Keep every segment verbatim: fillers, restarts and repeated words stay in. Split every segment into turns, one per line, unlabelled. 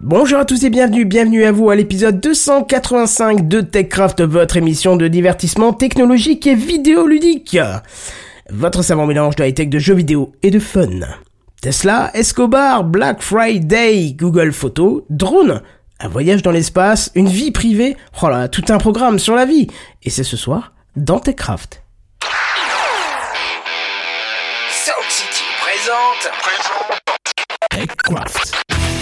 Bonjour à tous et bienvenue, bienvenue à vous à l'épisode deux cent quatre-vingt-cinq de TechCraft, votre émission de divertissement technologique et vidéoludique. Votre savant mélange de high-tech, de jeux vidéo et de fun. Tesla, Escobar, Black Friday, Google Photos, drone, un voyage dans l'espace, une vie privée, oh là, tout un programme sur la vie. Et c'est ce soir dans TechCraft.
Sound City présente, présente
TechCraft.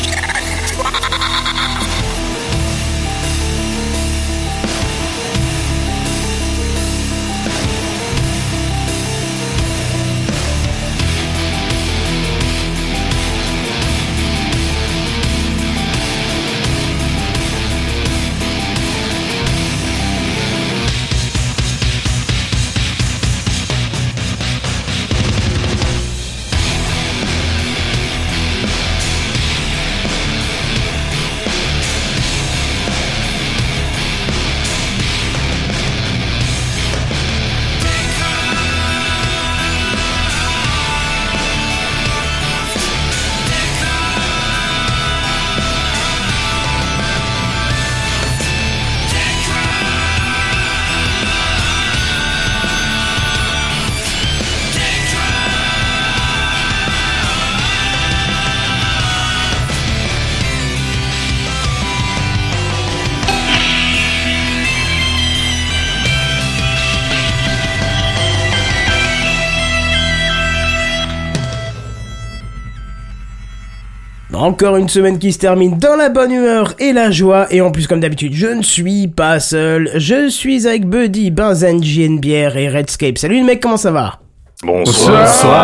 Encore une semaine qui se termine dans la bonne humeur et la joie, et en plus comme d'habitude je ne suis pas seul, je suis avec Buddy, Benzen, J N Bière et Redscape. Salut les mecs, comment ça va?
Bonsoir.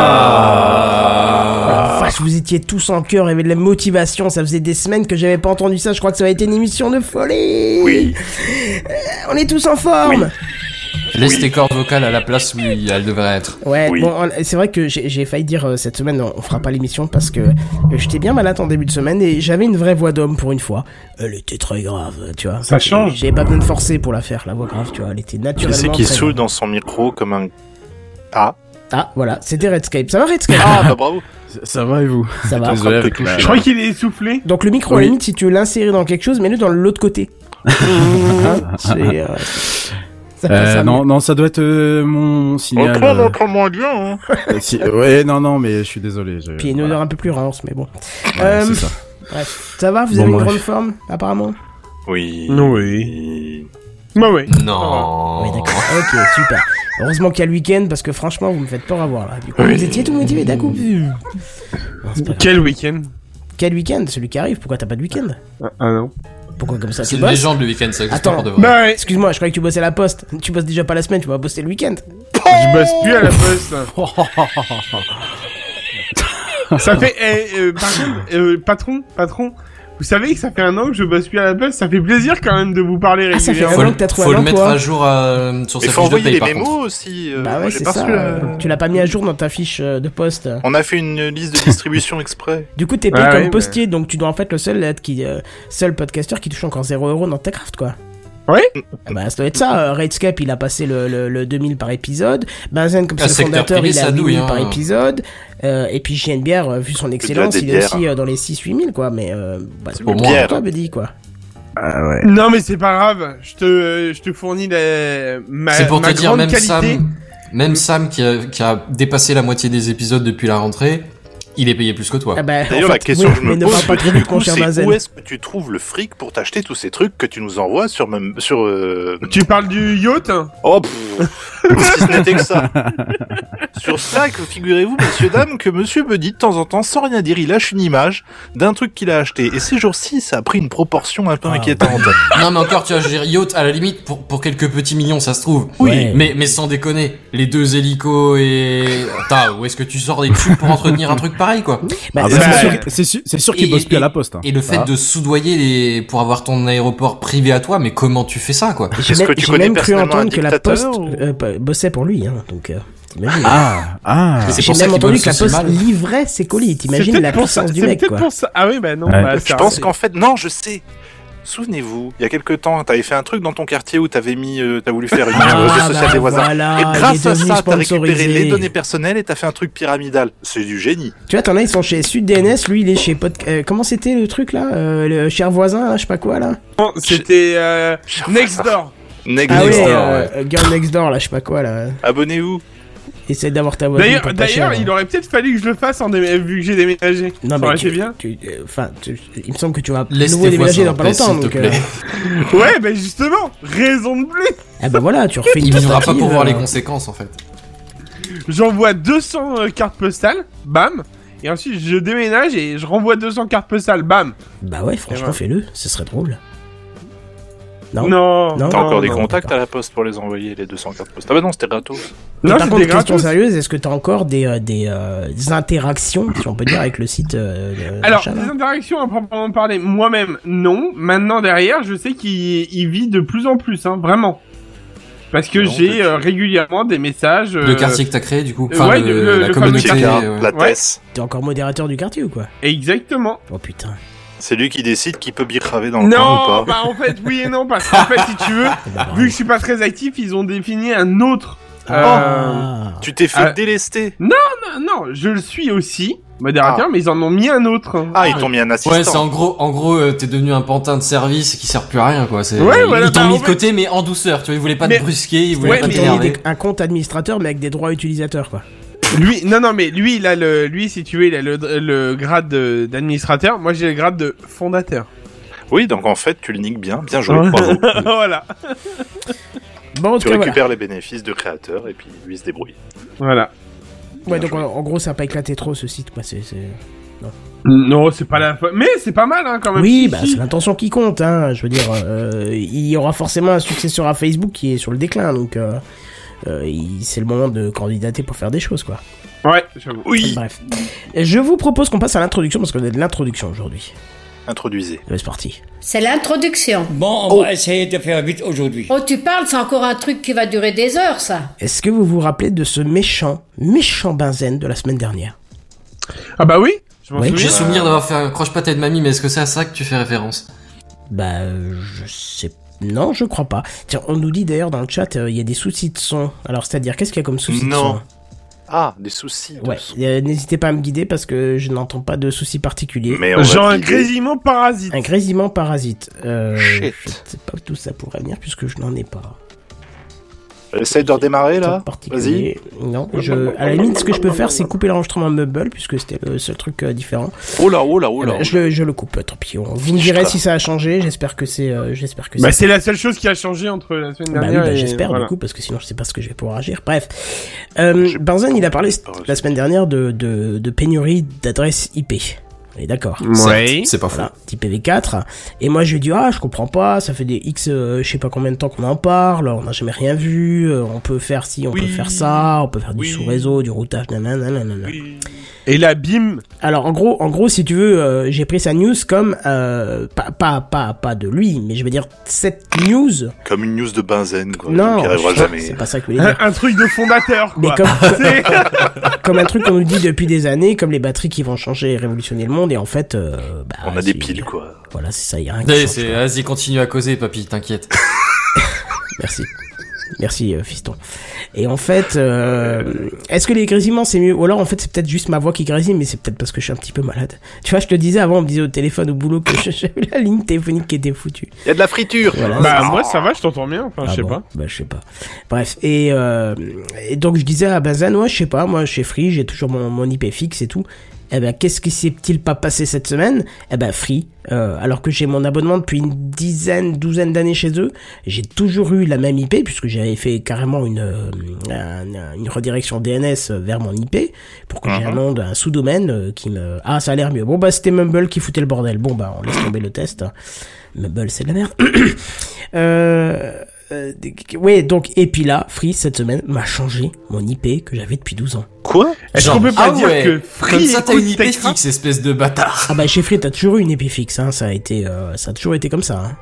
Bonsoir. Enfin, vous étiez tous en cœur, il y avait de la motivation, ça faisait des semaines que j'avais pas entendu ça, je crois que ça va être une émission de folie.
Oui.
Euh, on est tous en forme.
Oui.
Laisse oui. tes cordes vocales à la place où elles devraient être.
Ouais,
oui.
bon, c'est vrai que j'ai, j'ai failli dire euh, cette semaine, on fera pas l'émission parce que euh, j'étais bien malade en début de semaine et j'avais une vraie voix d'homme pour une fois. Elle était très grave, tu vois.
Ça change.
J'avais pas besoin de forcer pour la faire, la voix grave, tu vois. Elle était naturellement.
Qui c'est qui
très
saoule
grave.
dans son micro comme un. Ah.
Ah, voilà, c'était Redscape. Ça va, Redscape?
Ah, bah bravo.
Ça, ça va et vous?
Ça va.
Désolé avec la... Je crois qu'il est essoufflé.
Donc le micro, oui. À la limite, si tu veux l'insérer dans quelque chose, mets-le dans l'autre côté. Hein, c'est. Euh... Ça
Euh, non, non, ça doit être euh, mon signal.
Autrement, euh... autrement bien, hein.
euh, si, ouais, non, non, mais je suis désolé. Je...
Puis une odeur un peu plus rance, mais bon.
Ouais,
euh,
c'est ça.
Bref, ça va, vous
Bon,
avez une
bref.
grande forme, apparemment.
Oui.
Oui. Bah oui.
Non.
Oui, d'accord. Ok, super. Heureusement qu'il y a le week-end, parce que franchement, vous me faites peur à voir, là. Du coup,
Oui.
vous étiez tout motivé d'un coup. Non, c'est pas grave.
Quel week-end?
Quel week-end? Celui qui arrive, pourquoi t'as pas de week-end?
Ah, ah non.
Pourquoi comme ça?
C'est
Tu
une
bosses?
légende le week-end, ça existe
Attends.
pas pour de vrai.
Bah ouais.
Excuse-moi, je croyais que tu bossais à la poste. Tu bosses déjà pas la semaine, tu vas bosser le week-end.
Je bosse plus à la poste. Ça fait, eh, euh, par contre, euh, patron, patron, vous savez que ça fait un an que je bosse plus à la poste, ça fait plaisir quand même de vous parler
Ah, ça fait
régulièrement.
un
Faut,
an que t'as trouvé
faut
un
le mettre
emploi.
à jour euh, sur
Il
sa
faut
fiche de
envoyer
paye
les
par
mémos
contre.
aussi. euh,
Bah
moi,
ouais,
j'ai
c'est
pas
ça.
reçu la-
Tu l'as pas mis à jour dans ta fiche euh, de poste.
On a fait une liste de distribution exprès.
Du coup, t'es payé
Ah
comme
oui,
postier, donc tu dois en fait le seul être qui, euh, seul podcasteur qui touche encore zéro euro dans TechCraft, quoi.
Ouais.
Ah bah, ça doit être ça. Euh, Redscape, il a passé le, le, le deux mille par épisode. Benzen, comme
Ah,
c'est le
secteur
fondateur,
privé,
il a
ça
huit
douille,
mille
hein.
par épisode. Euh, et puis J N Bière, euh, vu son excellence,
des
il est
bières.
aussi euh, dans les six huit mille, quoi. Mais, euh, bah, c'est
Au
bon
moins.
pour toi, Buddy, quoi.
Ah ouais. Non mais c'est pas grave, je te, je te fournis la, ma,
C'est pour
ma
te dire,
grande
même
qualité.
Sam, même Sam qui a, qui a dépassé la moitié des épisodes depuis la rentrée, il est payé plus que toi.
Ah bah,
D'ailleurs,
en
la
fait,
question
oui,
que je
mais
me
ne
pose,
parle pas trop
du
vite, mon
coup,
cher
c'est
Benzen.
où est-ce que tu trouves le fric pour t'acheter tous ces trucs que tu nous envoies sur même, sur, euh...
Tu parles du yacht?
Oh, pff, si ce n'était que ça. Sur Slack, figurez-vous, messieurs, dames, que monsieur me dit de temps en temps, sans rien dire, il lâche une image d'un truc qu'il a acheté. Et ces jours-ci, ça a pris une proportion un peu inquiétante.
Non mais encore, tu vois, je veux dire, yacht, à la limite, pour, pour quelques petits millions, ça se trouve.
Oui.
Mais, mais sans déconner, les deux hélicos et... Attends, où est-ce que tu sors des thunes pour entretenir un truc pareil, quoi?
Bah,
Ah
c'est
bah,
sûr.
ouais.
C'est sûr, c'est sûr qu'il
Et-
bosse plus
et-
à la poste. Hein.
Et le fait
Ah.
de soudoyer les... pour avoir ton aéroport privé à toi, mais comment tu fais ça, quoi?
J'ai
Est-ce
même,
que tu
j'ai
connais
même cru
personnellement
entendre
un
que la
dictateur
Poste
ou-
euh, p- bossait pour lui, hein, donc euh, t'imagines.
Ah, ah.
C'est
J'ai
pour ça
même
qu'il
entendu
bosse
que la
aussi
Poste
mal.
livrait ses colis,
C'est
t'imagines
peut-être
la
pour ça,
puissance du
c'est
mec,
peut-être
quoi.
pour ça. Ah oui, bah non,
Ouais.
bah,
Je
c'est
pense
un-
qu'en fait, non, je sais. Souvenez-vous, il y a quelques temps, t'avais fait un truc dans ton quartier où t'avais mis, euh, t'as voulu faire une
Ah,
réseau social
bah
des voisins.
voilà,
et
il
grâce
est
à
devenu
ça, t'as récupéré
sponsorisé.
les données personnelles et t'as fait un truc pyramidal. C'est du génie.
Tu vois, t'en as, ils sont chez SudDNS, lui, il est chez Pod... euh, comment c'était le truc, là euh, Le cher voisin, là, je sais pas quoi, là
Non, c'était euh, Nextdoor.
Next
Ah
Next
ouais,
Door,
euh,
ouais.
Girl Next Door, là, je sais pas quoi, là.
Abonnez-vous.
Essaye d'avoir ta voisine
D'ailleurs,
pour pas
d'ailleurs,
cher,
il
hein.
aurait peut-être fallu que je le fasse en dé- vu que j'ai déménagé.
Non,
Ça
mais
aurait
tu,
été bien.
tu- euh, enfin, tu- il me semble que tu vas
Laisse
nouveau
tes
déménager
voisins
dans pas
en paix,
longtemps,
s'il te
donc...
plaît.
euh,
Ouais, bah justement, raison de plus.
Ah bah voilà, tu refais une
Il vivra pas
tentative,
pour voir
euh,
les conséquences en fait.
J'envoie deux cents euh, cartes postales, bam. Et ensuite, je déménage et je renvoie deux cents cartes postales, bam.
Bah ouais, franchement,
voilà.
fais-le, ce serait drôle. Non.
Non,
Non.
T'as encore des
non,
contacts
d'accord.
à la poste pour les envoyer, les deux cents cartes postes. Ah bah non, c'était gratos.
Et
non,
par
c'était
contre, question
gratos.
sérieuse, est-ce que t'as encore des, euh, des, euh, des interactions, si on peut dire, avec le site euh, de-
Alors,
machin,
des
là
interactions à proprement parler, moi-même, non. Maintenant, derrière, je sais qu'il il vit de plus en plus, hein, vraiment. Parce que
Non,
j'ai
peut-être.
euh, régulièrement des messages... euh,
Le quartier que t'as créé du coup.
euh,
Enfin,
ouais,
le-
le-
la
le
communauté.
fameux
Car,
ouais.
la
Ouais.
Tess.
T'es encore modérateur du quartier ou quoi?
Exactement.
Oh putain.
C'est lui qui décide qui peut bicraver dans le coin ou
Non,
pas.
bah en fait, oui et non, parce qu'en fait, si tu veux,
Bah,
vu que je suis pas très actif, ils ont défini un autre... euh,
Ah.
Tu t'es fait
Ah.
délester.
Non, non, je le suis aussi, modérateur,
Ah.
mais ils en ont mis un autre.
Ah, ils t'ont mis un assistant.
Ouais, c'est en gros, en gros, euh, t'es devenu un pantin de service qui sert plus à rien, quoi. C'est,
Ouais,
ils
voilà,
t'ont
bah,
mis
en
de
fait-
côté, mais en douceur. Tu vois, ils voulaient pas
Mais-
te brusquer, ils voulaient
Ouais,
pas
mais t'as mis
t'énerver.
des- un compte administrateur, mais avec des droits utilisateurs, quoi.
Lui, non, non, mais lui, il a le, lui, si tu veux, il a le, le grade de- d'administrateur. Moi, j'ai le grade de fondateur.
Oui, donc en fait, tu le niques bien. Bien joué,
Ouais.
bravo.
voilà,
Bon, en
Tu
tout cas, voilà.
récupères les bénéfices de créateur et puis lui il se débrouille.
voilà.
Ouais,
Bien
donc
joué.
en, en gros, ça a pas éclaté trop ce site, quoi. C'est, c'est...
Non, c'est pas la, fa- mais c'est pas mal, hein, quand même.
Oui,
Si,
bah
si.
c'est l'intention qui compte, hein. Je veux dire, euh, il y aura forcément un successeur à Facebook qui est sur le déclin, donc euh, euh, il- c'est le moment de candidater pour faire des choses, quoi.
Ouais, j'avoue.
Oui.
Bref, je vous propose qu'on passe à l'introduction parce qu'on a de l'introduction aujourd'hui.
Introduisez.
C'est parti.
C'est l'introduction.
Bon, on va essayer de faire vite aujourd'hui.
Oh, tu parles, c'est encore un truc qui va durer des heures, ça.
Est-ce que vous vous rappelez de ce méchant, méchant Benzen de la semaine dernière?
Ah bah oui, je m'en
Ouais.
souviens.
J'ai souvenir d'avoir fait un croche-patate de mamie, mais est-ce que c'est à ça que tu fais référence?
Bah, euh, je sais. Non, je crois pas. Tiens, on nous dit d'ailleurs dans le chat, euh, il y a des soucis de son. Alors, c'est-à-dire, qu'est-ce qu'il y a comme soucis de
Non.
son?
Ah, des soucis. de
Ouais,
son.
euh, n'hésitez pas à me guider parce que je n'entends pas de soucis particuliers.
Mais on va
Genre
te
un
guider.
grésillement parasite.
Un grésillement parasite. Euh,
Shit.
je sais pas d'où ça pourrait venir puisque je n'en ai pas.
Essaye de redémarrer là.
Pas
Vas-y.
particulier. Non, je, à la limite, ce que je peux faire, c'est couper l'enregistrement Mumble puisque c'était le seul truc euh, différent.
Oh là, oh là, oh
Eh
là.
ben, je, le- je le coupe, tant pis. On, vous me direz si ça a changé. J'espère que c'est. euh, j'espère que
Bah
c'est.
c'est la seule chose qui a changé entre la semaine
Bah oui,
dernière
bah,
et...
j'espère
voilà.
du coup parce que sinon je sais pas ce que je vais pouvoir agir. Bref, euh, Benzen il a parlé
pas reçu.
la semaine dernière de, de, de pénurie d'adresses I P. On est d'accord.
Ouais.
Certes, c'est pas faux.
Voilà, I P v quatre. Et moi je lui ai dit ah je comprends pas, ça fait des X euh, je sais pas combien de temps qu'on en parle, on n'a jamais rien vu, euh, on peut faire ci, on
Oui.
peut faire ça, on peut faire du
Oui.
sous-réseau, du routage, nanana, nanana.
Et là, bim.
Alors en gros, en gros si tu veux, euh, j'ai pris sa news comme euh, pas pas pas pas de lui, mais je veux dire cette news.
Comme une news de Benzen, quoi.
Non,
Qui arrivera
je-
jamais.
c'est pas ça que je voulais dire.
Un, un truc de fondateur,
Mais
quoi.
comme,
C'est-
comme un truc qu'on nous dit depuis des années, comme les batteries qui vont changer et révolutionner le monde, et en fait, euh, bah,
On a des
c'est-
piles, quoi.
Voilà, c'est ça, il y a rien qui
Allez,
change,
c'est,
quoi.
vas-y, continue à causer, papy, t'inquiète.
Merci. Merci, euh, fiston. Et en fait, euh, est-ce que les grésillements c'est mieux? Ou alors en fait c'est peut-être juste ma voix qui grésille, mais c'est peut-être parce que je suis un petit peu malade. Tu vois, je te disais avant, on me disait au téléphone au boulot que j'avais la ligne téléphonique qui était foutue.
Il y a de la friture.
Voilà.
Bah moi ça va, je t'entends bien. Enfin,
Ah
je sais
bon,
pas.
Bah je sais pas. Bref, et, euh, et donc je disais à Benzen, ouais je sais pas, moi chez Free j'ai toujours mon, mon I P fixe et tout. Eh ben qu'est-ce qui s'est-il pas passé cette semaine? Eh ben Free, euh, alors que j'ai mon abonnement depuis une dizaine, douzaine d'années chez eux, j'ai toujours eu la même I P puisque j'avais fait carrément une euh, un- une redirection D N S vers mon I P pour que j'ai un nom d'un sous-domaine euh, qui me ah ça a l'air mieux. Bon bah c'était Mumble qui foutait le bordel. Bon bah on laisse tomber le test. Mumble c'est de la merde. euh Euh, ouais, donc, et puis là, Free, cette semaine, m'a changé mon I P que j'avais depuis douze ans.
Quoi?
Est-ce
Genre,
qu'on peut pas
ah
dire
ouais,
que Free
comme ça, t'as une I
écoute
P
Techcraft
fixe, espèce de bâtard.
Ah bah, chez Free, t'as toujours eu une I P fixe, hein, ça a été, euh, ça a toujours été comme ça, hein.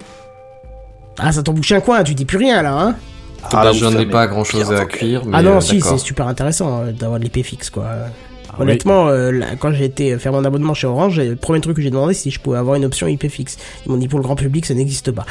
Ah, ça t'en bouche un coin, tu dis plus rien, là, hein.
Ah,
bah,
là,
je
vous
n'en ai
fermez
pas grand chose
bien
à
vos
cuire, mais
Ah non,
euh,
si,
d'accord.
c'est super intéressant euh, d'avoir de l'I P fixe, quoi. Honnêtement, euh, là, quand j'ai été faire mon abonnement chez Orange, le premier truc que j'ai demandé, c'est si je pouvais avoir une option I P fixe. Ils m'ont dit pour le grand public, ça n'existe pas.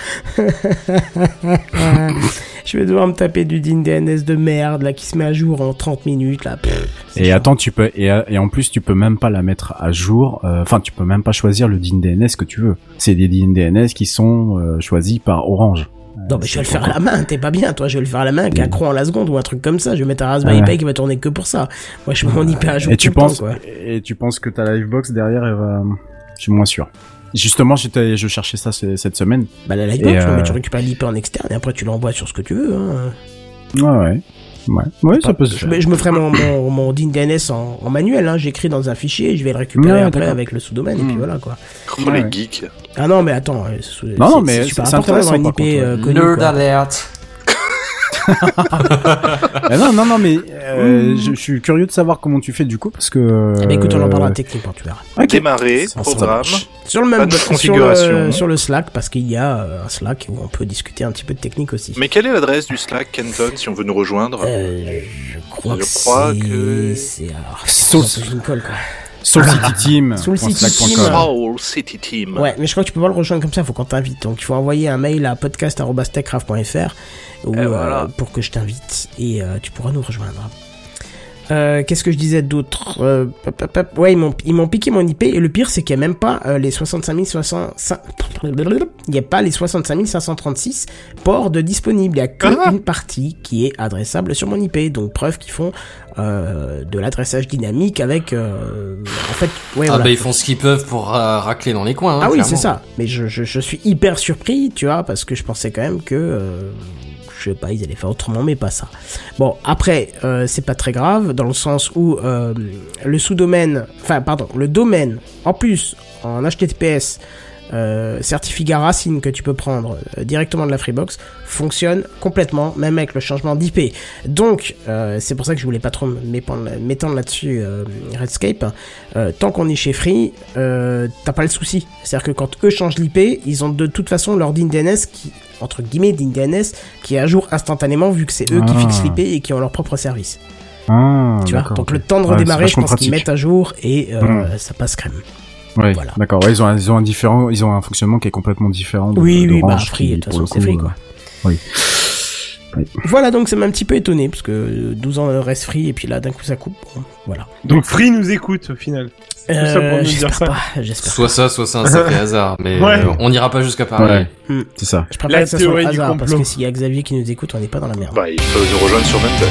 Je vais devoir me taper du D I N D N S de merde, là, qui se met à jour en trente minutes, là. Pff,
et
chiant.
attends, tu peux, et, et en plus, tu peux même pas la mettre à jour, enfin, euh, tu peux même pas choisir le D I N D N S que tu veux. C'est des D I N D N S qui sont euh, choisis par Orange.
Non, mais je vais le faire à la main, t'es pas bien, toi, je vais le faire à la main avec un cron à la seconde ou un truc comme ça, je vais mettre un Raspberry
ouais.
Pi qui va tourner que pour ça. Moi, je mets mon I P à jour
et
tout
tu
le
penses,
temps, quoi.
Et tu penses que ta Livebox derrière, elle va, je suis moins sûr. Justement, j'étais, je cherchais ça c- cette semaine.
Bah, la Livebox,
euh...
mais tu récupères l'I P en externe et après tu l'envoies sur ce que tu veux, hein.
Ouais, ouais. Ouais, ouais, ça peut se
je,
faire.
me, je me ferai mon, mon, mon D I N D N S en, en manuel, hein. J'écris dans un fichier, je vais le récupérer
ouais,
après
d'accord.
avec le sous-domaine, et puis
mmh.
voilà, quoi.
Oh,
Ouais,
les
ouais.
geeks.
Ah non, mais attends, c'est,
Non, non,
c'est,
mais
c'est super
c'est
important d'avoir une I
intéressant,
P
par
euh,
contre,
connue,
Nerd
quoi.
alert.
Ah non, non, non, mais euh, je, je suis curieux de savoir comment tu fais du coup, parce que... Euh...
Eh ben, écoute, on en parlera techniquement, tu verras.
Ok.
Démarrer,
Ça, ça
programme.
marche.
Sur le
Pas
même
de
sur
configuration.
le, sur le Slack, parce qu'il y a euh, un Slack où on peut discuter un petit peu de technique aussi.
Mais quelle est l'adresse du Slack, Kenton, si on veut nous rejoindre?
Euh, je crois
Je
que
crois
c'est...
que-
c'est... Alors,
Soul-
c'est une colle, quoi.
Soul City Team.
Soul City
slack point com.
Team.
Soul City Team.
Ouais, mais je crois que tu peux pas le rejoindre comme ça, il faut qu'on t'invite. Donc il faut envoyer un mail à podcast arobase techcraft point f r ou,
Et voilà.
euh, pour que je t'invite et euh, tu pourras nous rejoindre. Euh, qu'est-ce que je disais d'autre euh, pop, pop, pop. Ouais, ils m'ont, ils m'ont piqué mon I P et le pire c'est qu'il n'y a même pas euh, les soixante-cinq mille cinq cents... Il n'y a pas les soixante-cinq mille cinq cent trente-six ports de disponibles. Il n'y a que
Ah.
une partie qui est adressable sur mon I P. Donc preuve qu'ils font euh, de l'adressage dynamique avec... Euh, en fait, ouais,
Ah
voilà.
bah ils font ce qu'ils peuvent pour euh, racler dans les coins. Hein,
Ah oui,
clairement.
c'est ça. Mais je, je, je suis hyper surpris, tu vois, parce que je pensais quand même que, euh, je sais pas, ils allaient faire autrement, mais pas ça. Bon, après, euh, c'est pas très grave, dans le sens où euh, le sous-domaine, enfin, pardon, le domaine, en plus, en H T T P S, euh, certificat racine que tu peux prendre euh, directement de la Freebox, fonctionne complètement, même avec le changement d'I P. Donc, euh, c'est pour ça que je voulais pas trop m'épandre- m'étendre là-dessus, euh, Redscape. Euh, tant qu'on est chez Free, euh, t'as pas le souci. C'est-à-dire que quand eux changent l'I P, ils ont de toute façon leur D I N D N S qui, entre guillemets, D I N D N S, qui est à jour instantanément vu que c'est eux qui
Ah.
fixent l'I P et qui ont leur propre service.
Ah,
Tu vois,
d'accord,
donc
ok.
le temps de
Ouais,
redémarrer,
c'est
je pense
vachement
qu'ils
pratique.
mettent à jour et euh,
Mm.
ça passe crème.
Ouais,
Voilà.
d'accord. Ouais, ils ont, un, ils ont un différent, ils ont un fonctionnement qui est complètement différent. De,
Oui, oui, bah
d'Orange,
Free,
qui,
de toute
pour le
façon, c'est
coup,
Free,
euh,
quoi.
Oui. Oui.
Voilà, donc ça m'a un petit peu étonné, parce que douze ans reste Free, et puis là, d'un coup, ça coupe. Bon, voilà.
Donc Free nous écoute au final. Tout ça pour nous dire
j'espère
ça.
pas, j'espère
Soit ça, soit c'est un sacré hasard. Mais
Ouais.
euh, on n'ira pas jusqu'à parler.
Ouais.
Hmm.
C'est ça.
Je préfère
La
que ça soit
théorie
le
du
hasard, parce
complot.
que s'il y a Xavier qui nous écoute, on n'est pas dans la merde.
Bah, ils peuvent nous rejoindre sur Mental.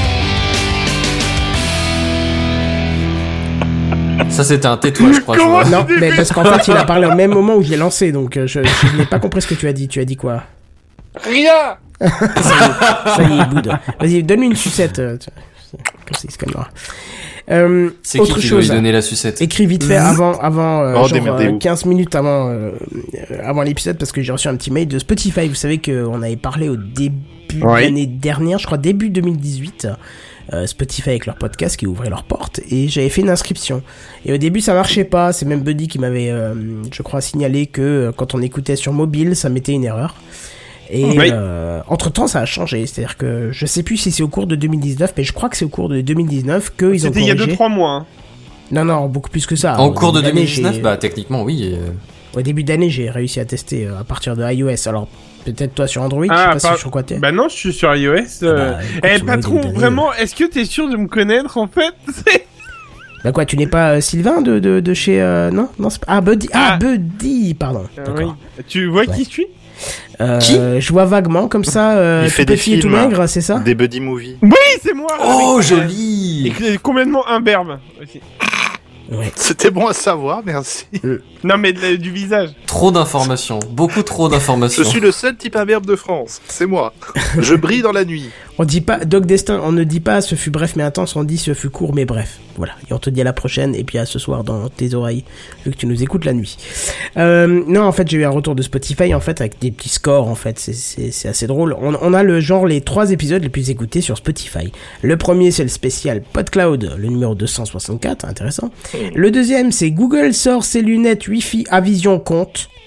Ça c'était un tais-toi, je crois. je
Comment
vois.
Non, mais parce qu'en fait, il a parlé au même moment où je l'ai lancé, donc euh, je, je n'ai pas compris ce que tu as dit. Tu as dit quoi?
Rien.
Ça y est, Boud. Vas-y, donne-lui une sucette. euh, tu- Comme ça, il se calmera. Euh,
C'est qui
autre
qui doit lui
chose.
donner la sucette?
Écris vite fait avant, avant euh,
Oh,
genre,
démerdez-vous.
euh, quinze minutes avant, euh, euh, avant l'épisode, parce que j'ai reçu un petit mail de Spotify. Vous savez qu'on avait parlé au début
Oui.
de l'année dernière, je crois début deux mille dix-huit. Euh, Spotify avec leur podcast qui ouvrait leurs portes, et j'avais fait une inscription. Et au début ça marchait pas, c'est même Buddy qui m'avait, euh, je crois, signalé que euh, quand on écoutait sur mobile, ça mettait une erreur. Et
Oui.
euh, entre temps ça a changé, c'est-à-dire que je sais plus si c'est au cours de deux mille dix-neuf, mais je crois que c'est au cours de deux mille dix-neuf que ils ont
C'était il y a
corrigé.
deux trois mois. Hein.
Non non, beaucoup plus que ça.
En
Au
cours de
début
deux mille
d'année,
dix-neuf,
j'ai-
bah techniquement oui. et, euh,
Au début d'année, j'ai réussi à tester euh, à partir de iOS. Alors, peut-être toi sur Android,
Ah,
je sais pas
par-
si sur quoi t'es.
Bah non, je suis sur iOS. Euh...
bah, écoute,
eh
sur moi, au
patron,
début d'année,
vraiment, est-ce que t'es sûr de me connaître en fait?
Bah quoi, tu n'es pas euh, Sylvain de, de, de chez... euh, non, non c'est pas... Ah, Buddy, ah,
Ah.
Buddy, pardon.
Ah,
D'accord.
oui. Tu vois
Ouais.
qui je suis?
Euh,
Qui
Je vois vaguement, comme ça, euh,
Il
tout
fait des
petit et tout
films.
maigre, c'est ça?
Des buddy movies.
Oui, c'est moi.
Oh
avec-
joli.
Et que- complètement imberbe aussi.
Ouais.
C'était bon à savoir, merci.
Non mais de- du visage.
Trop d'informations, beaucoup trop
Je
d'informations.
suis le seul type imberbe de France. C'est moi. Je brille dans la nuit.
On dit pas, Doc Destin, on ne dit pas ce fut bref mais intense, on dit ce fut court mais bref. Voilà. Et on te dit à la prochaine, et puis à ce soir dans tes oreilles, vu que tu nous écoutes la nuit. Euh, non, en fait, j'ai eu un retour de Spotify, en fait, avec des petits scores, en fait. C'est, c'est, c'est assez drôle. On, on a le genre les trois épisodes les plus écoutés sur Spotify. Le premier, c'est le spécial PodCloud, le numéro deux cent soixante-quatre, intéressant. Le deuxième, c'est Google sort ses lunettes Wi-Fi à vision compte.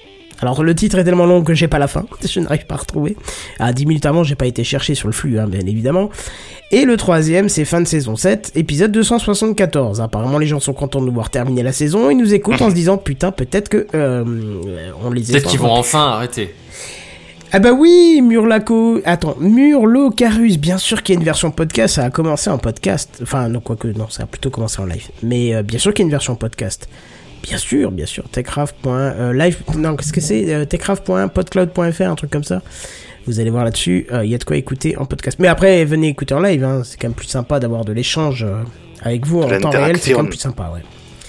Alors le titre est tellement long que j'ai pas la fin, je n'arrive pas à retrouver. À dix minutes avant, j'ai pas été chercher sur le flux, hein, bien évidemment. Et le troisième, c'est fin de saison sept, épisode deux cent soixante-quatorze. Apparemment, les gens sont contents de nous voir terminer la saison, ils nous écoutent en se disant, putain, peut-être que euh, on les
Peut-être qu'ils vont enfin arrêter.
Ah bah oui, Murlaco... Attends, Murlocarus, bien sûr qu'il y a une version podcast, ça a commencé en podcast. Enfin, non, quoique, non, ça a plutôt commencé en live. Mais euh, bien sûr qu'il y a une version podcast. Bien sûr, bien sûr, techcraft.live... Non, qu'est-ce que c'est euh, techcraft.podcloud.fr, un truc comme ça. Vous allez voir là-dessus, il euh, y a de quoi écouter en podcast. Mais après, venez écouter en live, hein, c'est quand même plus sympa d'avoir de l'échange euh, avec vous en temps réel, c'est quand même plus sympa, ouais.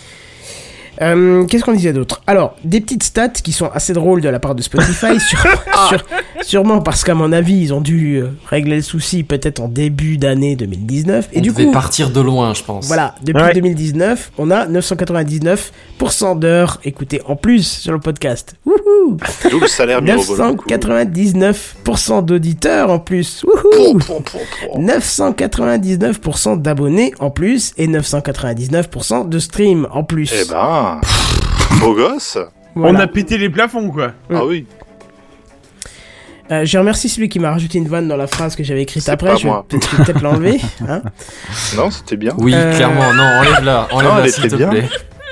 Euh, qu'est-ce qu'on disait d'autre? Alors, des petites stats qui sont assez drôles de la part de Spotify, sur, sur, sûrement parce qu'à mon avis, ils ont dû euh, régler le souci peut-être en début d'année deux mille dix-neuf. Et
on
du
devait
coup,
partir de loin, je pense.
Voilà, depuis
ouais.
deux mille dix-neuf, on a neuf cent quatre-vingt-dix-neuf pour cent d'heures écoutées en plus sur le podcast. Wouhou!
D'où le salaire
neuf cent quatre-vingt-dix-neuf pour cent d'auditeurs en plus. Wouhou! neuf cent quatre-vingt-dix-neuf pour cent d'abonnés en plus et neuf cent quatre-vingt-dix-neuf pour cent de streams en plus.
Eh ben, beau gosse.
Voilà.
On a pété les plafonds, quoi.
Mm.
Ah oui.
Euh, je remercie celui qui m'a rajouté une vanne dans la phrase que j'avais écrite
C'est
après.
pas
Je vais
moi.
peut-être, je vais peut-être l'enlever. Hein.
Non, c'était bien.
Oui,
Euh,
clairement, non, enlève-la,
Non,
enlève-la
elle
s'il
était
te
bien.
plaît.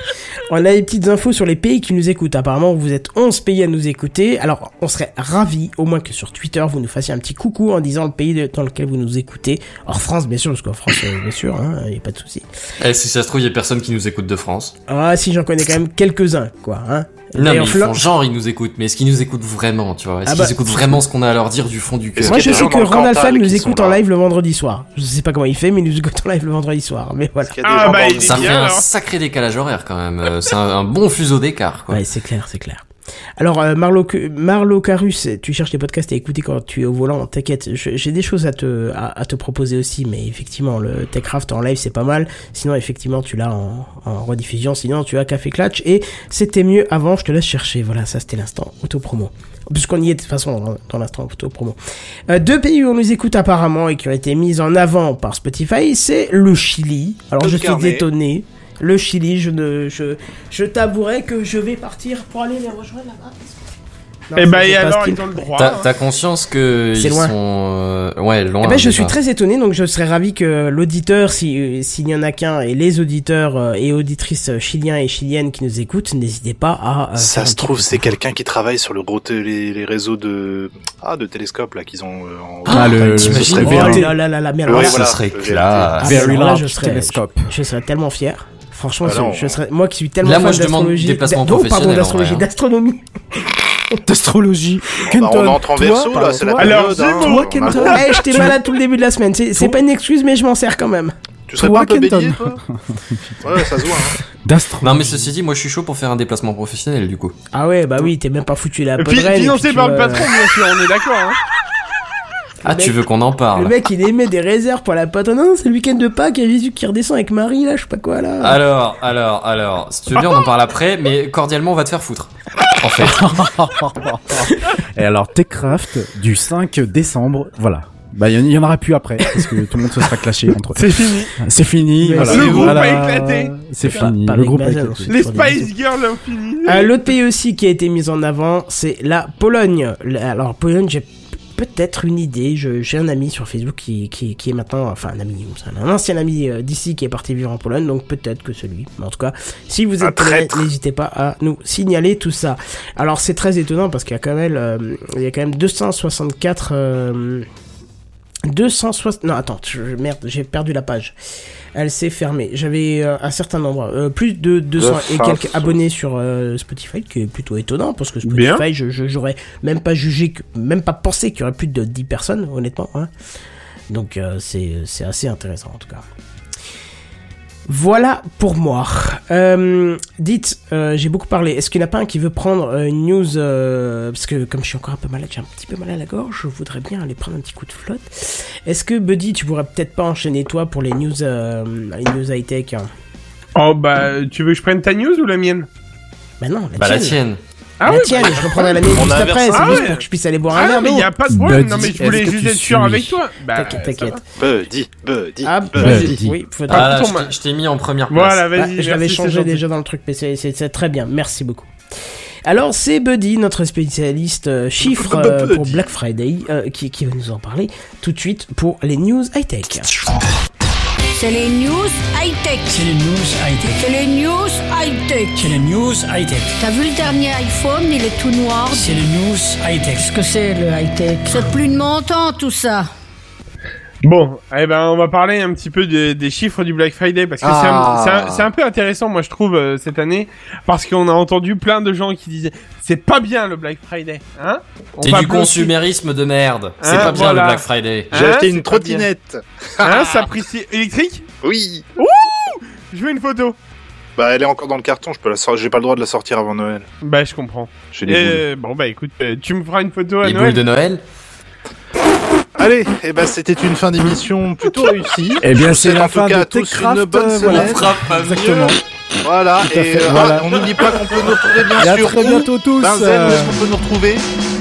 On a des petites infos sur les pays qui nous écoutent. Apparemment, vous êtes onze pays à nous écouter. Alors, on serait ravis, au moins que sur Twitter, vous nous fassiez un petit coucou en disant le pays de- dans lequel vous nous écoutez. Hors France, bien sûr, parce qu'en France, euh, bien sûr, hein, y a pas de souci.
Eh, si ça se trouve, il y a personne qui nous écoute de France.
Ah, si, j'en connais quand même quelques-uns, quoi. Hein.
Non, mais
D'ailleurs,
ils
Flo-
font genre, ils nous écoutent, mais est-ce qu'ils nous écoutent vraiment, tu vois? Est-ce
Ah
qu'ils
bah-
écoutent vraiment ce qu'on a à leur dire du fond du cœur?
Moi,
qu'il y
je
a des
sais
gens
que
dans le
Randall
Cantal
Fan nous
qui
écoute
sont
en
là.
live le vendredi soir. Je sais pas comment il fait, mais il nous écoute en live le vendredi soir. Mais voilà.
Parce qu'il y a des
Ah,
gens
bah,
dans
il
le-
est
Ça fait
bien,
un
alors.
sacré décalage horaire quand même. Euh, C'est un, un bon fuseau d'écart, quoi.
Ouais, c'est clair, c'est clair. Alors, euh, Marlo, Marlo Carus, tu cherches des podcasts à écouter quand tu es au volant, t'inquiète, je- j'ai des choses à te, à, à te proposer aussi, mais effectivement, le Techcraft en live, c'est pas mal. Sinon, effectivement, tu l'as en, en rediffusion, sinon, tu as Café Clutch, et c'était mieux avant, je te laisse chercher. Voilà, ça, c'était l'instant auto-promo. Puisqu'on y est, de toute façon, dans, dans l'instant auto-promo. Euh, deux pays où on nous écoute apparemment et qui ont été mis en avant par Spotify, c'est le Chili. Alors,
Le
je suis
carnet.
étonné. Le Chili, je ne, je, je t'avouerai que je vais partir pour aller les rejoindre là-bas. Non,
Eh
ça,
ben,
c'est
et
pas ce
alors,
qu'il-
ils ont le droit.
T'as
hein.
t'as conscience que
C'est
ils
loin.
sont euh, ouais loin.
Eh ben, je
déjà.
suis très étonné, donc je serais ravi que l'auditeur, si, euh, s'il y en a qu'un, et les auditeurs euh, et auditrices euh, chiliens et chiliennes qui nous écoutent, n'hésitez pas à... euh, faire
Ça
un
se
petit
trouve,
peu-
c'est quelqu'un qui travaille sur le gros télé, les réseaux de ah de télescopes là qu'ils ont euh, en.
Ah, le-
ce
t'imagines
serait
Oh
bien.
là là là là, mais alors
Ouais,
là,
ce
voilà,
serait
le
classe.
ah, mais
Very
alors là,
large
je serais,
telescope.
je, je serais tellement fier. Franchement,
Ah
je,
non.
je serais, moi qui suis tellement
Là,
fan
moi, je demande
d'astrologie...
déplacement
d'a- oh, pardon,
professionnel, en
d'astrologie,
vrai, hein.
d'astronomie.
D'astrologie.
Bah, on entre en verso là, c'est la
toi,
période.
alors,
hein,
Zemo,
on a-
Kenton.
Eh, j'étais malade tout le début de la semaine. C'est, c'est pas une excuse, mais je m'en sers quand même.
Tu serais
Toi,
pas un peu
Kenton.
bélier, toi? Ouais, ça se voit. Hein.
D'astrologie.
Non mais ceci dit, moi je suis chaud pour faire un déplacement professionnel du coup.
Ah ouais, bah oui, t'es même pas foutu la
Fi-
podrelle. et puis
Financé
tu
par le
vois-
patron, bien sûr, on est d'accord. Hein.
Ah
Le
tu
mec-
veux qu'on en
Le
parle?
mec, il émet des réserves pour la pote. Non, c'est le week-end de Pâques, il y a Jésus qui redescend avec Marie, là, je sais pas quoi, là.
Alors, alors, alors, si tu veux bien on en parle après, mais cordialement on va te faire foutre. En fait.
Et alors, Techcraft, du cinq décembre, voilà. Bah, il y, en- il y en aura plus après, parce que tout le monde se sera clashé entre eux.
C'est fini.
C'est fini,
Mais
voilà.
le
groupe
Voilà.
a éclaté.
C'est
Pas-
fini,
pas
le
avec
groupe a
Benjamin,
éclaté.
c'est
Les
sur des
Spice
bisous.
Girls ont fini.
Euh, l'autre pays aussi qui a été mis en avant, c'est la Pologne. La- Alors, Pologne, j'ai peut-être une idée. Je, j'ai un ami sur Facebook qui, qui, qui est maintenant, enfin, un ami, c'est un ancien ami euh, d'ici qui est parti vivre en Pologne, donc peut-être que celui. Mais en tout cas, si vous
Un
êtes polonais,
traître.
n'hésitez pas à nous signaler tout ça. Alors, c'est très étonnant parce qu'il y a quand même, euh, il y a quand même deux cent soixante-quatre, euh, deux cent soixante, non, attends, je, merde, j'ai perdu la page. Elle s'est fermée. J'avais euh, un certain nombre, euh, plus de deux cents et
Deux
quelques
cents.
abonnés sur euh, Spotify, qui est plutôt étonnant parce que
Bien.
Spotify, je, je j'aurais même pas jugé, que, même pas pensé qu'il y aurait plus de dix personnes, honnêtement. Hein. Donc euh, c'est c'est assez intéressant en tout cas. Voilà pour moi. Euh, dites, euh, j'ai beaucoup parlé. Est-ce qu'il n'y en a pas un qui veut prendre euh, une news euh, parce que comme je suis encore un peu malade, j'ai un petit peu mal à la gorge, je voudrais bien aller prendre un petit coup de flotte. Est-ce que Buddy, tu pourrais peut-être pas enchaîner toi pour les news, euh, les news high tech hein.
Oh bah, tu veux que je prenne ta news ou la mienne?
Bah non, la
Bah la
tienne.
tienne.
Ah
la
ouais,
tienne,
bah,
je reprendrai la mienne
On
juste
a
après,
inversé.
c'est
Ah
juste
ouais.
pour que je puisse aller boire un
Ah
verre
non, mais
d'eau.
y a pas de problème.
Buddy,
Non mais je
est-ce
voulais
que
juste
tu
être sûr
suis
avec toi. Bah,
T'inquiète,
ça
t'inquiète.
va.
Buddy, Buddy.
Ah,
Buddy.
vas-y,
Buddy.
oui, faut
Ah,
Ah,
pour
je
ton
t'ai- je t'ai mis en première place.
Voilà,
Ah,
vas-y.
je l'avais
merci, c'est
changé
gentil.
déjà dans le truc, mais c'est, c'est, c'est très bien. Merci beaucoup. Alors c'est Buddy, notre spécialiste euh, chiffres euh, pour Black Friday, euh, qui, qui va nous en parler tout de suite pour les news high-tech.
C'est les news high-tech.
C'est les news high-tech.
C'est les news high-tech.
C'est les news high-tech.
T'as vu le dernier iPhone, il est tout noir.
C'est les news high-tech.
Qu'est-ce que c'est le high-tech? C'est plus de mon temps tout ça.
Bon, eh ben, on va parler un petit peu de, des chiffres du Black Friday parce que
Ah.
c'est, un, c'est, un, c'est un peu intéressant, moi je trouve, euh, cette année, parce qu'on a entendu plein de gens qui disaient c'est pas bien le Black Friday, hein? On
C'est
va
du
bloquer-
consumérisme de merde. C'est
Hein,
pas bien
voilà.
le Black Friday.
J'ai
Hein,
acheté
c'est
une
pas
trottinette.
Hein, Sapristi électrique?
Oui.
Je veux une photo.
Bah, elle est encore dans le carton. Je peux la sortir. J'ai pas le droit de la sortir avant Noël.
Bah, je comprends.
J'ai des boules.
Euh, bon, bah écoute, euh, tu me feras une photo à
Les
Noël.
boules de Noël.
Allez, et bah, c'était une fin d'émission plutôt réussie.
Eh bien,
Je vous
c'est
souhaite
la
en tout
fin
cas
de
à tous
Techcraft,
une bonne
euh,
semaine.
voilà.
Frappe pas
Exactement.
Voilà.
Tout à
Et
fait,
euh,
voilà.
ah, on n'oublie pas qu'on peut nous retrouver bien
Et à
sûr.
très
où
bientôt tous.
Benzen,
euh,
où est-ce qu'on peut nous retrouver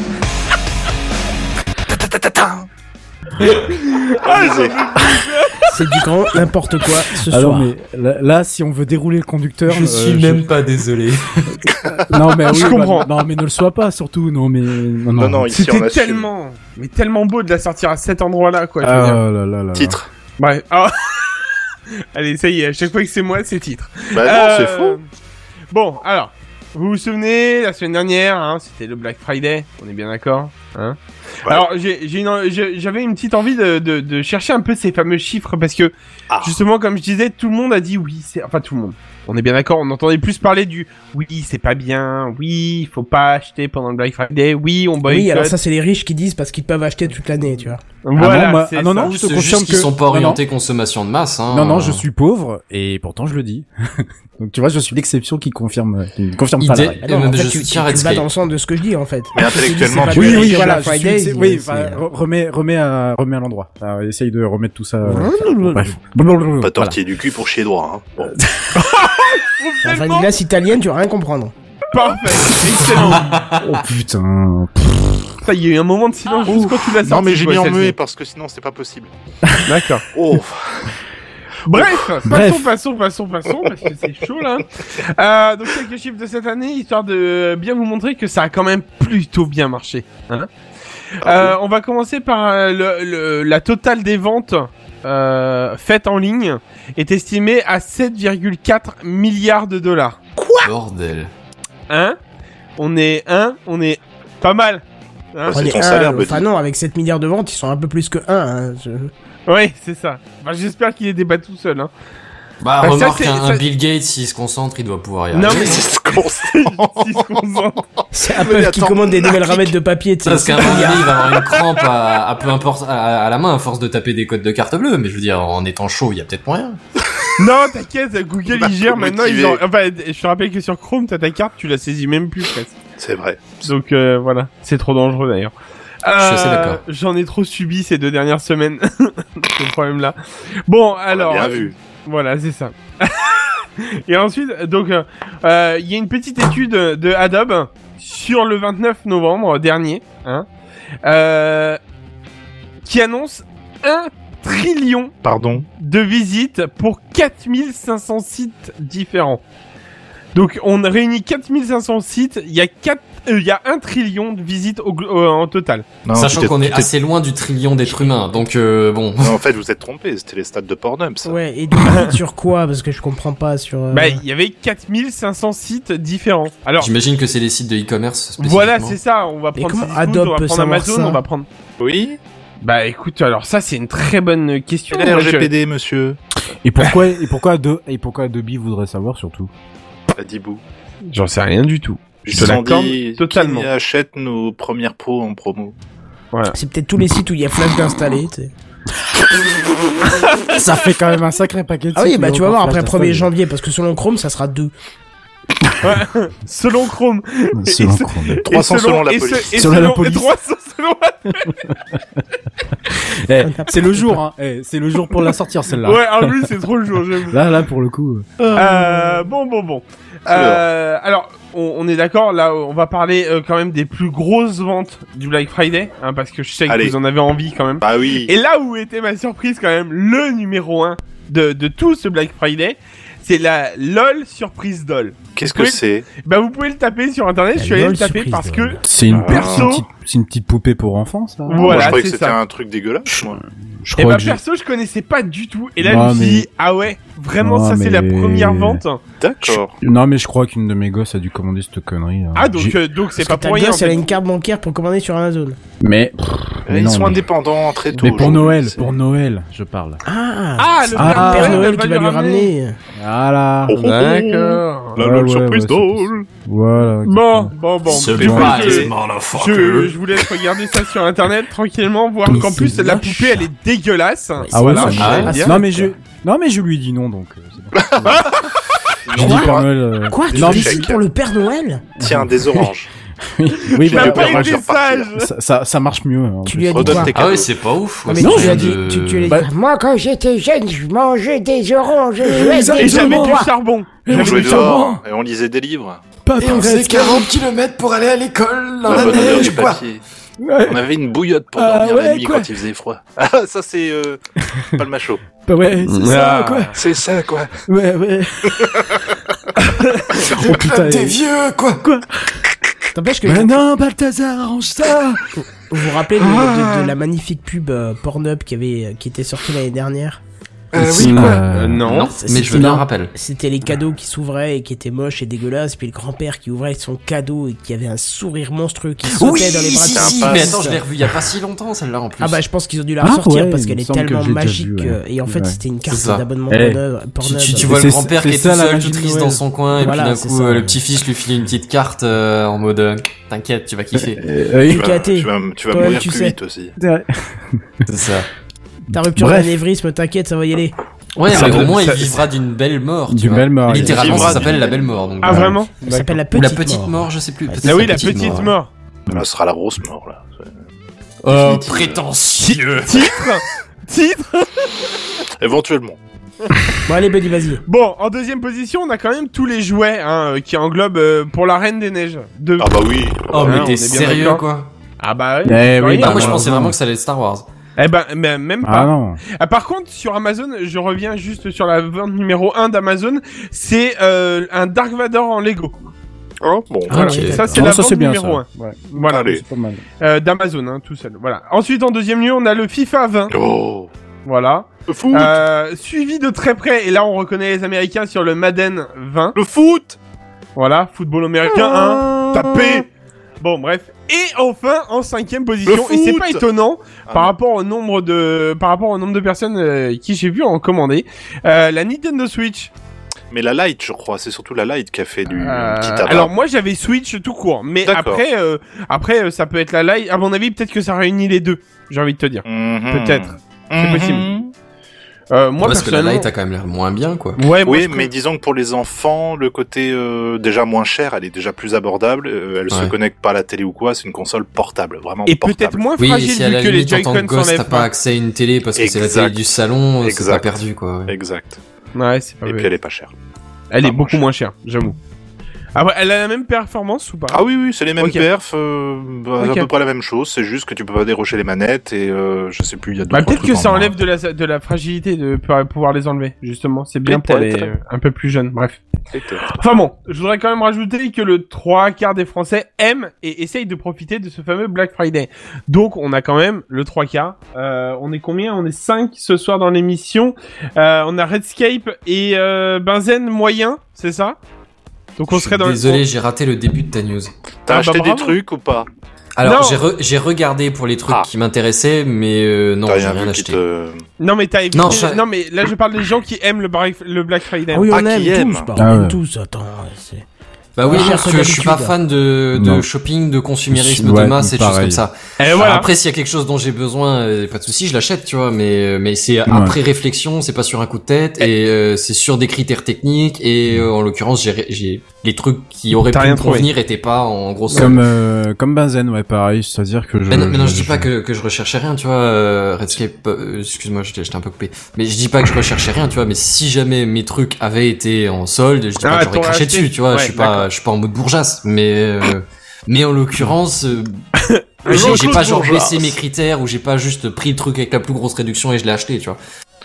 Amusez.
C'est du grand n'importe quoi ce
Alors,
soir.
mais là, là, si on veut dérouler le conducteur,
Je
euh,
suis même pas désolé.
Non, mais oui,
Je comprends.
bah, non, mais ne le sois pas, surtout. Non, mais non, non.
Non, non, ici on
C'était
assume.
tellement, mais tellement beau de la sortir à cet endroit-là, quoi. je veux
Ah
dire.
là là là là.
Titre.
Bref. Ah. Allez, ça y est, à chaque fois que c'est moi, c'est titre.
Bah non,
Euh,
c'est faux.
Bon, alors, vous vous souvenez, la semaine dernière, hein, c'était le Black Friday, on est bien d'accord, hein.
Ouais.
Alors, j'ai, j'ai une, j'ai- j'avais une petite envie de, de, de chercher un peu ces fameux chiffres parce que,
Ah.
justement, comme je disais, tout le monde a dit oui, c'est, enfin tout le monde. On est bien d'accord, on entendait plus parler du oui, c'est pas bien, oui, il faut pas acheter pendant le Black Friday, oui, on boycotte.
Oui, alors ça c'est les riches qui disent parce qu'ils peuvent acheter toute l'année, tu vois.
Voilà,
Ah non, moi-
c'est
ah non,
ça.
non, je te
C'est
confirme
juste qu'ils
que-
sont pas
non, non.
orientés consommation de masse. Hein.
Non, non, je suis pauvre et pourtant je le dis. Donc tu vois, je suis l'exception qui confirme, qui ne confirme pas la
Idée-
règle.
Ah non,
Et
en
même
fait,
je
tu, tu,
soutiens
tu vas
Redscape.
dans le sens de ce que je dis en fait.
Mais intellectuellement,
C'est pas
tu-
bien
Oui,
que
oui,
le
voilà,
Black
je
Friday,
suis,
c'est-
oui,
c'est-
enfin, re- remets, remets à, remets à l'endroit. Enfin, essaye de remettre tout ça. euh, bref.
pas
Voilà.
tortiller du cul pour chier droit. Hein. Bon.
Enfin, une glace italienne, tu vas rien comprendre.
Parfait, excellent.
Oh putain.
Ça, il y a eu un moment de silence juste quand tu l'as sorti.
Non, mais j'ai
quoi,
mis en
celle-ci.
muet parce que sinon c'est pas possible.
D'accord.
Oh.
Bref,
Bref.
passons, passons, passons, passons, parce que c'est chaud là. Euh, donc quelques chiffres de cette année, histoire de bien vous montrer que ça a quand même plutôt bien marché. Hein euh, on va commencer par euh, le, le- la totale des ventes euh, faites en ligne est estimée à sept virgule quatre milliards de dollars.
Bordel.
Hein On est un, on est pas mal. Hein
C'est
On est
ton
un,
salaire, Buddy.
enfin non, avec sept milliards de ventes, ils sont un peu plus que un. Hein. Je-
Oui, c'est ça. Bah, j'espère qu'il est débat tout seul. Hein.
Bah,
Bah, ça,
remarque,
c'est-
un,
ça-
un Bill Gates, s'il se concentre, il doit pouvoir y
Non,
arriver.
mais
C'est ce qu'on sent.
S'il se concentre.
C'est Apple
Mais
qui
attends,
commande des nouvelles
l'article-
ramettes de papier, tu sais.
Parce qu'à un moment donné, il va avoir une crampe à, à peu importe à, à la main à force de taper des codes de carte bleue. Mais je veux dire, en étant chaud, il y a peut-être moyen.
Non, t'inquiète, Google
Bah,
il gère
faut
maintenant.
motiver.
Ils ont... Enfin, je te rappelle que sur Chrome, t'as ta carte, tu la saisis même plus presque.
C'est vrai.
Donc euh, voilà, c'est trop dangereux d'ailleurs.
Je suis assez d'accord.
J'en ai trop subi ces deux dernières semaines, ce problème-là. Bon, alors,
Bien vu.
voilà, c'est ça. Et ensuite, donc, il euh, euh, y a une petite étude de Adobe sur le vingt-neuf novembre dernier, hein, euh, qui annonce un trillion
Pardon.
de visites pour quatre mille cinq cents sites différents. Donc on réunit quatre mille cinq cents sites, il y a quatre, euh, il y a un trillion de visites au, gl- euh, en total.
Non,
Sachant
tu t'es-
qu'on est
tu t'es-
assez loin du trillion d'êtres humains. Donc, euh, bon.
Non, en fait, vous êtes trompé. C'était les stats de Pornhub, ça.
Ouais, et du coup, sur quoi? Parce que je comprends pas sur. euh,
Bah il y avait quatre mille cinq cents sites différents. Alors
J'imagine que c'est les sites de e-commerce.
voilà,
spécifiquement.
c'est ça, on va
Mais
prendre
comment
Cdiscount,
Adobe
on va
peut
prendre
savoir
Amazon,
ça
on va prendre.
Oui.
Bah écoute, alors ça c'est une très bonne question.
Quel est
Moi,
R
je-
G P D, monsieur?
Et pourquoi, et pourquoi Adobe, et pourquoi Adobe voudrait savoir surtout?
A dit bout.
J'en sais rien du tout. Je
Ils
te
se sont
l'accorde
dit,
totalement.
Qui achète nos premières pros en promo?
C'est peut-être tous les sites où il y a Flash d'installer, tu sais.
Ça fait quand même un sacré paquet de
Ah oui,
sites
bah
où
tu
il y
vas
a
voir
encore
après
Flash
premier
d'installer.
janvier, parce que selon Chrome, ça sera deux.
Selon Chrome.
Selon
Et ce-
Chrome.
trois cents
et
selon la
et ce-
police.
et
Selon la
selon-
police.
et trois cents selon la
Eh, c'est le jour, hein. Eh, c'est le jour pour la sortir, celle-là.
Ouais, en plus, c'est trop le jour, j'avoue.
Là, là, pour le coup. euh,
Euh, bon, bon, bon. Euh, alors, on, on est d'accord, là, on va parler euh, quand même des plus grosses ventes du Black Friday, hein, parce que je sais que
Allez.
vous en avez envie quand même.
Bah oui.
Et là où était ma surprise quand même, le numéro un de, de tout ce Black Friday, c'est la LOL Surprise Doll.
Qu'est-ce que
Oui.
c'est?
Bah vous pouvez le taper sur internet, je suis allé
lol
le taper
surprise,
parce que
lol.
C'est une,
Ah.
c'est une
Perso.
petite, c'est une petite poupée pour enfants, ça.
Moi, je
voilà,
croyais que
c'est
c'était
ça.
un truc dégueulasse, moi.
Je
Et
crois
bah
que j'ai-
perso je connaissais pas du tout et là
Ouais,
je me suis
mais-
dit ah ouais vraiment
Ouais,
ça c'est la
mais-
première vente.
D'accord.
Non, mais je crois qu'une de mes gosses a dû commander cette connerie. hein.
Ah donc
J'ai-
euh, donc c'est
Parce
pas
que
pour
ta
rien.
gosse,
en
elle a
fait.
une carte bancaire pour commander sur Amazon.
Mais, mais
Ils
non,
sont
mais-
indépendants très tôt.
mais pour
aujourd'hui,
Noël,
c'est-
pour Noël, je parle.
Ah,
Ah, le
Ah,
Père
Père
Noël,
Noël
va
qui va lui ramener.
Voilà.
Oh, oh, oh.
D'accord.
La
Ouais,
LOL
ouais,
surprise
ouais, c'est
doll.
Voilà.
Bon, bon, bon.
Surprise,
Du coup, je,
motherfucker.
je, je vous laisse regarder ça sur internet tranquillement, voir
Mais
qu'en
c'est
plus la
moche.
poupée elle est dégueulasse.
Ah ouais,
Voilà,
ça
je
me-
vais le dire.
Non, mais je, non, mais je lui dis non, donc. euh, c'est bon. J'ai dit
Quoi
Père Noël. euh,
Quoi, tu
Non, mais
décides pour le Père Noël?
Tiens, des oranges.
oui,
J'ai
T'as
bah,
eu
pas
peur, moi,
été
je vais repartir.
sage.
ça, ça, ça marche mieux. hein, en
Tu
plus.
lui as dit
Redonne
quoi?
tes
Ah ouais,
cadeaux.
c'est pas ouf.
Non,
ouais,
mais
c'est
tu lui as
de-
dit, tu, tu lui as dit
Bah-
quoi? Moi, quand j'étais jeune, je mangeais des oranges, je jouais
Exact.
Et
des
j'avais
oranges.
du charbon.
Et on
J'avais
jouait
du
dehors, et on lisait des livres.
Pas
Et on faisait quarante kilomètres pour aller à l'école dans
La
la
bonne odeur
neige,
du
quoi.
papier.
Ouais,
On avait une bouillotte pour
Ah,
dormir la
ouais,
nuit
quoi.
quand il faisait froid. Ah, ça c'est euh, pas le macho.
bah ouais, c'est ça,
Ah.
quoi.
C'est ça, quoi.
Ouais, ouais. oh putain.
Des
et-
vieux, quoi.
T'empêche que
Mais
vous
non, Balthazar, arrange ça.
vous vous rappelez de, de- de la magnifique pub euh, Pornhub qui avait, euh, qui était sortie l'année dernière?
Euh,
Si,
oui, quoi.
Euh, non.
Non,
c'est-
mais
c'est-
je veux bien
non.
un rappel.
C'était les cadeaux qui s'ouvraient et qui étaient moches et dégueulasses, puis le grand-père qui ouvrait son cadeau et qui avait un sourire monstrueux qui sautait
Oui,
dans les bras
si,
de
si,
sa
mais
femme.
attends, je l'ai revu il y a pas si longtemps, celle-là, en plus.
Ah bah je pense qu'ils ont dû la
Ah
ressortir
ouais,
parce
il
qu'elle
me
est
semble que
tellement
j'ai déjà
magique
vu, ouais.
euh, et en fait
Ouais.
c'était une carte
C'est ça.
d'abonnement
Eh.
Pornhub.
Tu,
Pornhub.
tu, tu
C'est-
vois le
c'est-
grand-père qui
c'est
est
ça,
tout
la
seul,
magie
tout
de
triste
Noël.
dans son coin, et
Voilà,
puis d'un
c'est
coup,
ça.
euh, le petit-fils lui file une petite carte euh, en mode euh, t'inquiète, tu vas kiffer.
Euh, oui.
Tu vas,
Éclaté.
tu vas, tu vas
Toi,
mourir
tu
plus
sais.
vite aussi.
C'est ça.
Ta rupture
Bref.
d'anévrisme, t'inquiète, ça va y aller.
Ouais,
Ça-
mais au moins
ça-
il vivra d'une belle mort. tu
D'une
vois.
belle mort, il
Littéralement,
vivra
ça s'appelle
d'une
la
belle
belle mort. Donc,
Ah
euh,
vraiment?
Ça s'appelle la
Ou
petite
la petite mort.
mort.
je sais plus.
Ah,
peut-être
Ah oui, la
petite
petite mort.
Là, ce sera la grosse mort, là.
Oh, prétentieux.
Titre Titre
Éventuellement.
Bon allez Buddy, vas-y.
Bon, en deuxième position, on a quand même tous les jouets hein, euh, qui englobent euh, pour la Reine des Neiges. Deux.
Ah bah oui.
Oh,
Ouais,
mais
on
t'es
est bien
sérieux,
d'accord.
quoi.
Ah bah ouais.
Eh
c'est
oui,
rien.
Ah,
bah,
moi, je
non,
pensais
non.
vraiment que ça allait être Star Wars.
Eh ben, mais même pas.
Ah non.
Ah, par contre, sur Amazon, je reviens juste sur la vente numéro un d'Amazon, c'est euh, un Dark Vador en Lego.
Oh, bon.
Ah,
Voilà.
ok.
Ça, c'est
Non,
la
ça,
vente
c'est bien,
numéro
ça.
un. Voilà.
Allez.
C'est pas mal.
Euh, D'Amazon, hein, tout seul. Voilà. Ensuite, en deuxième lieu, on a le FIFA vingt.
Oh.
Voilà.
Le foot.
Euh, suivi de très près, et là, on reconnaît les Américains sur le Madden vingt.
Le foot.
Voilà. Football américain, hein. Tapé. Bon, bref. Et enfin, en cinquième position,
Le
et c'est
foot.
pas étonnant
Ah,
par
non.
rapport au nombre de, par rapport au nombre de personnes euh, qui j'ai vu en commander, euh, la Nintendo Switch.
Mais la Lite, je crois. C'est surtout la Lite qui a fait du
Euh,
petit tabac.
alors moi j'avais Switch tout court, mais
D'accord.
après, euh, après euh, ça peut être la Lite. À mon avis, peut-être que ça réunit les deux. J'ai envie de te dire.
Mhm.
Peut-être. C'est
Mhm.
possible. Euh, moi
Parce que la
personnellement,
Lite a quand même l'air moins bien, quoi.
ouais, moi,
Oui,
je
mais disons que pour les enfants, le côté euh, déjà moins cher, elle est déjà plus abordable. euh, elle se
Ouais.
connecte pas à la télé ou quoi. C'est une console portable, vraiment
et
portable.
peut-être moins
Oui,
fragile
si à
vu
la
que les
limite, en tant que
Joy-Con
gosse, t'as
s'enlèvent
pas
pas.
accès à une télé parce que c'est la
Exact.
télé du salon, c'est
Exact.
pas perdu, quoi. ouais.
Exact.
Ouais, c'est pas
Et
vrai.
puis elle est pas chère.
Elle est
pas moins
beaucoup
chère.
moins chère, j'avoue. Ah ouais, elle a la même performance ou pas?
Ah oui, oui, c'est les mêmes
Ok.
perfs, euh, bah,
Ok.
à peu près la même chose. C'est juste que tu peux pas dérocher les manettes et euh, je sais plus, il y a
Bah,
d'autres
peut-être
trucs
que
en
ça
moins.
enlève de la, de la fragilité de pour pouvoir les enlever, justement. C'est bien pour les
Peut-être.
euh, un peu plus jeunes, bref.
Peut-être.
Enfin bon, je voudrais quand même rajouter que le trois quarts des Français aiment et essayent de profiter de ce fameux Black Friday. Donc on a quand même le trois quarts. Euh, on est combien? On est cinq ce soir dans l'émission. Euh, on a Redscape et euh, Benzen moyen, c'est ça? Donc on
Je suis
serait dans
Désolé, j'ai raté le début de ta news.
T'as
Ah,
acheté
bah,
des
bravo.
trucs ou pas?
Alors,
Non.
j'ai re- j'ai regardé pour les trucs
Ah.
qui m'intéressaient, mais euh, non,
T'as
j'ai
rien
rien
vu qui
acheté.
te...
Non mais t'as évité...
Non,
non,
je-
mais là je parle des gens qui aiment le, Bra- le Black Friday.
Ah oui, on
Ah, qui
aime
aime.
tous, bah,
Ah
on aime
ouais.
tous, attends. c'est-
Bah oui,
Ouais,
parce
comme
que je suis pas
d'habitude.
fan de, de
Non.
shopping, de consumérisme
Ouais,
de masse et de choses
pareil.
comme ça.
Et voilà.
Après, s'il y a quelque chose dont j'ai besoin, euh, pas de souci, je l'achète, tu vois. Mais mais c'est après réflexion, c'est pas sur un coup de tête et euh, c'est sur des critères techniques. Et euh, en l'occurrence, j'ai j'ai les trucs qui auraient
T'as
pu
rien
me
trouvé.
convenir étaient pas en gros.
Comme euh, comme Benzen, ouais, pareil. C'est-à-dire que je.
Mais non, mais non, je dis pas que, que je recherchais rien, tu vois, euh, Redscape, euh, excuse-moi, j'étais j'étais un peu coupé. Mais je dis pas que je recherchais rien, tu vois, mais si jamais mes trucs avaient été en solde, je dis
Ah,
pas que j'aurais
t'aurais
craché
acheté.
dessus, tu vois,
Ouais,
je suis
d'accord.
pas, je suis pas en mode bourgeasse, mais, euh, mais en l'occurrence, euh, j'ai
jour
j'ai pas genre
bourgeoise.
baissé mes critères ou j'ai pas juste pris le truc avec la plus grosse réduction et je l'ai acheté, tu vois.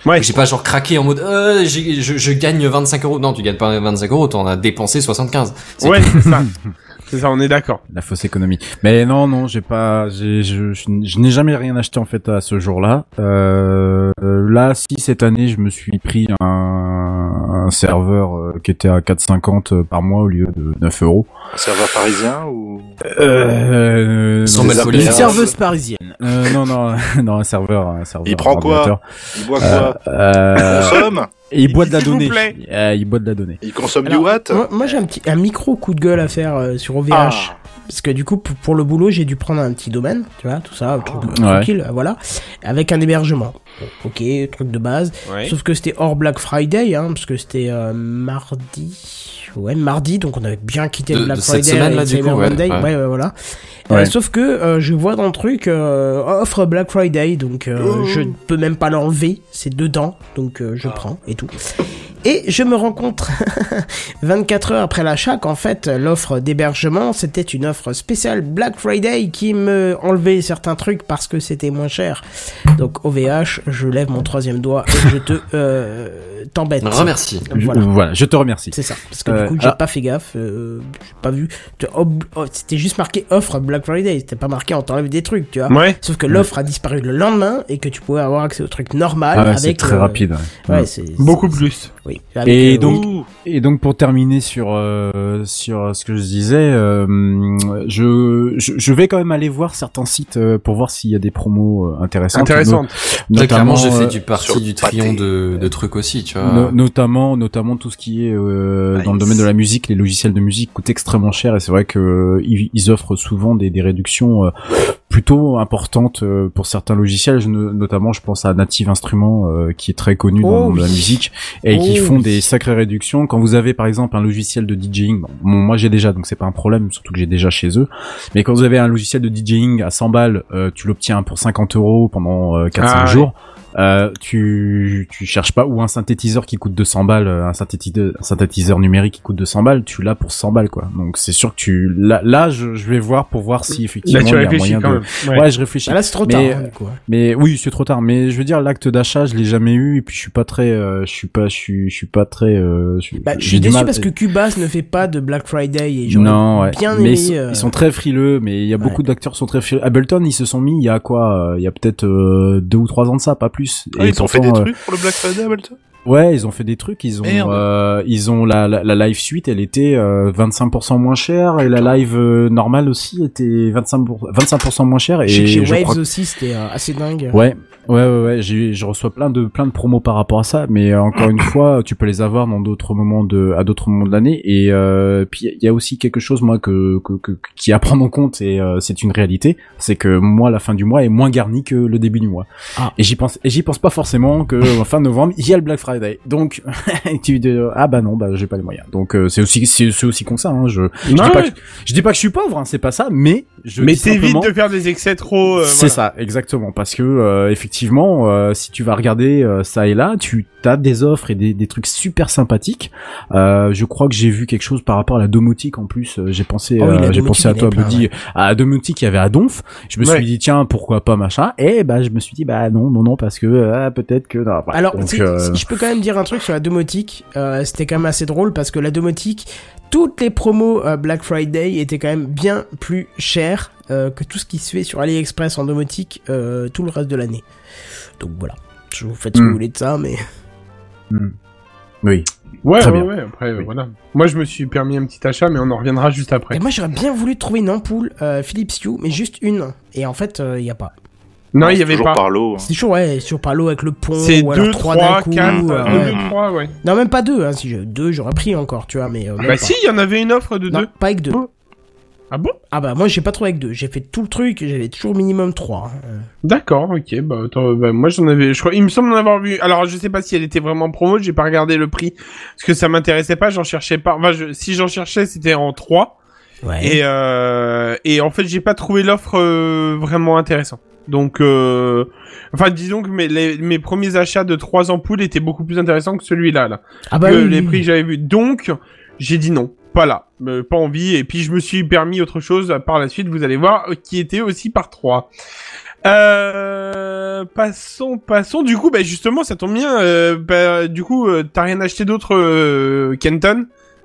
Ouais.
J'ai pas genre craqué en mode euh, j'ai- je, je gagne vingt-cinq euros. Non, tu gagnes pas vingt-cinq euros, t'en as dépensé soixante-quinze. C'est
Ouais, c'est ça. C'est ça, on est d'accord.
La fausse économie. Mais non, non, j'ai pas, j'ai, je, je, je n'ai jamais rien acheté en fait à ce jour-là. Euh, euh, là, si cette année, je me suis pris un, un serveur euh, qui était à quatre cinquante par mois au lieu de neuf euros.
Un serveur parisien ou
Euh,
Sans
non,
mal
c'est-
poli.
Une
Une
serveuse parisienne.
Euh, non, non, non, un serveur, un serveur.
Il prend quoi
ordinateur.
il boit quoi
Euh,
Consomme
et il boit de la
S'il vous
donnée.
plaît.
Euh, il boit de la donnée.
Il consomme
Alors,
du watt
Moi, moi, j'ai un petit un micro coup de gueule à faire euh, sur O V H.
Ah.
Parce que du coup, pour, pour le boulot, j'ai dû prendre un petit domaine, tu vois, tout ça, truc
Ouais.
tranquille, euh, voilà, avec un hébergement. Bon, ok, truc de base.
Ouais.
Sauf que c'était hors Black Friday, hein, parce que c'était euh, mardi. Ouais, mardi, donc on avait bien quitté
De-
le Black
de cette
Friday
semaine,
et
là,
le
du
Cyber
coup, ouais,
Monday.
ouais.
Ouais, ouais, voilà. Euh,
Ouais.
sauf que euh, je vois dans le truc euh, offre Black Friday, donc euh,
Oh.
je ne peux même pas l'enlever, c'est dedans, donc euh, je prends et tout. Et je me rends compte vingt-quatre heures après l'achat qu'en fait l'offre d'hébergement c'était une offre spéciale Black Friday qui me enlevait certains trucs parce que c'était moins cher. Donc O V H, je lève mon troisième doigt et je te euh, t'embête.
Remercie.
Je-
Voilà.
voilà, je te remercie.
C'est ça, parce que
Euh,
du coup j'ai
ah.
pas fait gaffe, euh, j'ai pas vu. Tu- ob- oh, c'était juste marqué offre Black Friday, c'était pas marqué on t'enlève des trucs, tu vois.
Ouais.
Sauf que l'offre a disparu le lendemain et que tu pouvais avoir accès au truc normal
Ah ouais,
avec.
c'est très
euh,
rapide. Ouais.
Ouais,
Mm.
c'est
Beaucoup
c'est-
plus.
Oui. Avec,
Et
euh,
donc,
Ouh.
et donc pour terminer sur euh, sur ce que je disais, euh, je, je je vais quand même aller voir certains sites euh, pour voir s'il y a des promos euh, intéressantes.
Intéressante.
No-
Là, clairement, j'ai
euh,
fait du parti
sur
du
le
trion
pâté.
de, de trucs aussi, tu vois.
no- notamment notamment tout ce qui est euh,
Nice.
dans le domaine de la musique, les logiciels de musique coûtent extrêmement cher et c'est vrai que euh, ils, ils offrent souvent des, des réductions euh, plutôt importantes euh, pour certains logiciels. Je, no- notamment, je pense à Native Instruments euh, qui est très connu dans
Oh
le monde de la
oui.
musique et
Oh
qui font
oui.
des sacrées réductions. Quand vous avez par exemple un logiciel de DJing, bon, bon, moi j'ai déjà donc c'est pas un problème, surtout que j'ai déjà chez eux. Mais quand vous avez un logiciel de DJing à cent balles, euh, tu l'obtiens pour cinquante euros pendant euh, quatre cinq
Ah ouais.
jours. Euh, tu tu cherches pas, ou un synthétiseur qui coûte deux cents balles, euh, un synthétiseur, un synthétiseur numérique qui coûte deux cents balles, tu l'as pour cent balles quoi. Donc c'est sûr que tu là, là je, je vais voir pour voir si effectivement
Là, tu
il y a
réfléchis
moyen
quand
de
même. Ouais.
ouais, je réfléchis.
Bah là c'est trop
Mais,
tard,
euh,
hein, du coup.
Mais oui, c'est trop tard. Mais je veux dire, l'acte d'achat, je l'ai jamais eu, et puis je suis pas très, euh, je suis pas, je suis, je suis pas très. Euh, je,
Bah, je
j'ai
suis
du
déçu
mal-
parce que Cubase ne fait pas de Black Friday et j'aurais
non, ouais.
bien
mais
aimé.
ils sont,
euh,
ils sont très frileux. Mais il y a beaucoup d'acteurs qui sont très frileux. Ableton, ils se sont mis il y a quoi euh, Il y a peut-être euh, deux ou trois ans de ça, pas plus.
Ah, ils t'ont fait des
pourtant, euh,
trucs pour le Black Friday, Ableton
Ouais, ils ont fait des trucs. Ils ont,
Merde.
euh, ils ont la, la, la live suite, elle était euh, vingt-cinq pour cent moins chère, et la live euh, normale aussi était vingt-cinq pour cent, vingt-cinq pour cent moins chère. Et
Je sais que chez
je
Waves
crois que-
aussi c'était euh, assez dingue.
Ouais, ouais, ouais, ouais. J'ai, je reçois plein de, plein de promos par rapport à ça, mais euh, encore une fois, tu peux les avoir dans d'autres moments de, à d'autres moments de l'année. Et euh, puis il y a aussi quelque chose moi que, que, que qui est à prendre en compte et euh, c'est une réalité, c'est que moi la fin du mois est moins garnie que le début du mois.
Ah.
Et j'y pense, et j'y pense pas forcément que en fin novembre il y a le Black Friday. Donc tu de, ah bah non, bah j'ai pas les moyens. Donc euh, c'est aussi, c'est, c'est aussi con ça. Hein. Je, je dis
Non,
pas,
ouais.
que, je dis pas que je suis pauvre, hein, c'est pas ça, mais je
Mais
dis
t'évites
simplement-
de faire des excès trop. euh,
c'est
voilà.
ça, exactement, parce que euh, effectivement, euh, si tu vas regarder euh, ça et là, tu as des offres et des, des trucs super sympathiques. Euh, je crois que j'ai vu quelque chose par rapport à la domotique en plus. euh, J'ai pensé,
Oh oui, la
euh, j'ai
domotique,
pensé à
il y
toi,
en avait plein,
Buddy, à la domotique, il y avait à Donf. Je me
Ouais.
suis dit tiens, pourquoi pas machin. Et bah je me suis dit bah non, non, non, parce que euh, peut-être que. Non, voilà.
Alors,
Donc,
si,
euh,
si je peux quand même dire un truc sur la domotique, euh, c'était quand même assez drôle parce que la domotique, toutes les promos euh, Black Friday étaient quand même bien plus chères euh, que tout ce qui se fait sur AliExpress en domotique euh, tout le reste de l'année. Donc voilà, je vous faites ce que
Mm.
vous voulez de ça, mais
hmm. Oui.
Ouais,
Très
ouais,
bien.
ouais. Après, euh,
Oui.
voilà. Moi, je me suis permis un petit achat, mais on en reviendra juste après.
et moi j'aurais bien voulu trouver une ampoule euh, Philips Hue, mais juste une. Et en fait, il euh, y a pas.
Non, il y
c'est
avait
toujours
pas.
par l'eau. hein.
C'est toujours ouais, c'est toujours par l'eau avec le pont
C'est
ou alors
deux,
trois
trois,
d'un coup.
quatre,
euh,
deux,
ouais.
deux, trois, ouais.
Non, même pas deux. Hein, si j'ai deux, j'aurais pris encore, tu vois, mais euh, même
Bah
pas.
si, il y en avait une offre de
Non,
deux.
pas avec deux.
Ah bon?
Ah bah moi j'ai pas trouvé avec deux, j'ai fait tout le truc, j'avais toujours minimum trois. hein.
D'accord, ok. Bah, attends, bah, moi j'en avais, je crois, il me semble en avoir vu. Alors, je sais pas si elle était vraiment en promo, j'ai pas regardé le prix parce que ça m'intéressait pas. J'en cherchais pas. Enfin, je- si j'en cherchais, c'était en trois.
Ouais.
Et euh, et en fait, j'ai pas trouvé l'offre euh, vraiment intéressante. Donc, euh, enfin, disons que mes, les, mes premiers achats de trois ampoules étaient beaucoup plus intéressants que celui-là, là.
Ah bah
que
oui,
les
oui,
prix
oui.
que j'avais vus. Donc, j'ai dit non. Pas là. Euh, pas envie. Et puis, je me suis permis autre chose par la suite. Vous allez voir, euh, qui était aussi par trois. Euh, passons, passons. Du coup, bah justement, ça tombe bien. Euh, bah, du coup, euh, t'as rien acheté d'autre, euh, Kenton?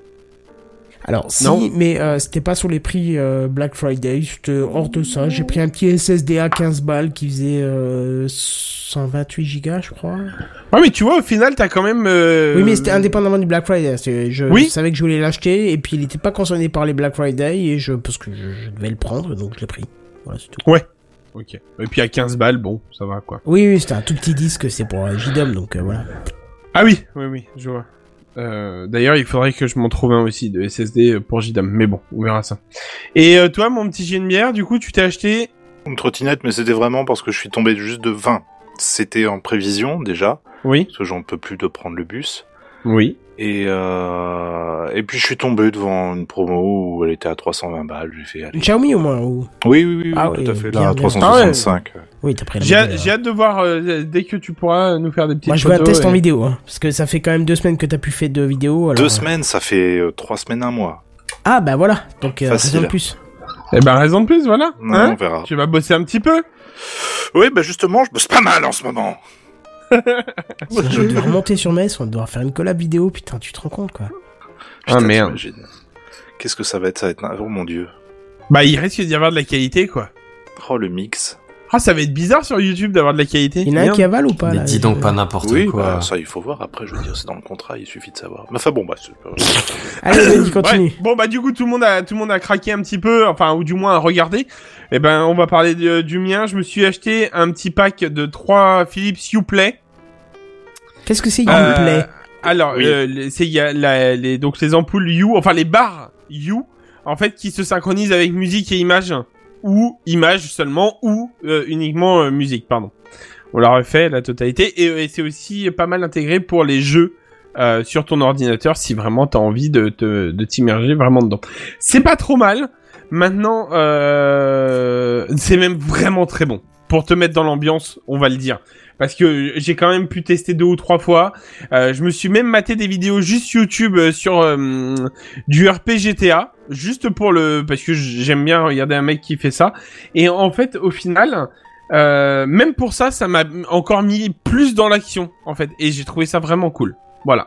Alors, si,
Non.
mais euh, c'était pas sur les prix euh, Black Friday, c'était hors de ça. J'ai pris un petit S S D à quinze balles qui faisait euh, cent vingt-huit gigas, je crois.
Ouais, mais tu vois, au final, t'as quand même. Euh...
Oui, mais c'était indépendamment du Black Friday. C'est- Je,
Oui.
je savais que je voulais l'acheter, et puis il était pas concerné par les Black Friday, et je, parce que je, je devais le prendre, donc je l'ai pris. Voilà, c'est tout.
Ouais. Ok. Et puis à quinze balles, bon, ça va quoi.
Oui, oui, c'était un tout petit disque, c'est pour euh, J D O M, donc euh, voilà.
Ah oui, oui, oui, je vois. Euh, d'ailleurs, il faudrait que je m'en trouve un aussi de S S D pour J D O M, mais bon, on verra ça. Et euh, toi, mon petit G N B R, du coup, tu t'es acheté...
Une trottinette, mais c'était vraiment parce que je suis tombé juste de vingt. C'était en prévision, déjà,
Oui.
parce que j'en peux plus de prendre le bus.
Oui.
Et euh... et puis je suis tombé devant une promo où elle était à trois cent vingt balles. J'ai fait, allez.
Une Xiaomi au moins, ou...
Oui, oui, oui, oui,
Ah
tout
oui,
à fait,
bien,
là, à
bien.
trois cent soixante-cinq.
Oui, t'as pris la
J'ai
modèle,
j'ai
hein.
hâte de voir, euh, dès que tu pourras nous faire des petites
Moi, je veux un
photos.
test en
et-
vidéo, hein, parce que ça fait quand même deux semaines que t'as plus fait de vidéo. Alors...
Deux semaines, ça fait euh, trois semaines, un mois.
Ah, bah voilà, donc euh,
Facile.
raison de plus.
Eh ben, raison de plus, voilà.
Non,
Hein
on verra.
Tu vas bosser un petit peu.
Oui, bah justement, je bosse pas mal en ce moment.
Sinon, je vais devoir remonter sur Metz, on va devoir faire une collab vidéo, putain, tu te rends compte, quoi.
Putain,
Ah, merde.
t'imagines. Qu'est-ce que ça va être? Ça va être... Oh mon dieu.
Bah, il risque d'y avoir de la qualité, quoi.
Oh, le mix.
Ah, ça va être bizarre sur YouTube d'avoir de la qualité.
Il y en a un
Merde.
qui avale ou pas,
Mais
là
dis donc pas n'importe
Oui,
quoi.
bah, ça, il faut voir. Après, je veux dire, c'est dans le contrat, il suffit de savoir. Mais enfin, bon, bah, c'est...
Allez, vas-y, continue.
Ouais. Bon bah du coup tout le monde a tout le monde a craqué un petit peu, enfin ou du moins a regardé. Et ben on va parler de- du mien. Je me suis acheté un petit pack de trois Philips Uplay.
Qu'est-ce que c'est,
Euh,
Uplay?
Alors
Oui.
euh, les- c'est il y a la- les donc les ampoules U, enfin les barres U en fait qui se synchronisent avec musique et image ou image seulement ou euh, uniquement euh, musique pardon. On l'a refait la totalité et, et c'est aussi pas mal intégré pour les jeux. Euh, sur ton ordinateur si vraiment t'as envie de, te, de t'immerger vraiment dedans. C'est pas trop mal. Maintenant, euh, c'est même vraiment très bon. Pour te mettre dans l'ambiance, on va le dire. Parce que j'ai quand même pu tester deux ou trois fois. Euh, je me suis même maté des vidéos juste YouTube euh, sur euh, du R P G T A. Juste pour le... Parce que j'aime bien regarder un mec qui fait ça. Et en fait, au final... Euh, même pour ça, ça m'a encore mis plus dans l'action, en fait. Et j'ai trouvé ça vraiment cool. Voilà.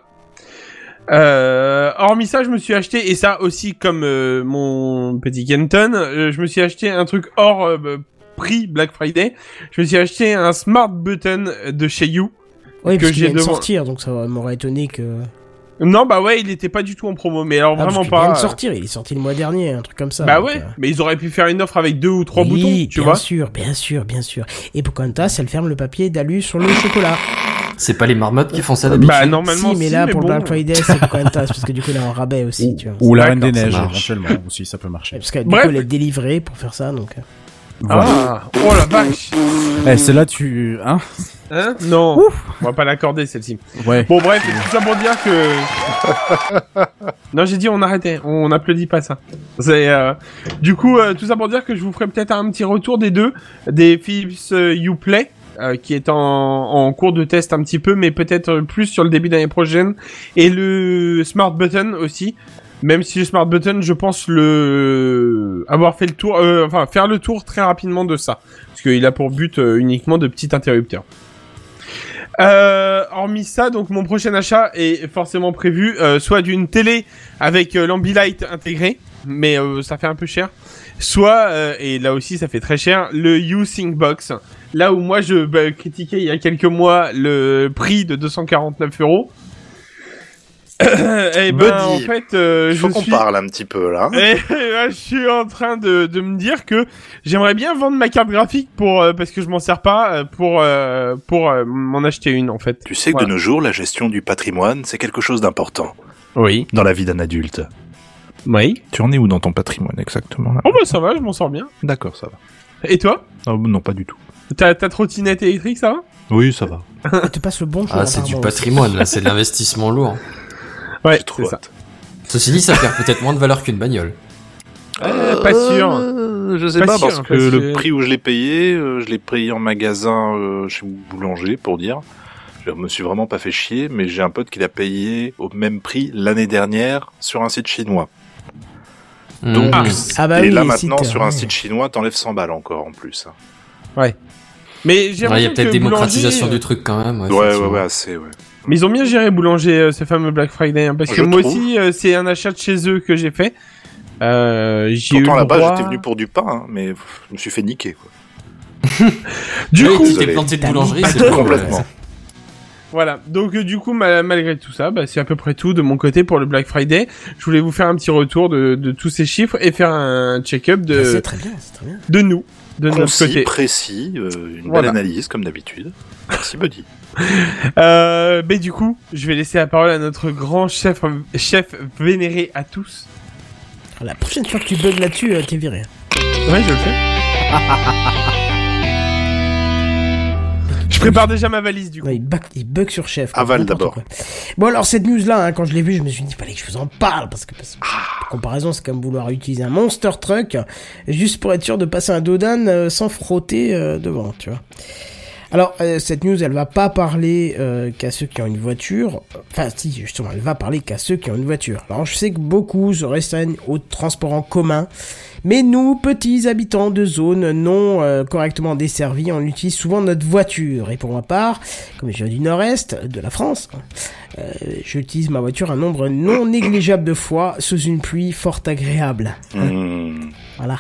Euh, hormis ça, je me suis acheté, et ça aussi comme euh, mon petit Kenton, euh, je me suis acheté un truc hors euh, prix Black Friday. Je me suis acheté un Smart Button de chez You.
Oui,
que
parce qu'il
j'ai
vient de
devant-
sortir, donc ça m'aurait étonné que...
Non, bah ouais, il était pas du tout en promo, mais alors
Ah, parce
vraiment
qu'il vient
pas.
de
euh,
sortir, il est sorti le mois dernier, un truc comme ça.
Bah
donc,
ouais,
euh,
mais ils auraient pu faire une offre avec deux ou trois
oui,
boutons, tu
bien
vois.
sûr, bien sûr, bien sûr. Et Pocahontas, elle ferme le papier d'alu sur le chocolat.
C'est pas les marmottes qui font ça d'habitude.
Bah normalement
si, mais là, pour
bon.
le Black Friday, c'est Pocahontas, parce que du coup, elle est en rabais aussi, tu vois.
Ou la Reine des
D'accord,
Neiges,
ça marche.
éventuellement, aussi, ça peut marcher.
Parce que du
Bref.
coup, elle est délivrée pour faire ça, donc... euh.
Voilà.
Ah, oh la vache.
Eh, c'est là, tu... Hein?
Hein? Non, on va pas l'accorder celle-ci.
Ouais.
Bon bref, tout ça pour dire que... non, j'ai dit on arrêtait, on n'applaudit pas ça. C'est euh... Du coup, euh, tout ça pour dire que je vous ferai peut-être un petit retour des deux, des Philips euh, Uplay, euh, qui est en, en cours de test un petit peu, mais peut-être plus sur le début d'année prochaine, et le Smart Button aussi. Même si le Smart Button, je pense le avoir fait le tour, euh, enfin faire le tour très rapidement de ça, parce qu'il a pour but euh, uniquement de petits interrupteurs. Euh, hormis ça, donc mon prochain achat est forcément prévu, euh, soit d'une télé avec euh, l'Ambilight intégré, mais euh, ça fait un peu cher, soit, euh, et là aussi ça fait très cher, le U-Syncbox. Là où moi je bah, critiquais il y a quelques mois le prix de deux cent quarante-neuf euros. Et ben
Buddy,
en fait, euh,
Il faut
je
qu'on
suis...
parle un petit peu, là.
Et là, je suis en train de, de me dire que j'aimerais bien vendre ma carte graphique pour euh, parce que je m'en sers pas euh, pour euh, pour euh, m'en acheter une en fait.
Tu sais que
Voilà.
de nos jours, la gestion du patrimoine, c'est quelque chose d'important
Oui.
dans la vie d'un adulte.
Oui.
Tu en es où dans ton patrimoine, exactement, là?
Oh bah ça va, je m'en sors bien.
D'accord, ça va.
Et toi?
Oh, non, pas du tout.
Ta ta trottinette électrique, ça va?
Oui, ça va.
Elle te passe le bon jour.
Ah, c'est du
apparemment,
patrimoine, là, c'est de l'investissement lourd.
Ouais,
J'ai trop
c'est ça.
hâte.
Ceci dit, ça perd peut-être moins de valeur qu'une bagnole.
Euh, pas sûr.
Euh, je sais
Pas
pas,
sûr,
parce que
parce
le
que-
prix où je l'ai payé, euh, je l'ai payé en magasin euh, chez Boulanger, pour dire. Je me suis vraiment pas fait chier, mais j'ai un pote qui l'a payé au même prix l'année dernière sur un site chinois. Donc,
Mmh.
Ah bah
et
oui,
là
les
maintenant,
sites,
sur un
ouais.
site chinois, t'enlèves cent balles encore en plus. hein.
Ouais. Mais j'ai
Ouais, il y a
l'impression
peut-être
que
démocratisation
Boulanger,
du truc quand même.
Ouais, ouais,
effectivement.
ouais, assez, ouais.
Mais ils ont bien géré Boulanger, euh, ce fameux Black Friday, hein, parce
Je
que moi
trouve.
aussi, euh, c'est un achat de chez eux que j'ai fait. Euh, j'ai eu
Pourtant,
le
là-bas,
droit-
j'étais venu pour du pain, hein, mais pff, je me suis fait niquer, quoi.
Du
Ouais,
coup,
tu t'es
désolé.
planté de
T'as
boulangerie,
mis
c'est
pas
bon,
Complètement.
ouais.
voilà. Donc, euh, du coup, ma- malgré tout ça, bah, c'est à peu près tout de mon côté pour le Black Friday. Je voulais vous faire un petit retour de, de tous ces chiffres et faire un check-up
Bah,
de,
c'est très bien, c'est très bien.
de nous, de notre
Concis,
côté.
précis, euh, une
Voilà.
belle analyse, comme d'habitude. Merci, Buddy.
Euh, mais du coup, je vais laisser la parole à notre grand chef, chef vénéré à tous.
La prochaine fois que tu bugs là-dessus, euh, t'es viré.
Ouais, je le fais. Je prépare déjà ma valise, du coup.
Non, il, bug, il bug sur chef. quoi,
Avale
n'importe
d'abord.
quoi. Bon, alors cette news-là, hein, quand je l'ai vue, je me suis dit, il fallait que je vous en parle, parce que, parce que par comparaison, c'est comme vouloir utiliser un monster truck, juste pour être sûr de passer un dodan euh, sans frotter euh, devant, tu vois. Alors, euh, cette news, elle va pas parler euh, qu'à ceux qui ont une voiture. Enfin, si, justement, elle va parler qu'à ceux qui ont une voiture. Alors, je sais que beaucoup se restreignent au transport en commun, mais nous, petits habitants de zones non euh, correctement desservies, on utilise souvent notre voiture. Et pour ma part, comme je viens du nord-est de la France, euh, j'utilise ma voiture un nombre non négligeable de fois sous une pluie fort agréable.
Mmh.
Voilà.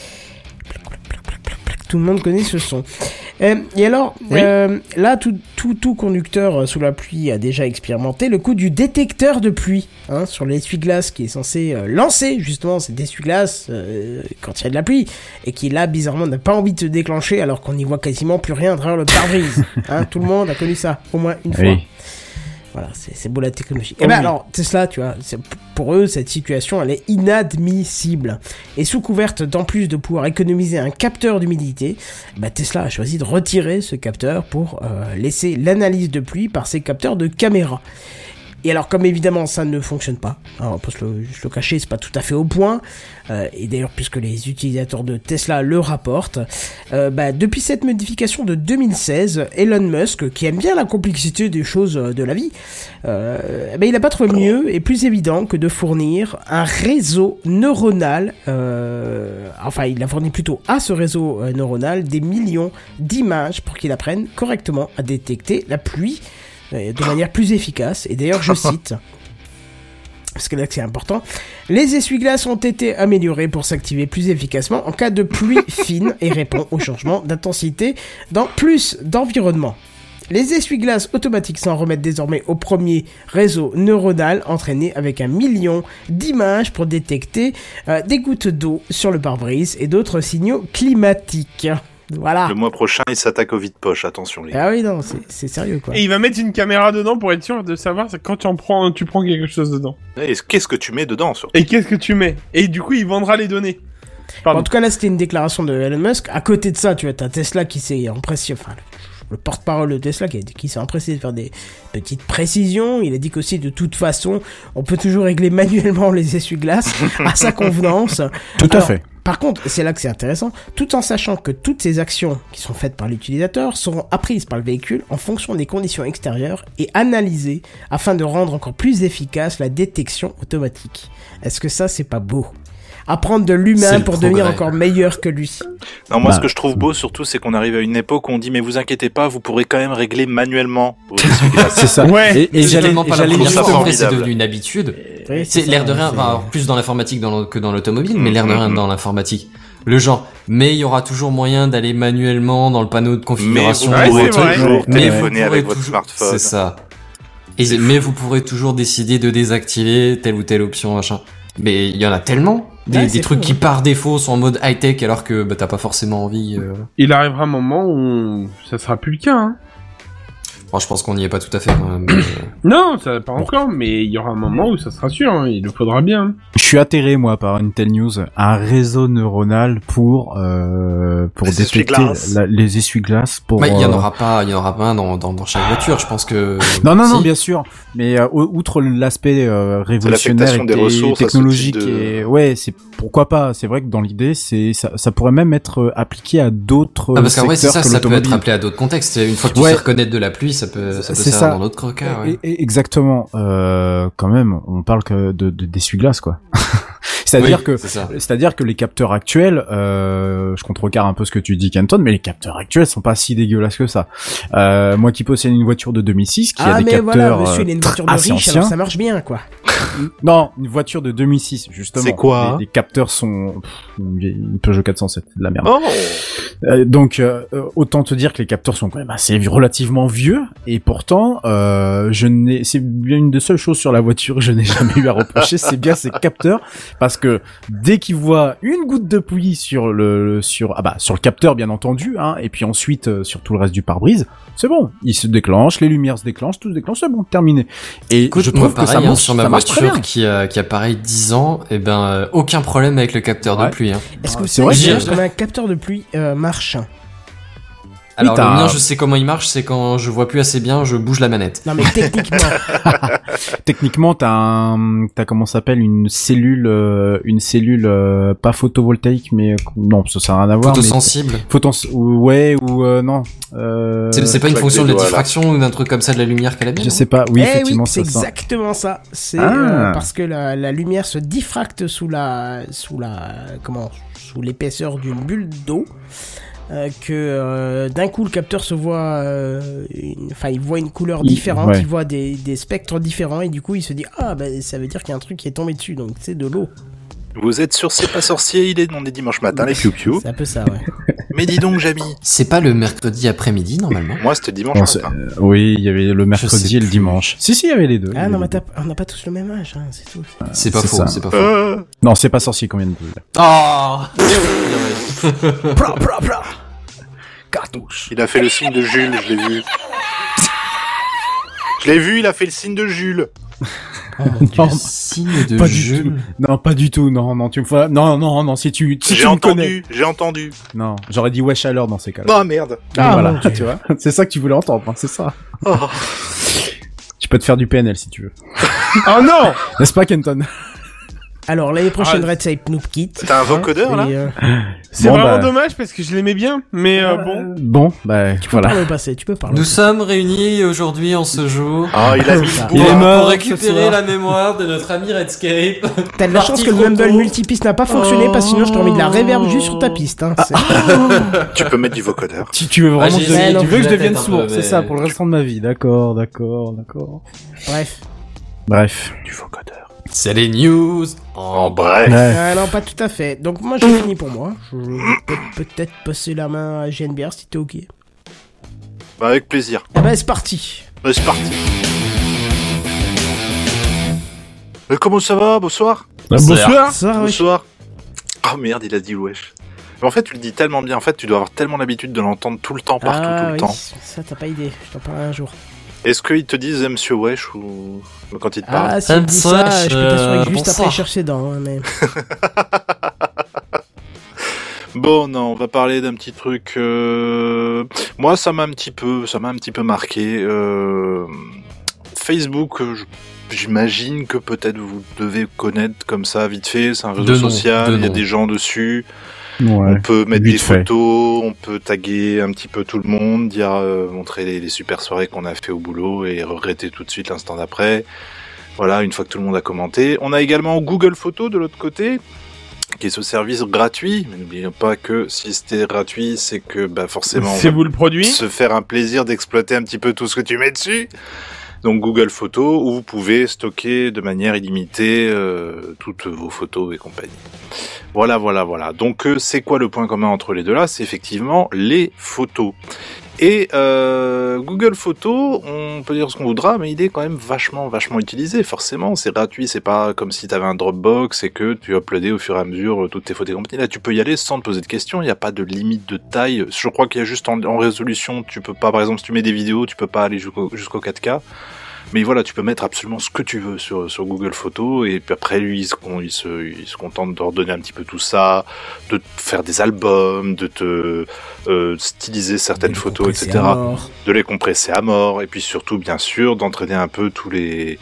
Tout le monde connaît ce son. Euh, et alors,
Oui.
euh, là, tout, tout, tout conducteur sous la pluie a déjà expérimenté le coup du détecteur de pluie, hein, sur l'essuie-glace qui est censé euh, lancer justement cet essuie-glace euh, quand il y a de la pluie, et qui là, bizarrement, n'a pas envie de se déclencher alors qu'on n'y voit quasiment plus rien à travers le pare-brise. Hein, tout le monde a connu ça, au moins une fois.
Oui.
Voilà, c'est, c'est beau la technologie.
Oh
Et ben
oui.
alors, Tesla, tu vois, c'est, pour eux, cette situation, elle est inadmissible. Et sous couverte d'en plus de pouvoir économiser un capteur d'humidité, bah Tesla a choisi de retirer ce capteur pour euh, laisser l'analyse de pluie par ses capteurs de caméra. Et alors, comme évidemment ça ne fonctionne pas, alors on peut se le, se le cacher, c'est pas tout à fait au point, euh, et d'ailleurs puisque les utilisateurs de Tesla le rapportent, euh, bah, depuis cette modification de deux mille seize, Elon Musk, qui aime bien la complexité des choses euh, de la vie, euh, bah, il n'a pas trouvé mieux et plus évident que de fournir un réseau neuronal, euh, enfin il a fourni plutôt à ce réseau euh, neuronal des millions d'images pour qu'il apprenne correctement à détecter la pluie de manière plus efficace. Et d'ailleurs, je cite, parce que là c'est important, les essuie-glaces ont été améliorés pour s'activer plus efficacement en cas de pluie fine et répond au changement d'intensité dans plus d'environnement. Les essuie-glaces automatiques s'en remettent désormais au premier réseau neuronal entraîné avec un million d'images pour détecter euh, des gouttes d'eau sur le pare-brise et d'autres signaux climatiques. Voilà.
Le mois prochain, il s'attaque au vide-poche, attention les gars.
Ah oui, non, c'est, c'est sérieux quoi.
Et il va mettre une caméra dedans pour être sûr de savoir quand tu en prends, tu prends quelque chose dedans.
Et qu'est-ce que tu mets dedans, surtout?
Et qu'est-ce que tu mets? Et du coup, il vendra les données. Pardon.
En tout cas, là, c'était une déclaration de Elon Musk. À côté de ça, tu vois, t'as Tesla qui s'est empressé, enfin, le, le porte-parole de Tesla qui, a, qui s'est empressé de faire des petites précisions. Il a dit qu'aussi, de toute façon, on peut toujours régler manuellement les essuie-glaces à sa convenance.
Tout à
Alors,
fait.
Par contre, c'est là que c'est intéressant, tout en sachant que toutes ces actions qui sont faites par l'utilisateur seront apprises par le véhicule en fonction des conditions extérieures et analysées afin de rendre encore plus efficace la détection automatique. Est-ce que ça, c'est pas beau ? Apprendre de
C'est
l'humain
le
pour devenir
progrès.
encore meilleur que lui.
Non, moi,
Bah.
ce que je trouve beau, surtout, c'est qu'on arrive à une époque où on dit, mais vous inquiétez pas, vous pourrez quand même régler manuellement vos essuie-glaces.
C'est ça.
Ouais.
Et, et
C'est
j'allais,
tellement pas la
j'allais
première
dire
fois,
ça.
après c'est
Formidable.
devenu une habitude.
Oui,
C'est
ça,
l'air de rien,
c'est-
enfin, alors, plus dans l'informatique dans le- que dans l'automobile, mais
Mhm.
l'air de rien dans l'informatique. Le genre, mais il y aura toujours moyen d'aller manuellement dans le panneau de
Mais
configuration.
vous
Ouais,
pourrez
c'est vrai.
toujours
Mais
téléphoner
vous pourrez
avec votre
toujours-
smartphone.
C'est ça. Et c'est- mais vous pourrez toujours décider de désactiver telle ou telle option, machin. Mais il y en a tellement. Des,
Ouais,
des
c'est
trucs
fou,
qui
hein.
par défaut sont en mode high-tech alors que bah, t'as pas forcément envie. euh.
Il arrivera un moment où ça sera plus le cas, hein.
Bon, je pense qu'on n'y est pas tout à fait quand même. mais, euh,
Non, ça pas encore, mais il y aura un moment où ça sera sûr, hein. Il le faudra bien.
Je suis atterré moi par une telle news, un réseau neuronal pour euh, pour
Les
détecter
essuie-glaces.
la- les essuie-glaces pour.
bah, il y en
euh,
aura pas, il y en aura pas un dans, dans, dans chaque voiture. Je pense que.
Non, non, non,
Si.
bien sûr. Mais euh, ou- outre l'aspect euh, révolutionnaire
l'affectation
et
des
té-
ressources à ce
technologique,
type de-
et ouais, c'est pourquoi pas. C'est vrai que dans l'idée, c'est ça, ça pourrait même être euh, appliqué à d'autres
Ah, parce qu'en vrai, c'est
secteurs
ça,
que
ça peut être
l'automobile.
appelé à d'autres contextes. Une fois que tu
Ouais.
sais reconnaître de la pluie, ça peut, ça peut
C'est
servir
ça.
dans d'autres cas, ouais.
Et- et- Exactement. Euh, quand même, on parle que de, de d'essuie-glace, quoi. C'est-à-dire
Oui,
que,
c'est ça.
c'est-à-dire que les capteurs actuels, euh, je contrecarre un peu ce que tu dis, Kenton, mais les capteurs actuels sont pas si dégueulasses que ça. Euh, moi qui possède une voiture de deux mille six, qui
ah,
a des
mais
capteurs
voilà, monsieur, il a une
euh,
voiture de
assez
riche,
anciens.
alors ça marche bien, quoi.
Non, une voiture de deux mille six, justement.
C'est quoi
les, les capteurs sont pff, une Peugeot quatre cent sept, c'est de la merde.
Oh.
Euh, donc euh, autant te dire que les capteurs sont quand même assez relativement vieux, et pourtant euh, je n'ai, c'est bien une des seules choses sur la voiture que je n'ai jamais eu à reprocher, c'est bien ces capteurs, parce que dès qu'ils voient une goutte de pluie sur le sur ah bah sur le capteur bien entendu, hein, et puis ensuite euh, sur tout le reste du pare-brise, c'est bon, il se déclenche, les lumières se déclenchent, tout se déclenche, c'est bon, terminé. Et
Écoute,
je
moi,
trouve
pareil,
que ça
hein,
marche,
sur ma
ça marche très
voiture
bien.
qui a, qui a pareil dix ans, et ben, euh, aucun problème avec le capteur
Ouais.
de pluie, hein.
Est-ce que
Ah,
vous
c'est
savez
vrai,
que
j'ai-
comme un capteur de pluie euh, marche?
Alors,
t'as-
le mien, je sais comment il marche, c'est quand je vois plus assez bien, je bouge la manette.
Non, mais techniquement.
Techniquement, t'as un, t'as comment ça s'appelle, une cellule, euh, une cellule euh, pas photovoltaïque, mais euh, non, ça sert à rien à voir. mais-
Photosensible.
Photons, ou, ouais, ou euh, non. Euh,
C'est c'est pas une
claque
fonction
des
de
doigts, là.
diffraction ou d'un truc comme ça de la lumière qu'elle a bien.
Je sais pas. Oui,
eh oui,
effectivement,
c'est
ça. ça.
exactement ça. C'est
Ah.
euh, parce que la, la lumière se diffracte sous la, sous la, comment, sous l'épaisseur d'une bulle d'eau. Euh, que euh, d'un coup le capteur se voit, euh, une- enfin il voit une couleur
Il-
différente,
ouais.
il voit des, des spectres différents et du coup il se dit ah bah ça veut dire qu'il y a un truc qui est tombé dessus, donc c'est de l'eau.
Vous êtes sur C'est pas sorcier, il est on est dimanche matin, les piou-piou.
C'est un peu ça, ouais.
Mais dis donc, Jamy.
C'est pas le mercredi après-midi, normalement.
Moi, c'était dimanche
Bon, c'est-
matin.
euh, oui, il y avait le mercredi
sais
et le
plus.
dimanche. Si, si, il y avait les deux. Il y
Ah
avait
non,
les
mais
deux.
t'as- on n'a pas tous le même âge, hein, c'est tout.
C'est pas
c'est
faux,
ça.
c'est pas faux.
Euh,
Non, c'est pas sorcier qu'on vient de dire.
Oh
Pra, pra, pra. Cartouche.
il a fait le signe de Jules, je l'ai vu. Je l'ai vu, il a fait le signe de Jules.
Oh mon dieu.
Non,
Signe de
pas du
jeu.
tout. Non, pas du tout. Non, non, tu me fais. Non, non, non. Si tu, si
J'ai
tu me
entendu, j'ai entendu.
connais. Non, j'aurais dit wesh à l'heure dans ces cas-là.
Oh merde.
Ah,
voilà,
mon Dieu.
tu vois. C'est ça que tu voulais entendre, hein, c'est ça.
Oh.
Tu peux te faire du P N L si tu veux.
Oh non!
N'est-ce pas, Kenton?
Alors l'année prochaine,
Ah,
Red Tape Noob Kit.
T'as un vocodeur, là
Et, euh,
C'est
Bon,
vraiment
bah.
dommage parce que je l'aimais bien, mais euh, bon.
Bon, bah,
tu peux
voilà.
parler au passé, tu peux parler.
Nous sommes réunis aujourd'hui en ce jour
Ah, il a mis
Ça.
le
Il
bout.
est mort
pour
ce
récupérer
soir.
la mémoire de notre ami Redscape.
T'as de la chance
Parti
que le
trop
Mumble
tôt.
Multipiste n'a pas fonctionné parce que sinon je t'aurais mis de la reverb juste sur ta piste. Hein. C'est-
Tu peux mettre du vocodeur.
Tu, tu veux vraiment
Ah, j'ai
que je-
essayé
tu
de
veux que je
bouger la
devienne
tête un
sourd,
peu,
c'est
mais-
ça, pour le restant de ma vie. D'accord, d'accord, d'accord.
Bref.
Bref.
Du vocodeur.
C'est les news.
En bref.
Ouais.
Ah non, pas tout à fait. Donc moi j'ai fini pour moi. Je peux peut-être passer la main à G N B R si t'es ok.
Bah, avec plaisir.
Ah bah c'est parti.
Bah, c'est parti. Euh, comment ça va? Bonsoir.
Bonsoir!
Ça, ouais.
Bonsoir. Oh merde, il a dit wesh. Mais en fait, tu le dis tellement bien. En fait, tu dois avoir tellement l'habitude de l'entendre tout le temps, partout,
Ah
tout le
oui,
temps.
ça t'as pas idée. Je t'en parlerai un jour.
Est-ce qu'ils te disent Monsieur Wesh ou quand ils te parlent?
Ah, si il me dit ça,
Wesh,
je peux t'assurer que
euh,
juste après
bonsoir.
il cherche ses dents. hein, mais...
Bon, non, on va parler d'un petit truc. euh, Moi, ça m'a un petit peu, ça m'a un petit peu marqué. euh, Facebook, euh, je- j'imagine que peut-être vous devez connaître comme ça vite fait. C'est un réseau
De nom,
social.
de
Il y a
nom.
des gens dessus.
Ouais.
On peut mettre
vite
des
fait.
photos, on peut taguer un petit peu tout le monde, dire, euh, montrer les, les super soirées qu'on a fait au boulot et regretter tout de suite l'instant d'après. Voilà, une fois que tout le monde a commenté. On a également Google Photos de l'autre côté, qui est ce service gratuit. Mais n'oublions pas que si c'était gratuit, c'est que bah, forcément on
C'est
va
vous le produit?
se faire un plaisir d'exploiter un petit peu tout ce que tu mets dessus. Donc Google Photos, où vous pouvez stocker de manière illimitée euh, toutes vos photos et compagnie. Voilà, voilà, voilà. Donc euh, c'est quoi le point commun entre les deux là? C'est effectivement les photos. Et euh, Google Photos, on peut dire ce qu'on voudra, mais il est quand même vachement, vachement utilisé. Forcément, c'est gratuit, c'est pas comme si tu avais un Dropbox et que tu uploadais au fur et à mesure euh, toutes tes photos et compagnie. Là, tu peux y aller sans te poser de questions. Il n'y a pas de limite de taille. Je crois qu'il y a juste en, en résolution, tu peux pas, par exemple, si tu mets des vidéos, tu peux pas aller jusqu'au, jusqu'au quatre K. Mais voilà, tu peux mettre absolument ce que tu veux sur, sur Google Photos, et puis après, lui, il se, con- il, se, il se contente de redonner un petit peu tout ça, de te faire des albums, de te euh, styliser certaines
De les
photos,
compresser à
et cetera.
mort.
De les compresser à mort, et puis surtout, bien sûr, d'entraîner un peu tous les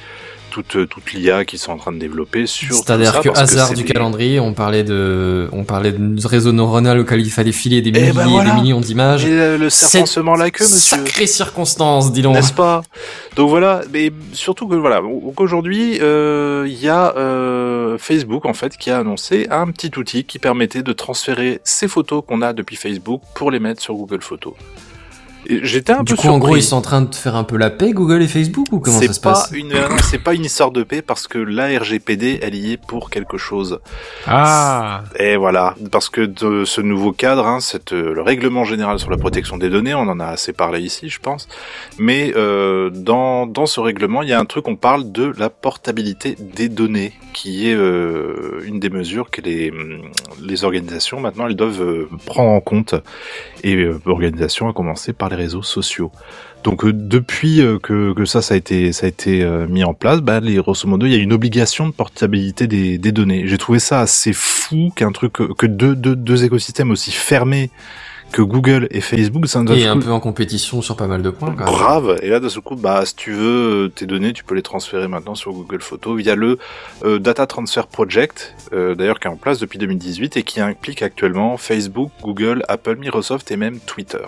toute toute l'I A qu'ils sont en train de développer sur.
C'est-à-dire
tout ça,
que
parce
hasard
c'est
du
des...
calendrier, on parlait de, on parlait de réseau neuronal auquel il fallait filer des
Eh
milliers
ben
et
voilà.
des millions d'images.
Et le, le serpent
C'est
se mord la queue, monsieur.
Sacrée circonstance, dis donc.
N'est-ce pas? Donc voilà, mais surtout que voilà, qu'aujourd'hui il euh, y a euh, Facebook en fait qui a annoncé un petit outil qui permettait de transférer ces photos qu'on a depuis Facebook pour les mettre sur Google Photos. Et j'étais un
Du
peu
coup,
surpris.
en gros, ils sont en train de faire un peu la paix, Google et Facebook, ou comment
c'est
ça se
pas
passe?
une, non, c'est pas une histoire de paix parce que la R G P D, elle y est pour quelque chose.
Ah.
Et voilà, parce que de ce nouveau cadre, hein, cette, euh, le règlement général sur la protection des données, on en a assez parlé ici, je pense. Mais euh, dans dans ce règlement, il y a un truc, on parle de la portabilité des données, qui est euh, une des mesures que les les organisations maintenant elles doivent euh, prendre en compte. Et euh, organisations à commencer par les réseaux sociaux. Donc euh, depuis euh, que, que ça ça a été ça a été euh, mis en place, bah les grosso modo il y a une obligation de portabilité des, des données. J'ai trouvé ça assez fou qu'un truc que deux deux deux écosystèmes aussi fermés que Google et Facebook, ça
Et un peu en compétition sur pas mal de points, quand même.
grave. Et là, de ce coup, bah, si tu veux tes données, tu peux les transférer maintenant sur Google Photos via le euh, Data Transfer Project, euh, d'ailleurs qui est en place depuis deux mille dix-huit et qui implique actuellement Facebook, Google, Apple, Microsoft et même Twitter.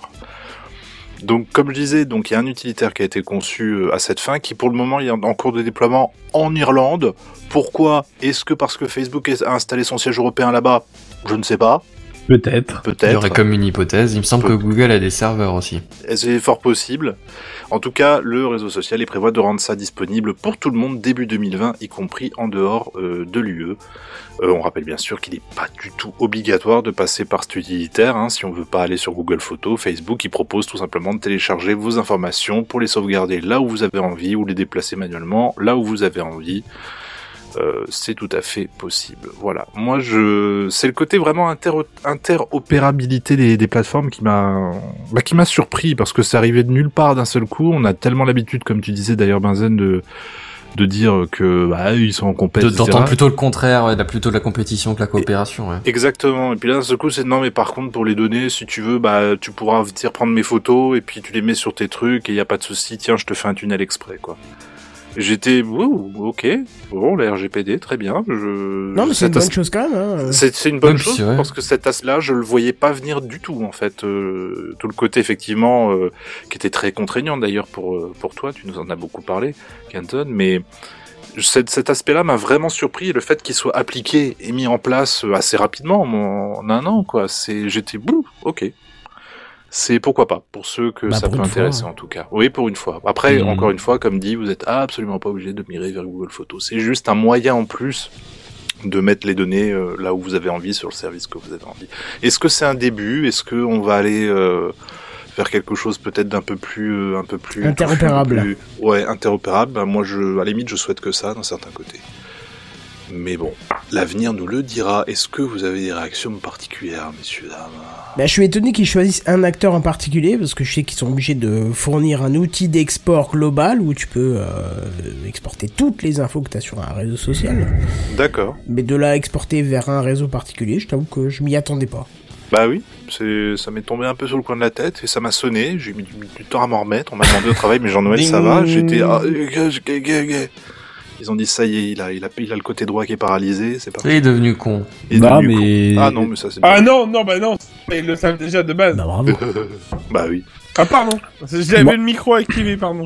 Donc, comme je disais, donc il y a un utilitaire qui a été conçu à cette fin, qui pour le moment est en cours de déploiement en Irlande. Pourquoi? Est-ce que parce que Facebook a installé son siège européen là-bas? Je ne sais pas.
Peut-être.
Peut-être.
Il y aurait comme une hypothèse. Il me semble
Peut-
que Google a des serveurs aussi.
C'est fort possible. En tout cas, le réseau social il prévoit de rendre ça disponible pour tout le monde début deux mille vingt, y compris en dehors euh, de l'U E. Euh, on rappelle bien sûr qu'il n'est pas du tout obligatoire de passer par cet utilitaire. Hein, si on veut pas aller sur Google Photos, Facebook, il propose tout simplement de télécharger vos informations pour les sauvegarder là où vous avez envie ou les déplacer manuellement là où vous avez envie. Euh, c'est tout à fait possible. Voilà. Moi, je, c'est le côté vraiment inter... interopérabilité des, des plateformes qui m'a, bah, qui m'a surpris parce que c'est arrivé de nulle part d'un seul coup. On a tellement l'habitude, comme tu disais d'ailleurs, Benzen, de de dire que bah, ils sont en compétition.
D'entendre plutôt le contraire, ouais, plutôt de la compétition que la coopération. Ouais.
Exactement. Et puis là, d'un seul coup, c'est non, mais par contre, pour les données, si tu veux, bah, tu pourras venir prendre mes photos et puis tu les mets sur tes trucs et y a pas de souci. Tiens, je te fais un tunnel exprès, quoi. J'étais, ouh, ok, bon, la R G P D, très bien. Je...
Non, mais c'est une bonne
as...
chose quand même. Hein.
C'est, c'est une bonne
Même
chose
si, ouais.
parce que cet as-là, je le voyais pas venir du tout, en fait. Euh, tout le côté, effectivement, euh, qui était très contraignant d'ailleurs pour euh, pour toi, tu nous en as beaucoup parlé, Kenton, mais cet, cet aspect-là m'a vraiment surpris et le fait qu'il soit appliqué et mis en place assez rapidement, en, en un an, quoi. C'est, j'étais, bouh, ok. C'est pourquoi pas, pour ceux que
bah,
ça peut intéresser
fois.
en tout cas. Oui, pour une fois. Après,
Mmh.
encore une fois, comme dit, vous êtes absolument pas obligé de mirer vers Google Photos. C'est juste un moyen en plus de mettre les données euh, là où vous avez envie, sur le service que vous avez envie. Est-ce que c'est un début? Est-ce que on va aller euh, vers quelque chose peut-être d'un peu plus, euh, un peu plus
interopérable?
un peu plus... Ouais, interopérable. Ben, moi, je, à la limite, je souhaite que ça d'un certain côté. Mais bon, l'avenir nous le dira. Est-ce que vous avez des réactions particulières, messieurs, dames?
Bah, je suis étonné qu'ils choisissent un acteur en particulier, parce que je sais qu'ils sont obligés de fournir un outil d'export global où tu peux euh, exporter toutes les infos que tu as sur un réseau social.
D'accord.
Mais de là exporter vers un réseau particulier, je t'avoue que je m'y attendais pas.
Bah oui, c'est, ça m'est tombé un peu sur le coin de la tête et ça m'a sonné. J'ai mis du, du temps à m'en remettre. On m'a demandé au travail, mais Jean-Noël, ça va. J'étais... Ah, ils ont dit ça y est, il a, il a, il a le côté droit qui est paralysé, c'est parti.
Il est devenu con.
Il est
Bah,
devenu
mais-
con. Ah non, mais ça c'est
Ah
bien.
non, non, bah non, ils le savent déjà de base.
Bah bravo.
Bah oui.
Ah pardon, j'avais
Moi-
le micro activé, pardon.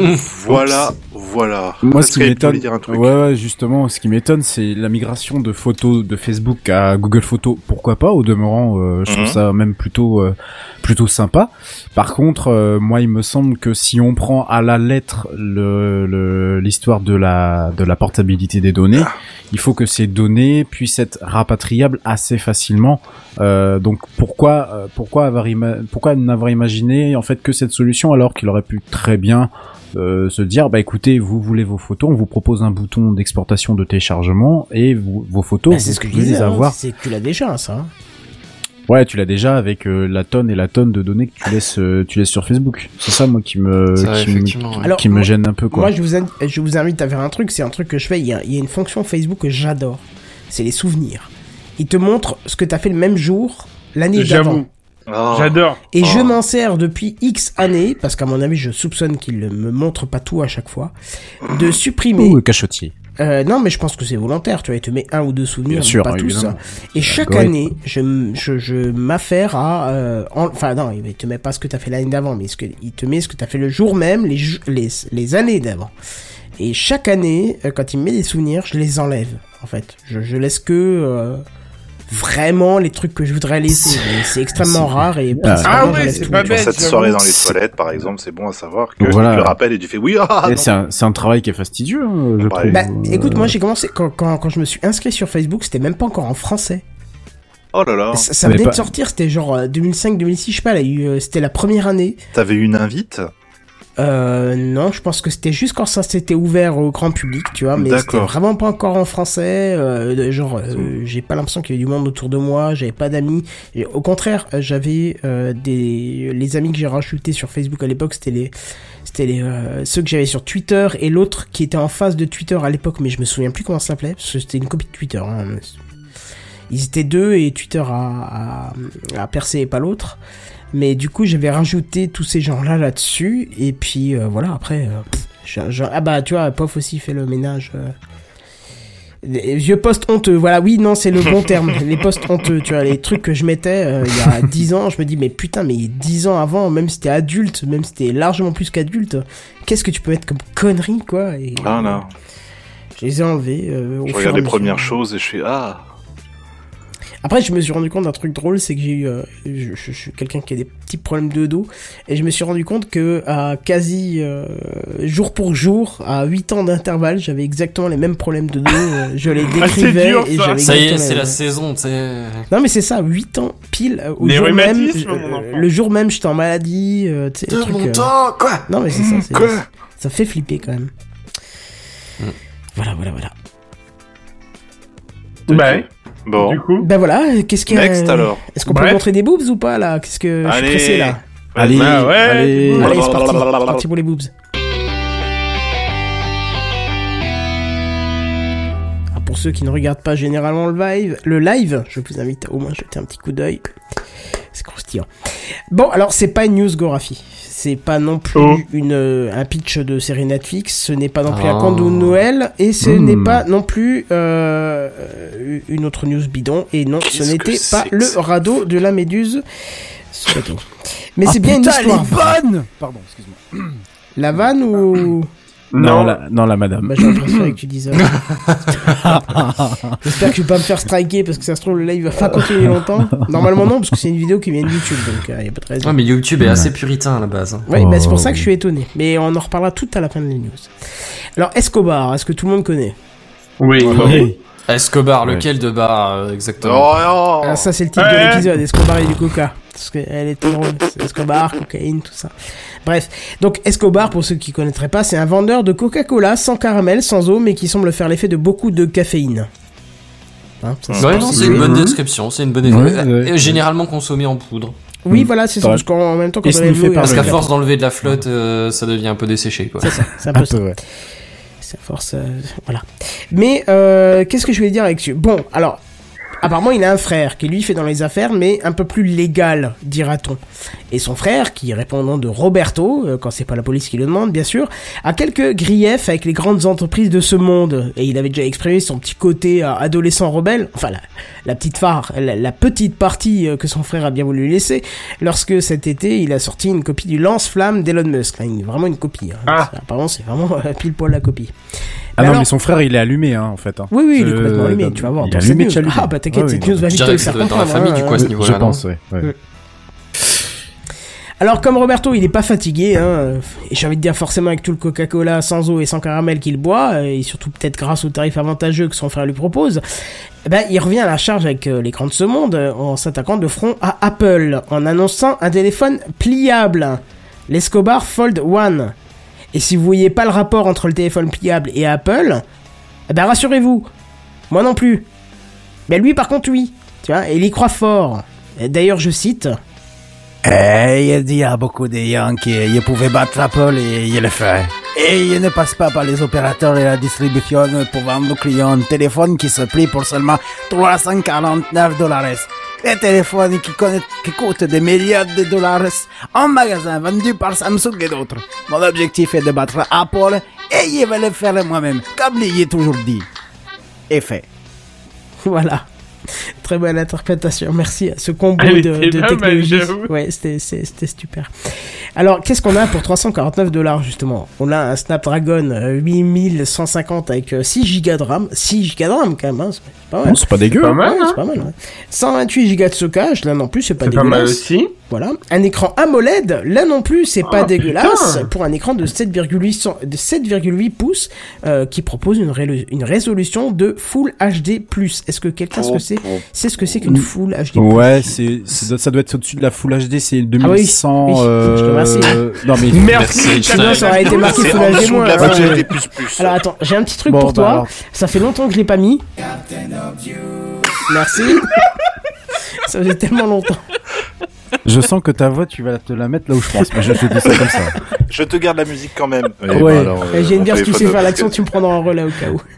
Voilà, voilà.
Moi,
Est-ce
ce qui
que tu
m'étonne,
voulais dire un truc
ouais, ouais, justement, ce qui m'étonne, c'est la migration de photos de Facebook à Google Photos. Pourquoi pas? Au demeurant, euh, je trouve
Mhm.
ça même plutôt, euh, plutôt sympa. Par contre, euh, moi, il me semble que si on prend à la lettre le, le l'histoire de la de la portabilité des données, il faut que ces données puissent être rapatriables assez facilement. Euh, donc pourquoi euh, pourquoi avoir ima- pourquoi n'avoir imaginé en fait que cette solution alors qu'il aurait pu très bien euh, se dire bah écoutez, vous voulez vos photos, on vous propose un bouton d'exportation de téléchargement et vous, vos photos
Bah, c'est
vous
ce que je
pouvez
disais,
les
hein,
avoir.
c'est que tu l'as déjà, ça. hein.
Ouais, tu l'as déjà avec euh, la tonne et la tonne de données que tu laisses euh, tu laisses sur Facebook. C'est ça moi qui me
Ça,
qui, me-
effectivement,
qui-
ouais.
Alors,
qui me
moi-
gêne un peu quoi.
Moi, je vous, in- je vous invite à faire un truc, c'est un truc que je fais, il y a, il y a une fonction Facebook que j'adore, c'est les souvenirs. Il te montre ce que t'as fait le même jour, l'année
J'avoue.
d'avant.
Oh.
J'adore.
Et
Oh.
je m'en sers depuis X années, parce qu'à mon avis, je soupçonne qu'il ne me montre pas tout à chaque fois, de supprimer...
Ouh, cachotier.
Euh, non, mais je pense que c'est volontaire, tu vois, il te met un ou deux souvenirs,
Bien sûr,
pas tous.
évidemment.
Et chaque
Ouais.
année, je, m- je, je m'affaire à... euh, en- Enfin, non, il te met pas ce que t'as fait l'année d'avant, mais ce que, il te met ce que t'as fait le jour même, les, ju- les, les années d'avant. Et chaque année, euh, quand il me met des souvenirs, je les enlève, en fait. Je, je laisse que... euh, vraiment les trucs que je voudrais laisser. Mais c'est extrêmement rare et
Ah
principalement,
ouais,
je laisse
c'est
tout.
pas
Pour
bête,
cette
j'avoue.
soirée dans les
C'est-
toilettes, par exemple, c'est bon à savoir que
Donc voilà.
tu le rappelles et tu fais oui, ah,
Eh,
non.
c'est un, c'est un travail qui est fastidieux, hein, je
Ouais.
trouve.
Bah,
Euh,
écoute, moi j'ai commencé quand, quand, quand je me suis inscrit sur Facebook, c'était même pas encore en français.
Oh là là.
Ça, ça
Mais
venait
pas-
de sortir, c'était genre euh, deux mille cinq deux mille six, je sais pas, là, il y a eu, euh, c'était la première année.
T'avais eu une invite?
Euh, non, je pense que c'était juste quand ça s'était ouvert au grand public, tu vois, mais c'était
D'accord.
vraiment pas encore en français. Euh, de- genre, euh, j'ai pas l'impression qu'il y avait du monde autour de moi, j'avais pas d'amis. Et au contraire, euh, j'avais euh, des les amis que j'ai rajoutés sur Facebook à l'époque, c'était les c'était les euh, ceux que j'avais sur Twitter et l'autre qui était en face de Twitter à l'époque, mais je me souviens plus comment ça s'appelait parce que c'était une copie de Twitter. Hein. Ils étaient deux et Twitter a, a, a percé et pas l'autre. Mais du coup, j'avais rajouté tous ces gens-là là-dessus. Et puis, euh, voilà, après... Euh, pff, j'ai- j'ai- ah bah, tu vois, Pof aussi fait le ménage. Euh, des vieux posts honteux. Voilà, oui, non, c'est le bon terme. Les posts honteux, tu vois, les trucs que je mettais euh, il y a dix ans. Je me dis, mais putain, mais dix ans avant, même si t'es adulte, même si t'es largement plus qu'adulte, qu'est-ce que tu peux mettre comme connerie, quoi. Et,
Ah là.
je les ai enlevés. Euh, au
Je
fur et
regarde
à
les
mesure.
premières choses et je fais ah.
Après, je me suis rendu compte d'un truc drôle, c'est que j'ai eu, euh, je, je, je suis quelqu'un qui a des petits problèmes de dos, et je me suis rendu compte que à quasi euh, jour pour jour, à huit ans d'intervalle, j'avais exactement les mêmes problèmes de dos. euh, je les
Ah, c'est
décrivais
dur,
et
ça.
j'avais
Ça y est,
exactement
c'est
les
la
mêmes.
saison, tu sais.
Non mais c'est ça, huit ans pile euh, au
Les
jour même.
rhumatismes,
euh,
mon enfant.
le jour même, j'étais en maladie. Euh, tu sais,
De
les trucs,
mon
euh,
temps, quoi.
Non mais c'est ça, c'est,
Quoi
ça fait flipper quand même.
Mm.
Voilà, voilà, voilà.
Bah, ouais.
Bon.
Du coup.
Ben voilà, qu'est-ce qu'il y a
Next alors.
Est-ce qu'on peut
Bref.
montrer des boobs ou pas là? Qu'est-ce que je suis
Allez.
pressé là?
Allez,
Bah ouais,
allez.
c'est bon.
Allez, c'est parti. C'est parti pour les boobs. Ah, pour ceux qui ne regardent pas généralement le live, le live, je vous invite à au moins jeter un petit coup d'œil. C'est croustillant. Bon, alors c'est pas une newsgographie. C'est pas non plus
Oh.
une, euh, un pitch de série Netflix. Ce n'est pas non plus un
Ah.
conte de Noël. Et ce
Hmm.
n'est pas non plus euh, euh, une autre news bidon. Et non, ce
Qu'est-ce
n'était
que
pas
c'est que
le
ça
radeau de la méduse. Ce bateau. Mais
Ah,
c'est bien
putain,
une histoire.
elle est bonne. Pardon, excuse-moi.
La vanne ou...
Non, la, non, la madame.
Bah, j'aurais préféré que tu dises ça. J'espère que je vais pas me faire striker parce que ça se trouve le live va pas continuer longtemps. Normalement non, parce que c'est une vidéo qui vient de YouTube, donc il y a pas de raison.
Ouais, mais YouTube est assez puritain à la base. hein.
Ouais, bah, c'est pour ça
Oh.
que je suis étonné. Mais on en reparlera tout à la fin de les news. Alors Escobar, est-ce que tout le monde connaît?
Oui.
Oui.
Escobar,
Ouais.
lequel de bar euh, exactement?
Oh, oh.
Ah, ça c'est le titre de
Ouais.
l'épisode, Escobar et du coca. Parce qu'elle était drôle, c'est Escobar, cocaïne, tout ça. Bref, donc Escobar, pour ceux qui connaîtraient pas, c'est un vendeur de Coca-Cola sans caramel, sans eau, mais qui semble faire l'effet de beaucoup de caféine. Hein, ça,
Ouais, non, c'est une bonne description, c'est une bonne
Ouais,
description.
ouais.
Euh, Généralement consommé en poudre.
Oui, voilà, c'est ça,
Ouais.
parce qu'en même temps, quand
Et
on
sniffé
enlève l'eau,
par
Parce
il y
le
a-
qu'à force d'enlever de la flotte, euh, ça devient un peu desséché, quoi.
C'est ça, c'est un peu
Un
ça.
peu, ouais.
C'est à force, euh, voilà. Mais euh, qu'est-ce que je voulais dire avec ce... Bon, alors, apparemment, il a un frère qui lui fait dans les affaires, mais un peu plus légal, dira-t-on. Et son frère, qui répond au nom de Roberto, euh, quand c'est pas la police qui le demande, bien sûr, a quelques griefs avec les grandes entreprises de ce monde. Et il avait déjà exprimé son petit côté euh, adolescent rebelle, enfin la, la petite phare, la, la petite partie euh, que son frère a bien voulu laisser, lorsque cet été, il a sorti une copie du lance-flamme d'Elon Musk. Là, une- vraiment une copie. Hein.
Ah.
Apparemment, c'est vraiment euh, pile poil la copie.
Ah
Mais
non,
alors-
mais son frère, il est allumé, hein, en fait. Hein.
Oui, oui, il est
Euh,
complètement allumé,
dans-
tu vas voir.
il
dans
est
cette
allumé
news.
de chez lui.
Ah, bah t'inquiète,
Ah oui,
cette
non,
news va
Je
vite te
dirais
le
que ça
faire
doit être dans la
comprendre.
famille, du
hein,
coup, à ce
euh.
niveau-là.
Je
non
pense, ouais. ouais.
Mm. Alors, comme Roberto, il est pas fatigué, hein, et j'ai envie de dire forcément avec tout le Coca-Cola sans eau et sans caramel qu'il boit, euh, et surtout peut-être grâce au tarif avantageux que son frère lui propose, eh ben, il revient à la charge avec euh, l'écran de ce monde, euh, en s'attaquant de front à Apple, en annonçant un téléphone pliable, l'Escobar Fold One. Et si vous voyez pas le rapport entre le téléphone pliable et Apple, eh ben, rassurez-vous, moi non plus. Mais lui, par contre, oui. Tu vois, et il y croit fort. Et d'ailleurs, je cite...
Eh, il dit à beaucoup de gens qu'il pouvait battre Apple et il le fait. Et il ne passe pas par les opérateurs et la distribution pour vendre aux clients un téléphone qui se plie pour seulement trois cent quarante-neuf dollars. Des téléphones qui, connaissent, qui coûtent des milliards de dollars en magasin vendus par Samsung et d'autres. Mon objectif est de battre Apple et je vais le faire moi-même, comme il est toujours dit. Et fait.
Voilà. Très bonne interprétation. Merci à ce combo
Elle
de,
était
de
pas mal,
technologie.
j'avoue.
Ouais, c'était, c'était, c'était super. Alors, qu'est-ce qu'on a pour trois cent quarante-neuf dollars, justement? On a un Snapdragon euh, huit mille cent cinquante avec euh, six gigas de RAM. six gigas de RAM, quand même, hein. C'est pas mal.
Non, c'est pas dégueu.
Pas
hein.
mal,
Ouais,
hein.
c'est pas mal, ouais. cent vingt-huit gigas de stockage, là non plus, c'est pas
C'est pas
dégueulasse.
mal aussi.
Voilà. Un écran AMOLED, là non plus, c'est pas
Ah,
dégueulasse.
putain.
Pour un écran de sept virgule huit cent de sept virgule huit pouces, euh, qui propose une, ré- une résolution de Full H D plus. Est-ce que quelqu'un sait ce que c'est? C'est ce que c'est qu'une Full H D plus?
Ouais, c'est, c'est- ça doit être au-dessus de la Full H D, c'est deux
Ah oui,
mille cent.
oui,
euh,
je te remercie.
Non mais
Merci.
Merci.
Sinon, ça aurait été marqué
C'est
Full
en
H D
dessous de
moins.
la
hein.
H D plus plus.
Alors attends, j'ai un petit truc
Bon,
pour
bah
toi.
alors.
Ça fait longtemps que je l'ai pas mis. Merci. Ça faisait tellement longtemps.
je sens que ta voix, tu vas te la mettre là où je pense. Mais je te dis ça comme ça.
Je te garde la musique quand même. Et
Ouais.
bah alors,
Euh,
euh,
J'ai une
mon
bière, si tu sais
téléphone,
faire
parce
l'action, tu me prendras en relais au cas où.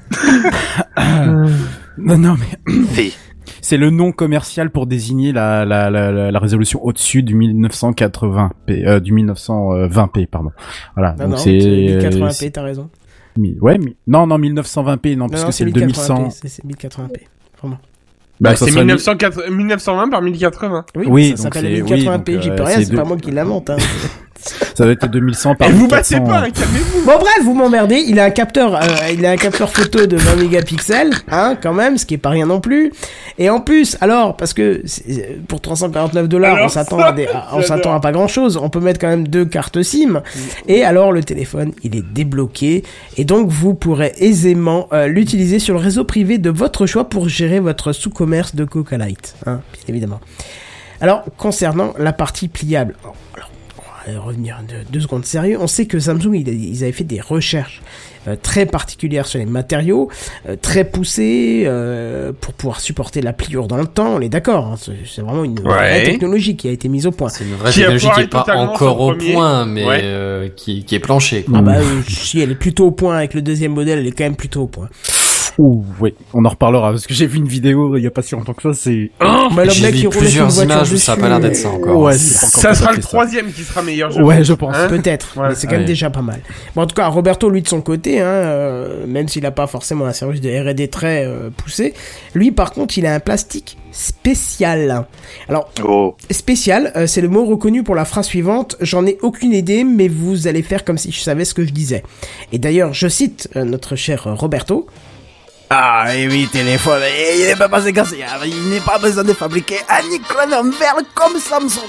Non, non, mais
que- Fais.
c'est le nom commercial pour désigner la, la, la, la, la résolution au-dessus du mille neuf cent quatre-vingts p, euh, du mille neuf cent vingt p, pardon. Voilà.
Non,
donc
non,
c'est,
c'est mille quatre-vingts p,
c'est-
t'as raison.
mi- ouais, mi- non, non, mille neuf cent vingt p, non,
Non,
parce
non,
que c'est le deux mille cent.
mille quatre-vingts p, c'est- c'est mille quatre-vingts p. Vraiment.
Bah,
Donc, ça
c'est
serait
mille neuf cent quatre- mille neuf cent vingt par mille quatre-vingts.
Oui,
Oui,
ça
donc
s'appelle
c'est-
mille
oui,
quatre-vingts p,
donc,
j'y
euh,
peux rien,
c'est
c'est
deux-
pas moi qui l'invente. Hein.
Ça doit être deux mille cent par
Et vous
mille
battez
quatre cents.
pas, hein, calmez-vous.
Bon bref, vous m'emmerdez, il a un capteur, euh, il a un capteur photo de vingt mégapixels, hein, quand même, ce qui est pas rien non plus. Et en plus, alors, parce que c'est- pour trois cent quarante-neuf dollars,
Alors
on s'attend
ça,
à des, à- on
j'adore.
s'attend à pas grand chose. On peut mettre quand même deux cartes SIM. Et alors, le téléphone, il est débloqué. Et donc, vous pourrez aisément euh, l'utiliser sur le réseau privé de votre choix pour gérer votre sous-commerce de Coca Light, hein, bien évidemment. Alors, concernant la partie pliable, alors, on va revenir deux, deux secondes sérieux. On sait que Samsung, il a- ils avaient fait des recherches euh, très particulières sur les matériaux, euh, très poussées euh, pour pouvoir supporter la pliure dans le temps. On est d'accord, hein, c'est, c'est vraiment une vraie
Ouais.
technologie qui a été mise au point.
C'est une vraie
Qui a
technologie qui
foiré
est pas
totalement
encore
son
au
premier.
point, mais
Ouais.
euh, qui, qui est planché. Quoi.
Ah bah, euh, si elle est plutôt au point avec le deuxième modèle, elle est quand même plutôt au point.
Ouh, oui, on en reparlera parce que j'ai vu une vidéo il y a pas si longtemps que ça, c'est.
Bah, le
J'ai
mec
vu
qui roule avec
plusieurs
une voiture
images où ça a pas
dessus,
l'air d'être
euh,
ça encore.
Ouais, c'est pas encore
Ça
tout à
sera
fait
le troisième qui sera meilleur, je
Ouais,
pense.
je pense.
Hein
Peut-être,
Ouais.
mais c'est quand même
Ouais.
déjà pas mal. Bon, en tout cas, Roberto, lui, de son côté, hein, euh, même s'il a pas forcément un service de R et D très euh, poussé, lui, par contre, il a un plastique spécial. Alors,
Oh.
spécial, euh, c'est le mot reconnu pour la phrase suivante. J'en ai aucune idée, mais vous allez faire comme si je savais ce que je disais. Et d'ailleurs, je cite euh, notre cher euh, Roberto.
Ah, et oui, téléphone, et il n'est pas passé cassé, hein. Il n'est pas besoin de fabriquer un écran en verre comme Samsung.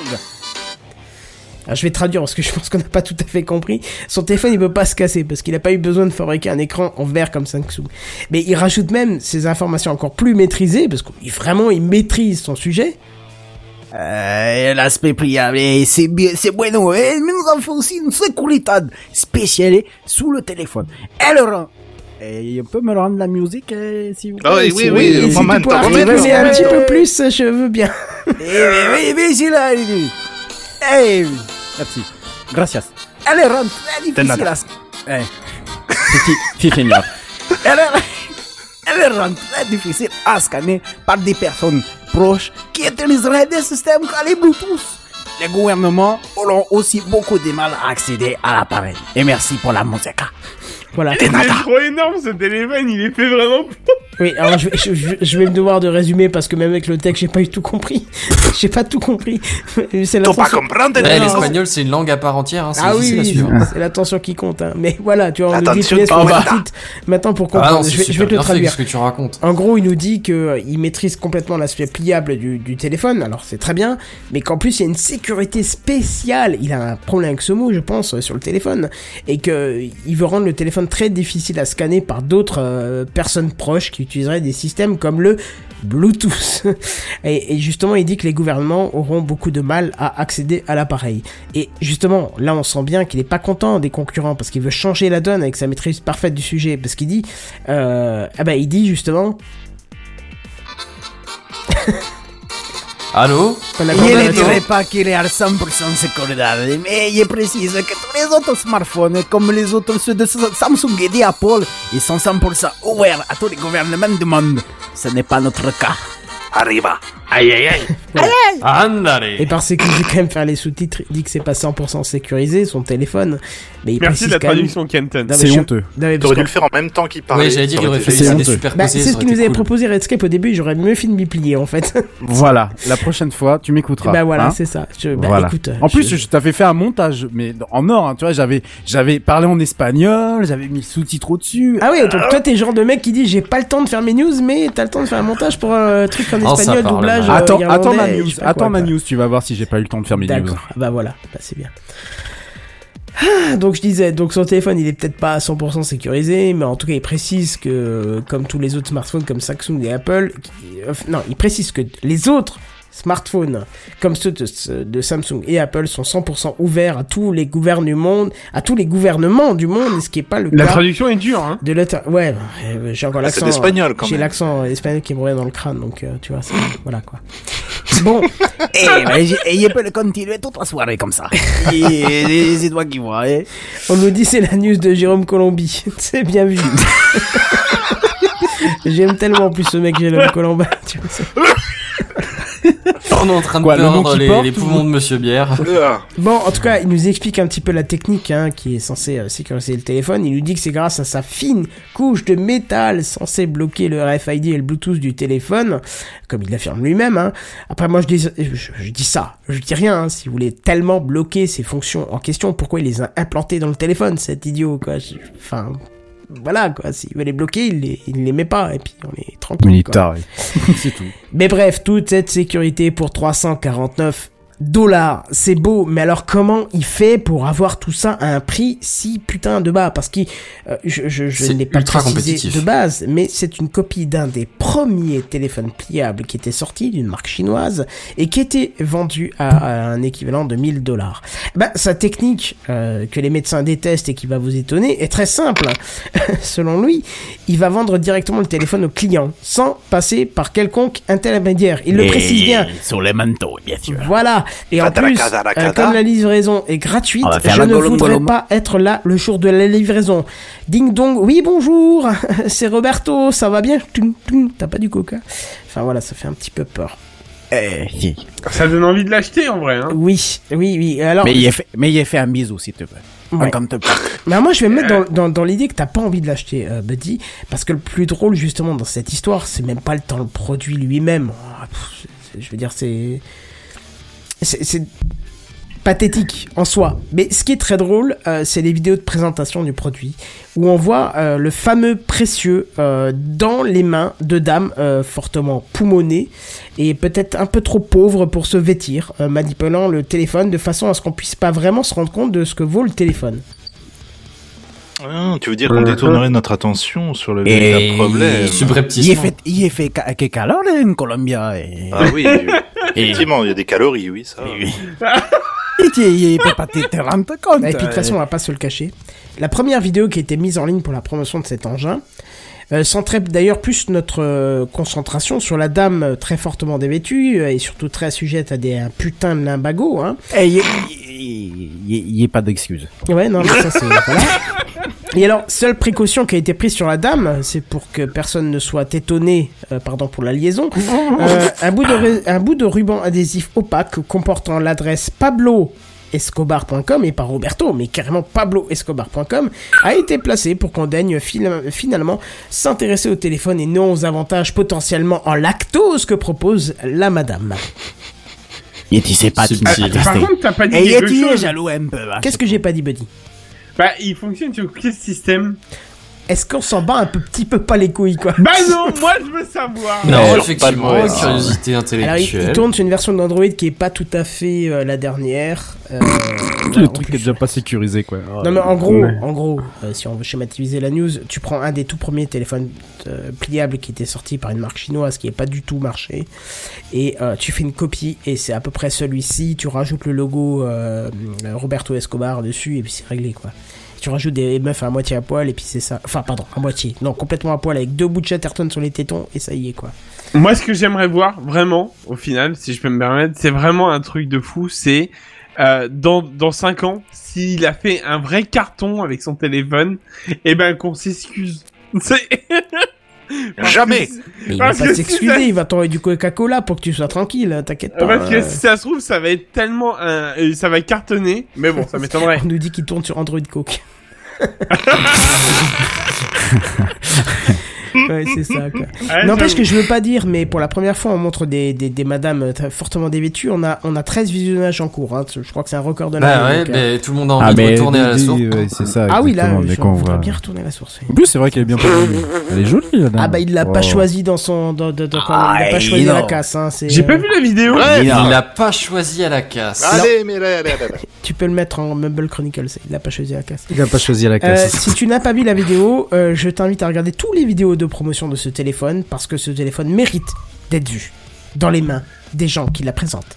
Alors, je vais traduire parce que je pense qu'on n'a pas tout à fait compris. Son téléphone, il peut pas se casser parce qu'il n'a pas eu besoin de fabriquer un écran en verre comme Samsung. Mais il rajoute même ces informations encore plus maîtrisées parce qu'il vraiment il maîtrise son sujet.
Euh, l'aspect pliable, et c'est bien, c'est bueno, et nous avons aussi une sécurité spéciale sous le téléphone. Elle rend. Et on peut me rendre la musique, euh, si vous
Ah oui,
plaît,
oui,
si-
oui,
si
Roman,
tu peux
t'as
articuler
remis,
un
Roman.
petit peu plus, je veux bien.
Eh, oui, oui, c'est là, lui. Eh, oui.
Merci. Gracias.
Elle rend très difficile
nada.
à... Eh.
Fifi, Fifi, merde.
Elle, elle rend très difficile à scanner par des personnes proches qui utiliseraient des systèmes comme les Bluetooth. Les gouvernements auront aussi beaucoup de mal à accéder à l'appareil. Et merci pour la musique.
Voilà.
C'est trop énorme ce téléphone, il est fait vraiment.
Oui, alors je vais, je, je- je vais me devoir de résumer parce que même avec le texte, j'ai pas eu tout compris. J'ai pas tout compris. C'est
T'as pas
l'attention-
comprendre
Ouais,
Non.
l'espagnol, c'est une langue à part entière. Hein, c'est
Ah oui,
difficile à
oui,
suivre.
c'est l'attention qui compte. Hein. Mais voilà, tu vois, on nous dit
Attention,
finesse pour
Panda.
être vite. Maintenant pour
Ah
comprendre,
non, c'est
je vais, je
super
vais te le
bien fait,
traduire.
ce que tu racontes.
En gros, il nous dit que euh, il maîtrise complètement l'aspect pliable du, du téléphone, alors c'est très bien, mais qu'en plus il y a une sécurité spéciale. Il a un problème avec ce mot, je pense, euh, sur le téléphone, et que euh, il veut rendre le téléphone très difficile à scanner par d'autres euh, personnes proches qui utiliseraient des systèmes comme le Bluetooth. et, et justement, il dit que les gouvernements auront beaucoup de mal à accéder à l'appareil. Et justement, là, on sent bien qu'il est pas content des concurrents parce qu'il veut changer la donne avec sa maîtrise parfaite du sujet, parce qu'il dit, euh, ah bah, il dit justement.
Allô?
qu'on a
Je
quand
ne
même-
dirais pas qu'il est à cent pour cent sécurité, mais je précise que tous les autres smartphones, comme les autres ceux de Samsung et d'Apple, ils sont cent pour cent ouverts à tous les gouvernements du monde. Ce n'est pas notre cas.
Arriba.
Aïe aïe aïe.
Andale.
Et par sécuriser quand même faire les sous-titres, il dit que c'est pas cent pour cent sécurisé son téléphone. Mais il
Merci de
précise
la
quand même-
traduction, Kenton.
Non, mais
C'est
je-
honteux.
Non, mais parce
T'aurais dû
qu'en-
le faire en même temps qu'il parlait.
Ouais, j'allais dire, il aurait fait
C'est
des
honteux.
superposés.
Bah, c'est
ça
ce
aurait
qu'il nous
été
avait
cool.
proposé Redscape au début, j'aurais mieux fait de m'y plier en fait.
Voilà, la prochaine fois, tu m'écouteras.
Bah voilà,
hein.
c'est ça. Je- bah,
Voilà.
écoute,
En plus,
je-
je, t'avais fait un montage, mais en or, hein, tu vois, j'avais, j'avais parlé en espagnol, j'avais mis le sous-titre au-dessus.
Ah oui, donc toi t'es le genre de mec qui dit j'ai pas le temps de faire mes news, mais t'as le temps de faire un montage pour un truc en
Oh, ça
espagnol,
parle
doublage.
mal.
euh,
attends,
irlandais,
attends ma
je
news,
sais pas
attends
quoi,
ma
quoi.
news, tu vas voir si j'ai pas eu le temps de faire mes news.
D'accord, ah bah voilà, bah c'est bien. Ah, donc je disais, donc son téléphone il est peut-être pas à cent pour cent sécurisé, mais en tout cas il précise que, euh, comme tous les autres smartphones comme Samsung et Apple, qui- euh, non, il précise que les autres smartphones comme ceux de, de Samsung et Apple sont cent pour cent ouverts à tous les gouvernements, à tous les gouvernements du monde, ce qui est pas le
La
cas
traduction est dure, hein.
de l'autre. Ouais, euh, j'ai encore
Ah,
l'accent.
c'est l'espagnol, quand
J'ai
même.
l'accent espagnol qui me revient dans le crâne, donc euh, tu vois, c'est- voilà quoi. Bon,
Eh, ben, j'ai- et il peut continuer toute la soirée comme ça. Et c'est toi qui vois, hein.
on nous dit c'est la news de Jérôme Colombi. C'est bien vu. J'aime tellement en plus ce mec Jérôme Colombi. Tu vois, c'est-
On est en train de
Quoi, le nom
perdre
qu'il
les,
porte
les poumons de Monsieur Bière.
Ah.
Bon, en tout cas, il nous explique un petit peu la technique hein, qui est censée euh, sécuriser le téléphone. Il nous dit que c'est grâce à sa fine couche de métal censée bloquer le R F I D et le Bluetooth du téléphone, comme il l'affirme lui-même. Hein. Après, moi, je dis, je, je dis ça, je dis rien. Hein, si vous voulez tellement bloquer ces fonctions en question, pourquoi il les a implantées dans le téléphone, cet idiot, quoi. Je- Enfin, voilà, quoi. S'il veut les bloquer, il les, il les met pas, et puis on est tranquille.
Mais il est
quoi.
taré. C'est tout.
Mais bref, toute cette sécurité pour trois cent quarante-neuf dollars, c'est beau, mais alors comment il fait pour avoir tout ça à un prix si putain de bas? Parce que euh, je, je, je
C'est
n'ai pas
ultra
précisé
compétitif.
de base, mais c'est une copie d'un des premiers téléphones pliables qui était sorti d'une marque chinoise et qui était vendu à, à un équivalent de mille dollars. Ben, sa technique euh, que les médecins détestent et qui va vous étonner est très simple. Selon lui, il va vendre directement le téléphone au client sans passer par quelconque intermédiaire. Il le précise bien.
Sur les manteaux, bien sûr.
Voilà. Et en
Fata la
plus,
casa, la
euh,
casa.
comme la livraison est gratuite,
On va faire
je
la
ne
golom
voudrais
golom.
pas être là le jour de la livraison. Ding dong, oui bonjour, c'est Roberto, ça va bien? Tum, tum. T'as pas du coca? Enfin voilà, ça fait un petit peu peur.
Eh, si.
Ça donne envie de l'acheter, en vrai, hein.
Oui, oui, oui. Alors,
Mais il a fait, mais il a fait un bisou, s'il te plaît.
ouais.
Comme te plaît.
Mais moi, je vais me mettre dans, dans, dans l'idée que t'as pas envie de l'acheter, euh, Buddy, parce que le plus drôle, justement, dans cette histoire, c'est même pas le temps le produit lui-même. Ah, pff, c'est- Je veux dire, c'est... C'est... c'est pathétique en soi. Mais ce qui est très drôle, euh, c'est les vidéos de présentation du produit, où on voit euh, le fameux précieux euh, dans les mains de dames euh, fortement poumonnées et peut-être un peu trop pauvres pour se vêtir, euh, manipulant le téléphone de façon à ce qu'on puisse pas vraiment se rendre compte de ce que vaut le téléphone.
Ah, tu veux dire qu'on
Mhm.
détournerait notre attention sur le
Et-
véritable problème?
Il est
Subrepticement.
fait, il est fait, ca- que calor en Colombie. Et...
Ah oui, effectivement, il y a des calories, oui, ça.
Et tu, il peut pas te te rendre compte.
Et puis de toute façon, on va pas se le cacher. La première vidéo qui a été mise en ligne pour la promotion de cet engin euh, centrait d'ailleurs plus notre euh, concentration sur la dame euh, très fortement dévêtue euh, et surtout très sujette à des un putain de limbago. Hein.
Et il, il, il, il y a pas d'excuse.
Ouais, non, mais ça c'est voilà. Et alors, seule précaution qui a été prise sur la dame, c'est pour que personne ne soit étonné, euh, pardon pour la liaison, euh, un, bout de ré- un bout de ruban adhésif opaque comportant l'adresse pablo escobar point com et pas Roberto, mais carrément pablo escobar point com a été placé pour qu'on daigne fil- finalement s'intéresser au téléphone et non aux avantages potentiellement en lactose que propose la madame.
Et tu sais pas, tu
Subtil.
n'as pas
Par
testé.
contre, t'as pas dit
Et il
quelque
est
chose.
jaloux un peu. hein.
Qu'est-ce que j'ai pas dit, Buddy?
Bah, il fonctionne sur quel système?
Est-ce qu'on s'en bat un peu, petit peu pas les couilles, quoi?
Bah non, moi je veux savoir.
Non,
Ouais,
effectivement,
pas de mauvaise.
curiosité
Alors, il,
intellectuelle.
il tourne sur une version d'Android qui est pas tout à fait euh, la dernière. Euh,
Le
voilà, en
truc
plus.
est déjà pas sécurisé, quoi.
Non mais en gros,
Ouais.
en gros, euh, si on veut schématiser la news, tu prends un des tout premiers téléphones euh, pliables qui était sorti par une marque chinoise qui est pas du tout marché, et euh, tu fais une copie et c'est à peu près celui-ci. Tu rajoutes le logo euh, Roberto Escobar dessus et puis c'est réglé quoi. Tu rajoutes des meufs à moitié à poil et puis c'est ça. Enfin pardon, à moitié, non complètement à poil avec deux bouts de Chatterton sur les tétons et ça y est quoi.
Moi, ce que j'aimerais voir, vraiment, au final, si je peux me permettre, c'est vraiment un truc de fou, c'est euh, dans dans cinq ans, s'il a fait un vrai carton avec son téléphone, et ben qu'on s'excuse. C'est
Jamais.
Mais il va
Parce
pas
que
s'excuser,
si ça-
il va t'envoyer du Coca-Cola pour que tu sois tranquille, hein, t'inquiète pas.
Parce que
euh.
si ça se trouve, ça va être tellement, un... euh, ça va cartonner. Mais bon, ça m'étonnerait.
On nous dit qu'il tourne sur Android Coke. Ouais, c'est ça, quoi.
Ouais,
N'empêche
j'avoue.
que je veux pas dire, mais pour la première fois, on montre des, des, des madames très fortement dévêtues. On a, on a treize visionnages en cours, hein. Je crois que c'est un record de
Bah
l'année.
ouais,
donc, euh.
mais tout le monde a envie
Ah,
de
mais
retourner à la
des-
source.
ouais, c'est ça.
Ah oui, là,
exactement, dès
je
qu'on
voudrais
voit.
bien retourner à la source. oui.
En plus, c'est vrai qu'elle est bien jolie. Elle est jolie, la dame.
Ah bah il l'a pas
Oh.
choisi dans son, dans, dans, dans-
Ah,
il a pas
il
choisi
non.
la casse, hein. C'est,
J'ai
euh,
pas vu la vidéo.
Ouais,
Il
non.
l'a pas choisi à la casse.
Allez, mais là, allez, allez, allez.
Tu peux le mettre en Mumble Chronicles. Il a pas choisi la casse.
Il a pas choisi la
Euh,
casse.
si tu n'as pas vu la vidéo, euh, je t'invite à regarder tous les vidéos de promotion de ce téléphone parce que ce téléphone mérite d'être vu dans les mains des gens qui la présentent.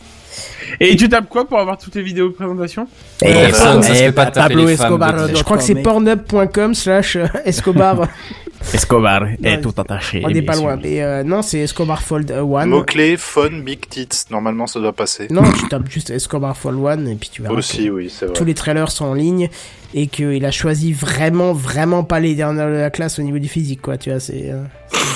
Et tu tapes quoi pour avoir toutes les vidéos de présentation?
Eh, personne, ça se fait pas de taper
Pablo
les femmes
Escobar,
de-
euh,
Je crois que c'est pornhub point com slash Escobar.
Escobar
Ouais.
est tout attaché.
On n'est pas
messieurs.
loin. Mais euh, non, c'est Escobar Fold One.
Mot-clé, phone, big tits. Normalement, ça doit passer.
Non, tu tapes juste Escobar Fold One et puis tu verras.
Aussi,
que
oui, c'est vrai.
tous les trailers sont en ligne et qu'il a choisi vraiment, vraiment pas les derniers de la classe au niveau du physique, quoi. Tu vois, c'est. euh,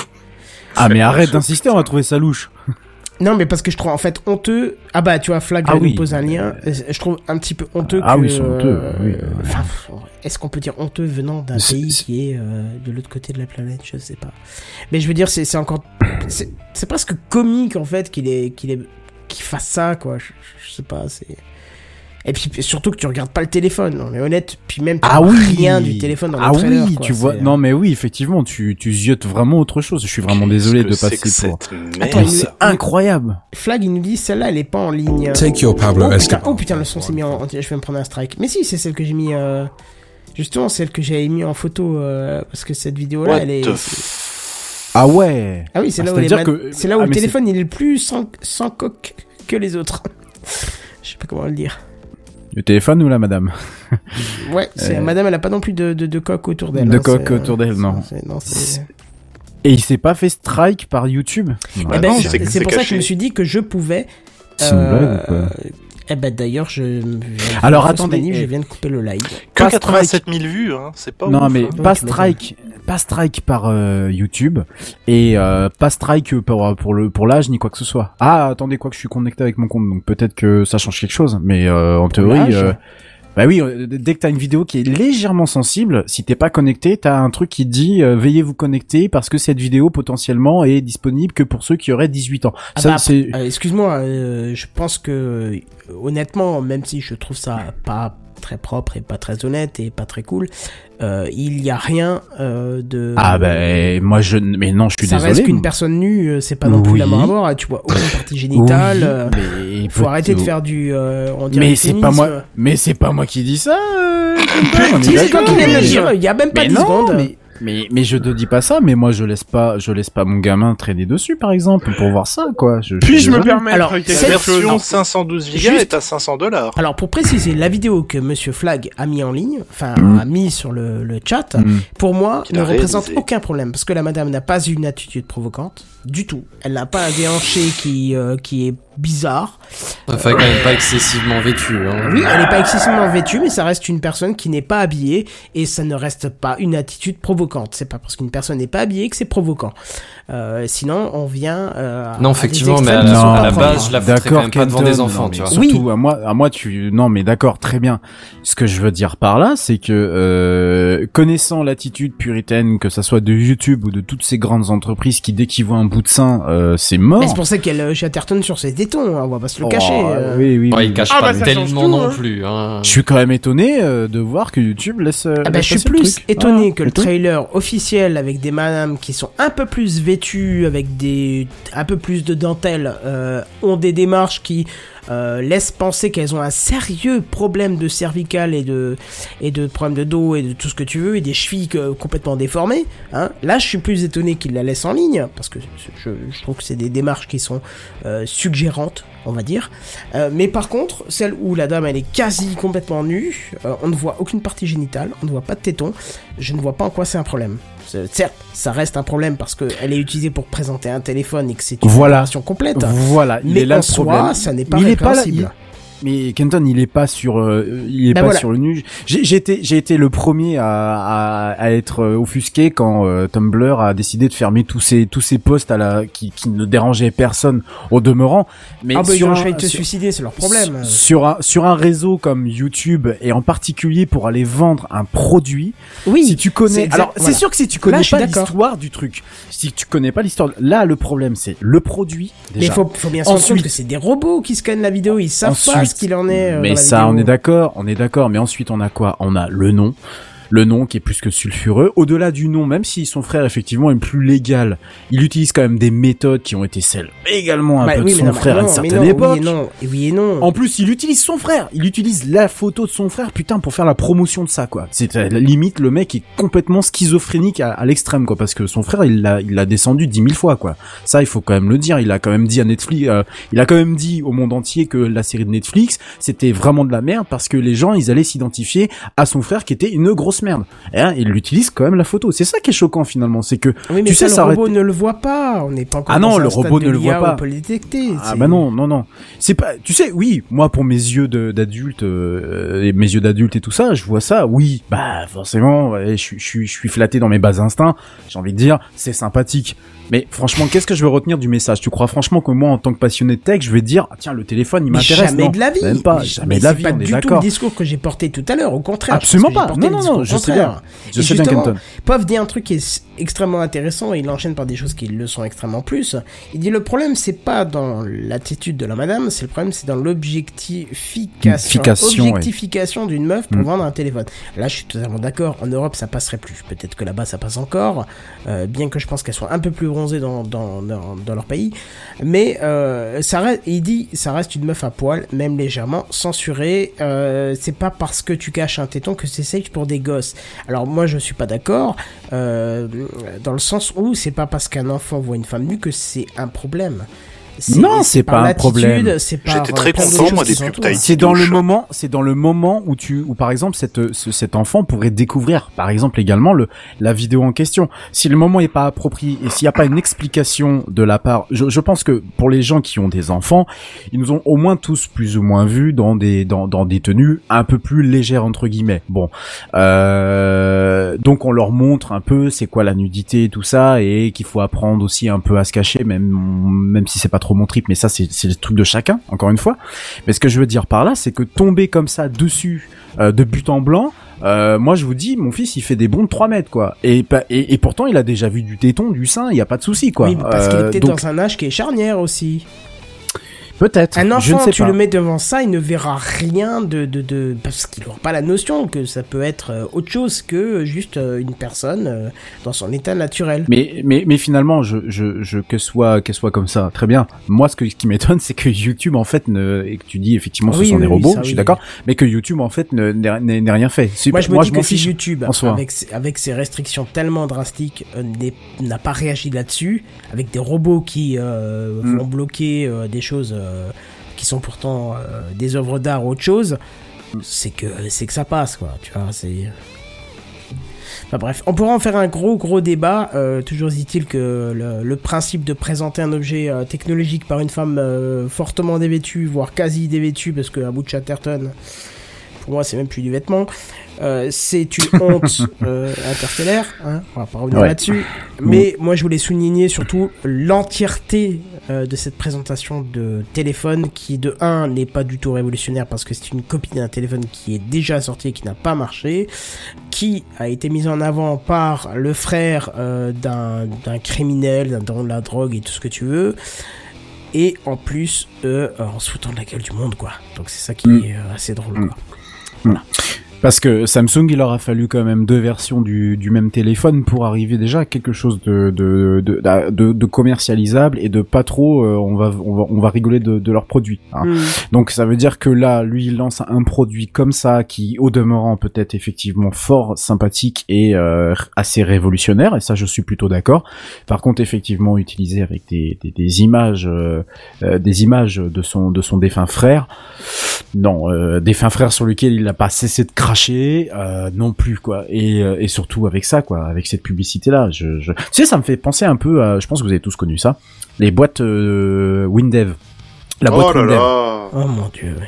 Ah, mais arrête d'insister, on va trouver ça louche.
Non, mais parce que je trouve en fait honteux. Ah bah, tu vois, Flag
Ah
nous
oui.
pose un lien. Je trouve un petit peu honteux.
Ah
que,
oui, c'est honteux,
euh,
oui.
Enfin, est-ce qu'on peut dire honteux venant d'un
C'est-
pays
c'est-
qui est euh, de l'autre côté de la planète? Je sais pas. Mais je veux dire, c'est c'est encore. C'est c'est presque comique en fait qu'il est qu'il est qu'il fasse ça, quoi. Je, je sais pas. C'est. Et puis surtout que tu regardes pas le téléphone, on est honnête. Puis même tu
Ah
vois
oui.
rien du téléphone dans
Ah
le trailer.
oui,
quoi.
tu vois.
C'est, euh,
Non, mais oui, effectivement, tu, tu ziotes vraiment autre chose. Je suis vraiment désolé de
Qu'est-ce que
passer
c'est que
pour.
cette merde
Attends,
Mais
il-
c'est incroyable.
Flag, il nous dit celle-là, elle est pas en ligne.
Take your Pablo
oh, putain,
Escobar.
oh putain, le son s'est mis en. Je vais me prendre un strike. Mais si, c'est celle que j'ai mis. Euh... Justement, celle que j'avais mis en photo. Euh... Parce que cette vidéo-là,
What
elle est.
the
Ah ouais.
Ah oui, c'est
Ah,
là où, les
c'est-à-dire
man-
que-
c'est là où
ah,
le
mais
téléphone il est le plus sans, sans coque que les autres. Je sais pas comment le dire.
Le téléphone ou la madame?
Ouais, c'est
Euh.
madame, elle a pas non plus de, de, de coque autour d'elle.
De
hein,
coque
c'est,
autour d'elle,
c'est-
non.
c'est- non, c'est-
Et il s'est pas fait strike par YouTube?
Eh
Ah
ben,
non,
c'est
c'est-
c'est
c'est
pour ça que je
caché.
me suis dit que je pouvais.
C'est une blague ou quoi?
Eh ben d'ailleurs, je.
Alors,
je-
attendez,
je
eh.
viens de couper le live.
Que
Pas
quatre-vingt-sept mille vues, hein. C'est pas
Non
ouf,
mais
hein.
pas
tu m'étonnes.
strike, pas strike par euh, YouTube et euh, pas strike pour pour le pour l'âge ni quoi que ce soit. Ah attendez quoi que je suis connecté avec mon compte donc peut-être que ça change quelque chose mais euh, en théorie
l'âge
euh, bah oui euh, dès que t'as une vidéo qui est légèrement sensible si t'es pas connecté t'as un truc qui te dit euh, veuillez vous connecter parce que cette vidéo potentiellement est disponible que pour ceux qui auraient dix-huit ans.
Ah
Ça
bah,
c'est
euh, excuse-moi, euh, je pense que euh, honnêtement, même si je trouve ça pas très propre et pas très honnête et pas très cool, euh, il y a rien euh, de.
ah ben moi je mais non je suis
ça
désolé.
reste qu'une personne nue, euh, c'est pas non plus
Oui.
la mort à mort. Tu vois aucune partie génitale.
Oui,
euh,
mais
faut
peut-
arrêter de faire du. Euh, on dirait
Mais
du
c'est pas
féminisme.
moi, mais c'est pas moi qui dis ça. Euh, on est
Si, c'est toi
d'accord.
qui viens de le dire. Il y a même pas
Mais
dix
non,
secondes.
mais, mais mais je te dis pas ça. Mais moi je laisse pas, je laisse pas mon gamin traîner dessus, par exemple, pour voir ça, quoi. Je,
Puis-je me
désolé.
permettre
Alors,
quelque
La
cette
chose?
version cinq cent douze gigas
Juste-
est à cinq cents dollars.
Alors pour préciser, la vidéo que Monsieur Flag a mis en ligne, enfin
Mm.
a mis sur le, le chat,
Mm.
pour moi
Qu'il
ne
a
représente
réalisé.
aucun problème parce que la madame n'a pas une attitude provocante du tout. Elle n'a pas un déhanché qui euh, qui est bizarre.
Enfin, quand même pas excessivement vêtu. Hein.
Oui, elle n'est pas excessivement vêtue, mais ça reste une personne qui n'est pas habillée et ça ne reste pas une attitude provocante. C'est pas parce qu'une personne n'est pas habillée que c'est provoquant. Euh, sinon, on vient. Euh,
Non,
à des
effectivement, mais
extrêmes
à
qui
la,
sont
Non,
pas
à la
propres.
base, je la foutrais quand
D'accord,
même pas devant des
Kenton,
enfants,
non,
tu
mais
vois.
Oui.
Surtout à moi, à moi, tu, non, mais d'accord, très bien. Ce que je veux dire par là, c'est que euh, connaissant l'attitude puritaine, que ça soit de YouTube ou de toutes ces grandes entreprises qui dès qu'ils voient un bout de sein, euh, c'est mort.
Mais c'est pour ça qu'elle euh, chattertonne sur ses tétons, hein, on va pas se le
Oh,
cacher. euh.
Oui, oui.
Ouais,
oui.
il cache
Ah,
pas
bah, ça change
tellement
tout,
non
hein.
plus. Hein.
Je suis quand même étonné euh, de voir que YouTube laisse. euh,
Ah bah,
laisse
je suis
passer le
plus
truc.
étonné
Ah,
que le
c'est tout.
trailer officiel avec des madames qui sont un peu plus vêtues, avec des un peu plus de dentelle, euh, ont des démarches qui euh, laissent penser qu'elles ont un sérieux problème de cervical et de et de problème de dos et de tout ce que tu veux et des chevilles euh, complètement déformées. Hein. Là, je suis plus étonné qu'ils la laissent en ligne parce que je, je trouve que c'est des démarches qui sont euh, suggérantes, on va dire. Euh, mais par contre, celle où la dame elle est quasi complètement nue, euh, on ne voit aucune partie génitale, on ne voit pas de téton, je ne vois pas en quoi c'est un problème. C'est- Certes, ça reste un problème parce qu'elle est utilisée pour présenter un téléphone et que c'est une
Voilà.
opération complète.
Voilà, il
Mais
est là
en
le
soi,
problème.
ça n'est pas
il est pas là,
répréhensible.
mais Kenton, il est pas sur, euh, il est
Ben
pas
voilà.
sur le nu. J'ai, j'ai été, j'ai été le premier à, à, à être euh, offusqué quand euh, Tumblr a décidé de fermer tous ces, tous ces posts à la, qui, qui ne dérangeaient personne au demeurant. Mais
Ah bah ils
sur
ont
un-
failli te
sur-
suicider, c'est leur problème.
Sur, sur un, sur un réseau comme YouTube et en particulier pour aller vendre un produit.
Oui.
Si tu
c'est
connais,
exact-
alors
voilà.
c'est sûr que si tu
Là,
connais
je suis
pas
d'accord.
l'histoire du truc, si tu connais pas l'histoire, là le problème c'est le produit.
Mais
Déjà.
faut, faut bien se rendre compte
Ensuite-
que c'est des robots qui scannent la vidéo, ils savent pas
Ensuite-
ce qu'il en est. euh,
Mais
dans la
ça,
vidéo.
on est d'accord, on est d'accord. Mais ensuite, on a quoi? On a le nom. Le nom qui est plus que sulfureux. Au-delà du nom, même si son frère effectivement est plus légal, il utilise quand même des méthodes qui ont été celles également un
Bah
peu
oui,
de
mais
son
non, mais
frère à une
non, mais
certaine
non, oui
époque.
et non, et oui et non.
En plus, il utilise son frère. Il utilise la photo de son frère, putain, pour faire la promotion de ça, quoi. C'est à la limite, le mec est complètement schizophrénique à, à l'extrême, quoi, parce que son frère, il l'a, il l'a descendu dix mille fois, quoi. Ça, il faut quand même le dire. Il a quand même dit à Netflix, euh, il a quand même dit au monde entier que la série de Netflix, c'était vraiment de la merde parce que les gens, ils allaient s'identifier à son frère qui était une grosse merde. Et hein, il utilise quand même la photo. C'est ça qui est choquant, finalement. C'est que,
Oui, mais
tu
ça,
sais,
le
ça aurait
robot
été-
ne le voit pas. On n'est pas encore
Ah non,
dans
le
un stade
robot
de
ne le
l'I A
voit
où
pas.
on peut le détecter.
Ah
c'est-
bah non, non, non. C'est pas, tu sais, oui, moi pour mes yeux de, d'adulte, euh, et mes yeux d'adulte et tout ça, je vois ça, oui, bah forcément, ouais, je suis, je suis, je suis flatté dans mes bas instincts. J'ai envie de dire, c'est sympathique. Mais franchement, qu'est-ce que je veux retenir du message? Tu crois franchement que moi, en tant que passionné de tech, je vais dire, ah, tiens, le téléphone, il
Mais
m'intéresse?
jamais
Non,
de la vie.
même pas,
Mais
jamais
mais
de la
c'est
vie,
pas
on est
du tout le
d'accord.
discours que j'ai porté tout à l'heure. Au contraire. je
Absolument
pense que j'ai
pas.
porté
Non,
le
non,
discours
non, je sais
contraire.
bien. Je
Et
sais bien,
justement,
Kenton.
Pov dit un truc qui est extrêmement intéressant et il enchaîne par des choses qui le sont extrêmement plus. Il dit le problème c'est pas dans l'attitude de la madame, c'est le problème c'est dans l'objectification
Fication, ouais.
objectification d'une meuf pour
Mm.
vendre un téléphone. Là je suis totalement d'accord, en Europe ça passerait plus, peut-être que là-bas ça passe encore, euh, bien que je pense qu'elles soient un peu plus bronzées dans, dans, dans, dans leur pays, mais euh, ça reste, il dit ça reste une meuf à poil, même légèrement censurée, euh, c'est pas parce que tu caches un téton que c'est safe pour des gosses. Alors moi je suis pas d'accord, euh, dans le sens où c'est pas parce qu'un enfant voit une femme nue que c'est un problème.
Non, c'est
par
pas un
l'attitude,
problème.
c'est par,
J'étais très
euh, plein d'autres
content,
choses
moi,
qui
des
sont
pubs
autour.
Tahiti.
C'est dans le
douche.
moment, c'est dans le moment où tu, où par exemple cette, ce- cet enfant pourrait découvrir, par exemple également le, la vidéo en question. Si le moment est pas approprié et s'il n'y a pas une explication de la part, je, je pense que pour les gens qui ont des enfants, ils nous ont au moins tous plus ou moins vus dans des, dans, dans des tenues un peu plus légères entre guillemets. Bon, euh, donc on leur montre un peu c'est quoi la nudité et tout ça et qu'il faut apprendre aussi un peu à se cacher, même, même si c'est pas trop mon trip, mais ça c'est, c'est le truc de chacun, encore une fois. Mais ce que je veux dire par là, c'est que tomber comme ça dessus, euh, de but en blanc, euh, moi je vous dis, mon fils il fait des bonds de trois mètres quoi. Et, pa- et, et pourtant il a déjà vu du téton, du sein, il y a pas de souci quoi.
Oui, parce qu'il
Euh,
était
donc,
dans un âge qui est charnière aussi.
peut-être.
Un
je ne
enfant,
sais
tu
pas.
le mets devant ça, il ne verra rien de, de, de parce qu'il n'aura pas la notion que ça peut être euh, autre chose que juste euh, une personne euh, dans son état naturel.
Mais, mais, mais finalement, je, je, je, que soit, qu'elle soit comme ça, très bien. Moi, ce, que, ce qui m'étonne, c'est que YouTube, en fait, ne, et que tu dis, effectivement, ce
Oui,
sont
oui,
des
oui,
robots,
ça,
je suis
oui.
d'accord, mais que YouTube, en fait, ne, n'ait, n'ait- n'ait rien fait. C'est-
Moi, je me dis
m'en
que si
fiche,
YouTube,
en soi.
avec, avec ses restrictions tellement drastiques, euh, n'est- n'a pas réagi là-dessus, avec des robots qui euh,
Mm.
vont bloquer euh, des choses euh, qui sont pourtant euh, des œuvres d'art ou autre chose, c'est que c'est que ça passe, quoi. Tu vois, c'est. Enfin bref, on pourra en faire un gros gros débat. Euh, toujours dit-il que le, le principe de présenter un objet euh, technologique par une femme euh, fortement dévêtue, voire quasi dévêtue, parce qu'un bout de Chatterton, pour moi c'est même plus du vêtement, euh, c'est une honte euh, interstellaire, hein, on va pas revenir
Ouais.
là-dessus. Mais moi je voulais souligner surtout l'entièreté euh, de cette présentation de téléphone qui de un n'est pas du tout révolutionnaire parce que c'est une copie d'un téléphone qui est déjà sorti et qui n'a pas marché, qui a été mise en avant par le frère euh, d'un, d'un criminel, d'un don de la drogue et tout ce que tu veux, et en plus euh, en se foutant de la gueule du monde, quoi. Donc c'est ça qui
Mm.
est euh, assez drôle,
Mm.
quoi.
Parce que Samsung, il leur a fallu quand même deux versions du, du même téléphone pour arriver déjà à quelque chose de, de, de, de, de commercialisable et de pas trop, euh, on va, on va, on va rigoler de, de leurs produits. Hein.
Mm.
Donc ça veut dire que là, lui, il lance un produit comme ça qui, au demeurant, peut être effectivement fort sympathique et euh, assez révolutionnaire. Et ça, je suis plutôt d'accord. Par contre, effectivement, utilisé avec des, des, des images, euh, euh, des images de son, de son défunt frère. Non, euh, défunt frère sur lequel il n'a pas cessé de cracher, euh, non plus quoi. Et, euh, et surtout avec ça, quoi, avec cette publicité là. Je, je... Tu sais, ça me fait penser un peu à, je pense que vous avez tous connu ça, les boîtes euh, Windev. La boîte
Oh là
Windev.
là.
Oh mon dieu, ouais.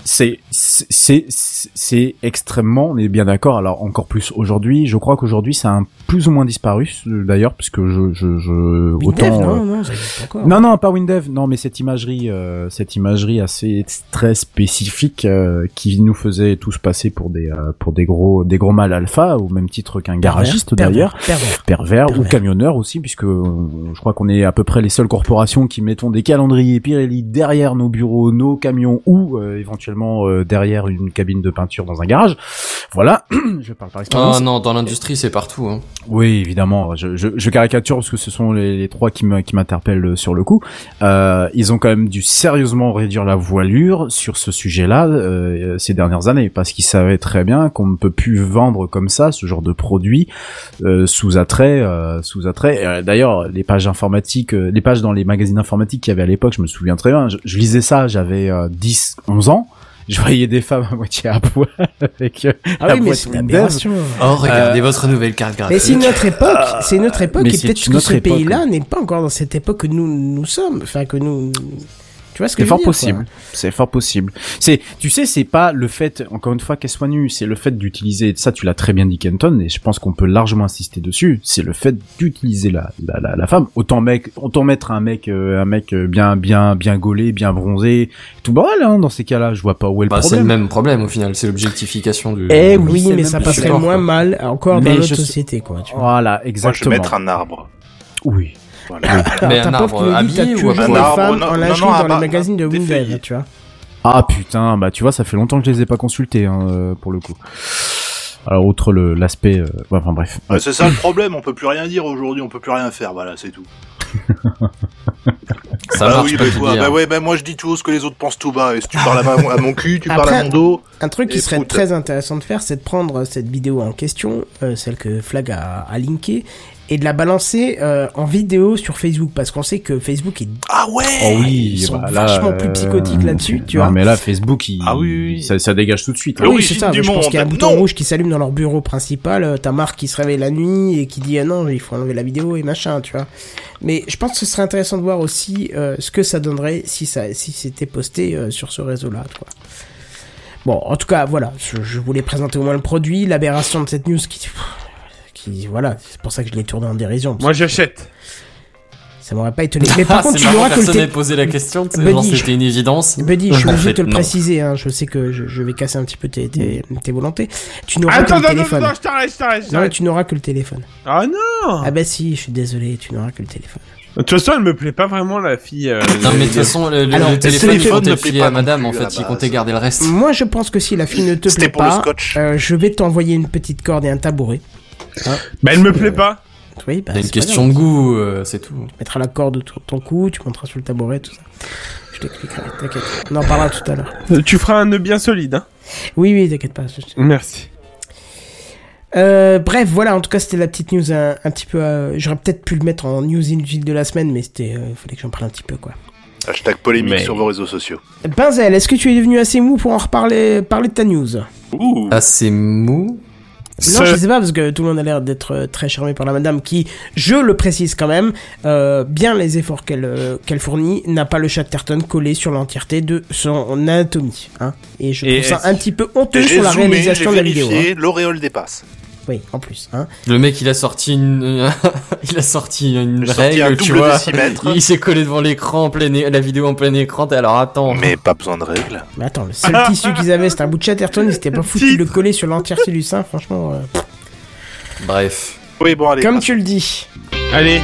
C'est, c'est, c'est, c'est extrêmement, on est bien d'accord. Alors encore plus aujourd'hui, je crois qu'aujourd'hui ça a un plus ou moins disparu d'ailleurs, puisque je, je, je
Windev,
autant.
non,
euh...
non, ça existe encore.
Non, non, pas Windev. Non, mais cette imagerie, euh, cette imagerie assez très spécifique euh, qui nous faisait tous passer pour des euh, pour des gros des gros mâles alpha, au même titre qu'un garagiste
Pervers,
d'ailleurs,
pervers,
pervers,
pervers.
ou camionneur aussi, puisque euh, je crois qu'on est à peu près les seules corporations qui mettons des calendriers Pirelli derrière nos bureaux, nos camions ou euh, éventuellement euh, derrière une cabine de peinture dans un garage. Voilà, je parle par expérience.
Ah non, dans l'industrie c'est partout. Hein.
Oui, évidemment. Je, je, je caricature parce que ce sont les, les trois qui me, qui m'interpellent sur le coup. Euh, ils ont quand même dû sérieusement réduire la voilure sur ce sujet-là euh, ces dernières années, parce qu'ils savaient très bien qu'on ne peut plus vendre comme ça ce genre de produit euh, sous attrait, euh, sous attrait. Euh, d'ailleurs, les pages informatiques, euh, les pages dans les magazines informatiques qu'il y avait à l'époque, je me souviens très bien. Je, je lisais ça, j'avais euh, dix, onze ans. Je voyais des femmes à moitié à poil avec euh,
Ah
la
oui, mais
boîte
c'est une
Windows.
aberration.
Oh, regardez
Euh,
votre nouvelle carte graphique.
Mais c'est notre époque, c'est notre époque,
Mais
et
c'est
peut-être
une
que
autre
ce
époque,
pays-là
ouais.
n'est pas encore dans cette époque que nous nous sommes, enfin que nous. Tu vois ce que
C'est
je
fort
veux dire,
possible.
quoi.
C'est fort possible. C'est, tu sais, c'est pas le fait, encore une fois, qu'elle soit nue, c'est le fait d'utiliser, ça tu l'as très bien dit Kenton, et je pense qu'on peut largement insister dessus, c'est le fait d'utiliser la, la, la, la femme. Autant mec, autant mettre un mec, euh, un mec euh, bien, bien, bien gaulé, bien bronzé, tout bordel, hein, dans ces cas-là, je vois pas où est le
Bah, c'est le
problème.
même problème au final, c'est l'objectification du.
Eh
Oui,
oui, c'est
mais
le
ça
même
passerait
support,
moins
quoi.
mal encore
Mais
dans notre
je-
société, quoi. Tu vois.
Voilà,
Moi, je vais
exactement.
mettre un arbre.
Oui.
Voilà.
Alors,
Mais
t'as
un
pas
arbre
qui nous dit que
habillé
t'as
ou
toujours
un
les
arbre,
femmes
non,
en
non,
lingerie
non,
dans
un
les
bar-
magazines de
un
Windev,
défeuillé.
tu vois.
Ah putain, bah tu vois, ça fait longtemps que je les ai pas consultés, hein, euh, pour le coup. Alors, outre le, l'aspect, euh, ouais, enfin bref.
Ouais, c'est ça le problème, on peut plus rien dire aujourd'hui, on peut plus rien faire, voilà, c'est tout.
Ça
bah
marche
oui,
pas
bah,
de
toi,
dire.
bah ouais, bah moi je dis tout ce que les autres pensent tout bas, et si tu parles à, ma- à mon cul, tu parles
Après-
à mon dos.
Un truc qui
Et
serait
foot.
très intéressant de faire, c'est de prendre cette vidéo en question, euh, celle que Flag a, a linkée, et de la balancer euh, en vidéo sur Facebook, parce qu'on sait que Facebook est
Ah ouais.
Oh oui,
ils sont
bah là,
vachement
euh,
plus psychotiques là-dessus, tu
non,
vois.
mais là, Facebook, il,
Ah oui, oui, oui.
Ça, ça dégage tout de suite.
Le
hein.
Oui,
origine
c'est ça.
du
mais je pense
monde.
qu'il y a un bouton
Non.
rouge qui s'allume dans leur bureau principal. euh, T'as Marc qui se réveille la nuit et qui dit ah non, il faut enlever la vidéo et machin, tu vois. Mais je pense que ce serait intéressant de voir aussi euh, ce que ça donnerait si ça, si c'était posté euh, sur ce réseau-là, quoi. Bon, en tout cas, voilà, je, je voulais présenter au moins le produit, l'aberration de cette news qui, qui, voilà, c'est pour ça que je l'ai tourné en dérision. parce
Moi,
que
j'achète.
Ça m'aurait pas étonné. Mais par
Ah,
contre,
c'est
tu
marrant,
n'auras que le
personne
té-
n'avait posé la question, tu sais,
Buddy,
genre
je-
c'était une évidence.
Buddy, je suis
En
obligé
fait,
de te le
non.
préciser, hein, je sais que je, je vais casser un petit peu tes, tes, tes volontés. Tu n'auras
Attends,
que le
attends,
téléphone.
attends, je t'arrête, je t'arrête, je
Non, mais
t'arrête.
tu n'auras que le téléphone.
Ah non.
Ah bah si, je suis désolé, tu n'auras que le téléphone.
De toute façon, elle me plaît pas vraiment, la fille. euh,
Non
de-
mais de toute façon, le, le-
Alors,
le
le
téléphone, il
téléphone
comptait
ne
le
plaît
filer
pas
à
non
madame,
plus,
en
à
fait,
la
il
base.
comptait garder le reste.
Moi, je pense que si la fille ne te
C'était
plaît
pour le
pas,
scotch.
euh, je vais t'envoyer une petite corde et un tabouret.
Bah, elle me plaît pas.
Oui, bah,
C'est une
c'est pas
question
grave.
de goût, euh, c'est tout.
Tu mettras la corde autour de ton cou, tu monteras sur le tabouret, tout ça. Je t'expliquerai, t'inquiète. On en parlera tout à l'heure.
Euh, Tu feras un nœud bien solide, hein.
Oui, oui, t'inquiète pas. je-
Merci.
Euh, bref, voilà, en tout cas, c'était la petite news un, un petit peu... euh, J'aurais peut-être pu le mettre en news inutile de la semaine, mais c'était... Il fallait que j'en parle un petit peu, quoi.
Hashtag polémique
Mais-
sur vos réseaux sociaux.
Benzel, est-ce que tu es devenu assez mou pour en reparler parler de ta news?
Ouh.
Assez mou.
Non, je sais pas, parce que tout le monde a l'air d'être euh, très charmé par la madame qui, je le précise quand même, euh, bien les efforts qu'elle euh, qu'elle fournit, n'a pas le Chatterton collé sur l'entièreté de son anatomie. Hein. Et je
Et
trouve ça
est-ce-
un petit peu honteux
J'ai
sur la
zoomé, j'ai
réalisation de la vidéo.
vérifié,
Hein.
l'auréole dépasse.
Oui, en plus. Hein.
Le mec, il a sorti une, il a sorti une
J'ai sorti un
règle, tu
double
vois.
décimètre.
Il s'est collé devant l'écran, en plein é- la vidéo en plein écran. T'es alors attends.
Mais pas besoin de règles.
Mais attends, le seul tissu qu'ils avaient, c'était un bout de Chatterton, ils s'étaient pas foutu de le coller sur l'entièreté du sein, franchement. euh,
Bref.
Oui, bon, allez.
Comme
passe.
tu le dis.
Allez.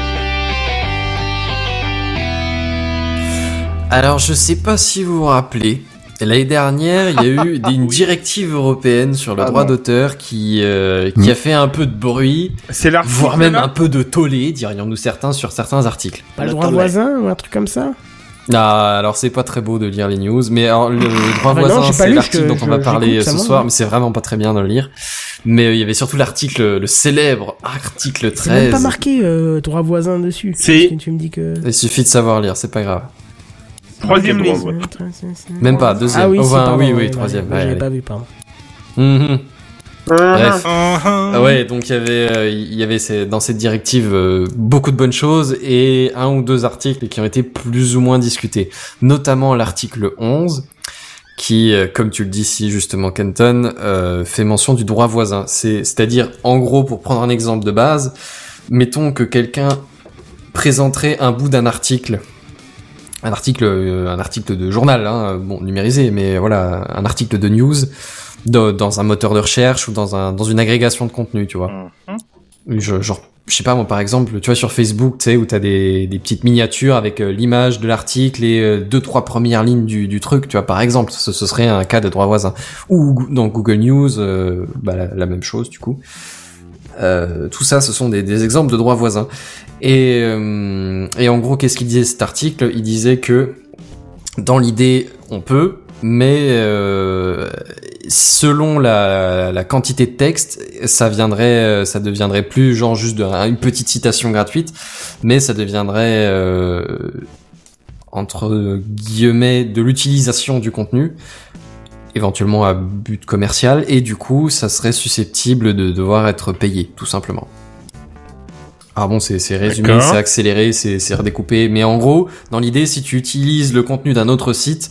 Alors, je sais pas si vous vous rappelez, l'année dernière, il y a eu une directive européenne sur le
Ah
droit
non.
d'auteur qui, euh, qui a fait un peu de bruit,
C'est l'article.
voire même
là
un peu de tollé, dirions-nous certains, sur certains articles.
Pas le
Le
droit
tollé.
voisin ou un truc comme ça?
Ah, alors c'est pas très beau de lire les news, mais alors, le, le droit
Ah bah non,
voisin,
j'ai pas
c'est
lu,
l'article
je-
dont on va
je-
parler
j'écoute,
euh,
ça
ce
va.
soir, mais c'est vraiment pas très bien de le lire. Mais euh, il y avait surtout l'article, le célèbre article
C'est même pas
treize.
marqué euh, droit voisin dessus.
Si.
Parce que tu me dis que...
Il suffit de savoir lire, c'est pas grave.
Troisième
Quel
ligne.
droit,
Même pas, deuxième.
Ah oui,
Oh,
si,
enfin,
pardon,
oui,
ouais,
oui,
ouais,
troisième.
ouais,
ouais,
j'avais
allez.
pas vu, pardon.
Mhm. Bref.
Uh-huh.
Ah ouais, donc il y avait, euh, il y avait ces- dans cette directive euh, beaucoup de bonnes choses et un ou deux articles qui ont été plus ou moins discutés, notamment l'article onze qui, euh, comme tu le dis si justement Kenton, euh, fait mention du droit voisin. C'est, c'est-à-dire, en gros, pour prendre un exemple de base, mettons que quelqu'un présenterait un bout d'un article, un article, euh, un article de journal, hein, bon numérisé, mais voilà, un article de news de, dans un moteur de recherche ou dans un dans une agrégation de contenu, tu vois. Mm-hmm. Je, genre, je sais pas moi par exemple, tu vois sur Facebook, tu sais où t'as des des petites miniatures avec euh, l'image de l'article et euh, deux trois premières lignes du du truc, tu vois par exemple, ce, ce serait un cas de droit voisin. Ou dans Google News, euh, bah la, la même chose du coup. Euh, tout ça, ce sont des, des exemples de droit voisin. Et, euh, et en gros, qu'est-ce qu'il disait cet article ? Il disait que dans l'idée, on peut, mais euh, selon la, la quantité de texte, ça viendrait, ça deviendrait plus genre juste de, une petite citation gratuite, mais ça deviendrait euh, entre guillemets de l'utilisation du contenu, éventuellement à but commercial, et du coup, ça serait susceptible de devoir être payé, tout simplement. Ah bon, c'est, c'est résumé, D'accord. c'est accéléré, c'est, c'est redécoupé, mais en gros, dans l'idée, si tu utilises le contenu d'un autre site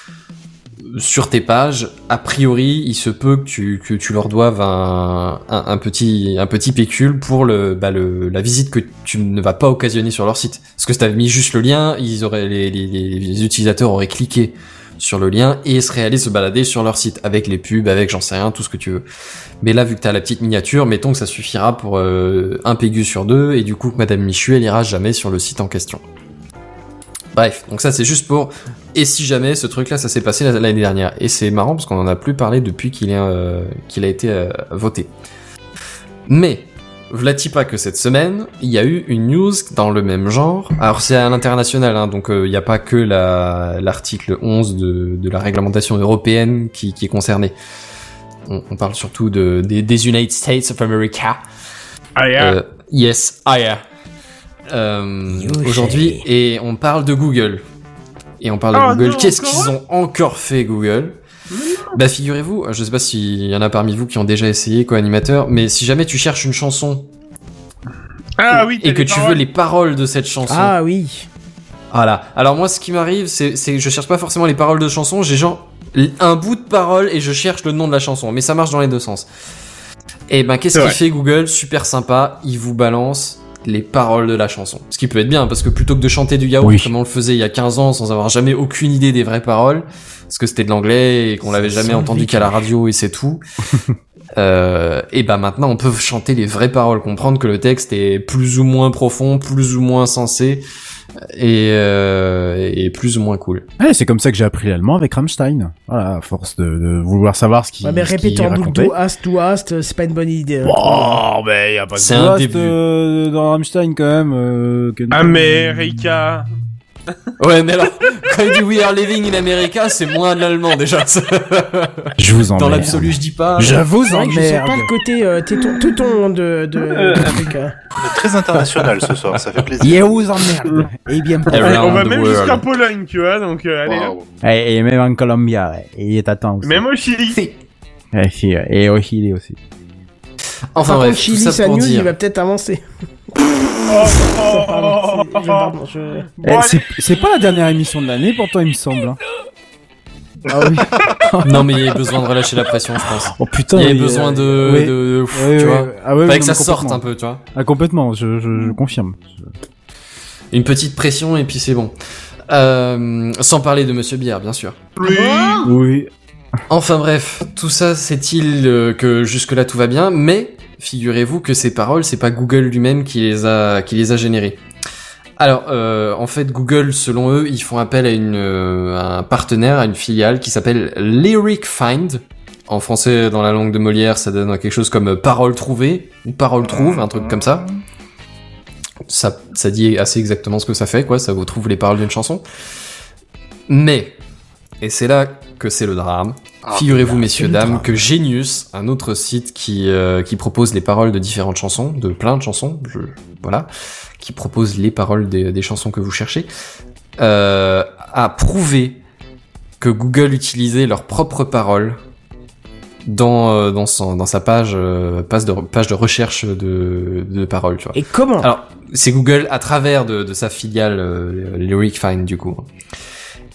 sur tes pages, a priori, il se peut que tu, que tu leur doives un, un, un petit, un petit pécule pour le, bah le, la visite que tu ne vas pas occasionner sur leur site. Parce que si t'avais mis juste le lien, ils auraient, les, les, les utilisateurs auraient cliqué sur le lien et seraient allés se balader sur leur site avec les pubs, avec j'en sais rien, tout ce que tu veux. Mais là, vu que t'as la petite miniature, mettons que ça suffira pour euh, un pégu sur deux et du coup que Madame Michu, elle ira jamais sur le site en question. Bref, donc ça c'est juste pour... Et si jamais ce truc-là, ça s'est passé l'année dernière. Et c'est marrant parce qu'on en a plus parlé depuis qu'il, est, euh, qu'il a été euh, voté. Mais... V'là-t-il pas que cette semaine, il y a eu une news dans le même genre. Alors c'est à l'international, hein, donc il euh, n'y a pas que la, l'article onze de, de la réglementation européenne qui, qui est concerné. On, on parle surtout de, des, des United States of America.
Ah yeah.
Euh, yes, ah yeah. Euh, aujourd'hui, et on parle de Google. Et on parle de
oh
Google.
Non,
Qu'est-ce
encore
qu'ils ont encore fait, Google ? Bah figurez-vous, je sais pas s'il y en a parmi vous qui ont déjà essayé co-animateur, mais si jamais tu cherches une chanson
ah, oui,
et que tu paroles. veux les paroles de cette chanson.
Ah oui.
Voilà. Alors moi ce qui m'arrive c'est c'est je cherche pas forcément les paroles de chanson, j'ai genre un bout de parole et je cherche le nom de la chanson, mais ça marche dans les deux sens. Et ben qu'est-ce qu'il fait Google ? Super sympa, il vous balance les paroles de la chanson. Ce qui peut être bien, parce que plutôt que de chanter du yaourt oui. comme on le faisait il y a quinze ans sans avoir jamais aucune idée des vraies paroles, parce que c'était de l'anglais et qu'on l'avait jamais entendu qu'à la radio et c'est tout, euh, et bah maintenant on peut chanter les vraies paroles, comprendre que le texte est plus ou moins profond, plus ou moins sensé, et, euh, et plus ou moins cool.
Ouais, c'est comme ça que j'ai appris l'allemand avec Rammstein. Voilà, à force de, de vouloir savoir ce qu'il
ouais, mais répéter en boucle du hast to hast, c'est pas une bonne idée. Hein.
Oh, mais y a pas de
c'est un début
euh, dans Rammstein quand même. Euh,
America.
Ouais, mais alors, quand il dit We are living in America, c'est moins de l'allemand déjà.
Je vous emmerde.
Dans l'absolu, je dis pas.
Je vous emmerde.
Je sens pas le côté euh, téton, téton de, de,
euh, d'Africa. On est très international ce soir, ça fait plaisir.
Je vous emmerde. Et bien pour
ouais, on va même world. jusqu'à Pologne, tu vois, donc euh, allez. Wow.
Et, et même en Colombie, ouais. Et il est à temps aussi.
Même au Chili.
Et, si, et au Chili aussi.
Enfin
Par
bref,
contre, Chili,
tout ça
sa
pour
news,
dire.
il va peut-être avancer.
Oh, oh, oh,
je, pardon, je...
Eh, c'est, c'est pas la dernière émission de l'année, pourtant il me semble. Hein.
Ah oui.
Non mais il y a besoin de relâcher la pression, je pense.
Oh putain.
Il y a
oui,
besoin de,
euh,
de,
oui.
de pff,
oui,
tu
oui,
vois.
oui. Ah ouais,
Fallait
oui,
que
non,
ça sorte un peu, tu vois.
Ah complètement, je, je, je confirme.
Une petite pression et puis c'est bon. Euh, sans parler de Monsieur Bière, bien sûr.
Oui.
Oui.
Enfin bref, tout ça c'est-il euh, que jusque-là tout va bien, mais figurez-vous que ces paroles, c'est pas Google lui-même qui les a qui les a générées. Alors, euh, en fait, Google, selon eux, ils font appel à une euh, à un partenaire, à une filiale qui s'appelle Lyric Find. En français, dans la langue de Molière, ça donne quelque chose comme parole trouvée ou parole trouve, un truc comme ça. Ça, ça dit assez exactement ce que ça fait, quoi. Ça vous trouve les paroles d'une chanson. Mais, et c'est là que c'est le drame. Ah, figurez-vous, messieurs, dames, que Genius, un autre site qui euh, qui propose les paroles de différentes chansons, de plein de chansons, je, voilà, qui propose les paroles des, des chansons que vous cherchez, euh, a prouvé que Google utilisait leurs propres paroles dans euh, dans son dans sa page euh, page de page de recherche de de paroles, tu vois.
Et comment ?
Alors, c'est Google à travers de de sa filiale euh, Lyric Find du coup.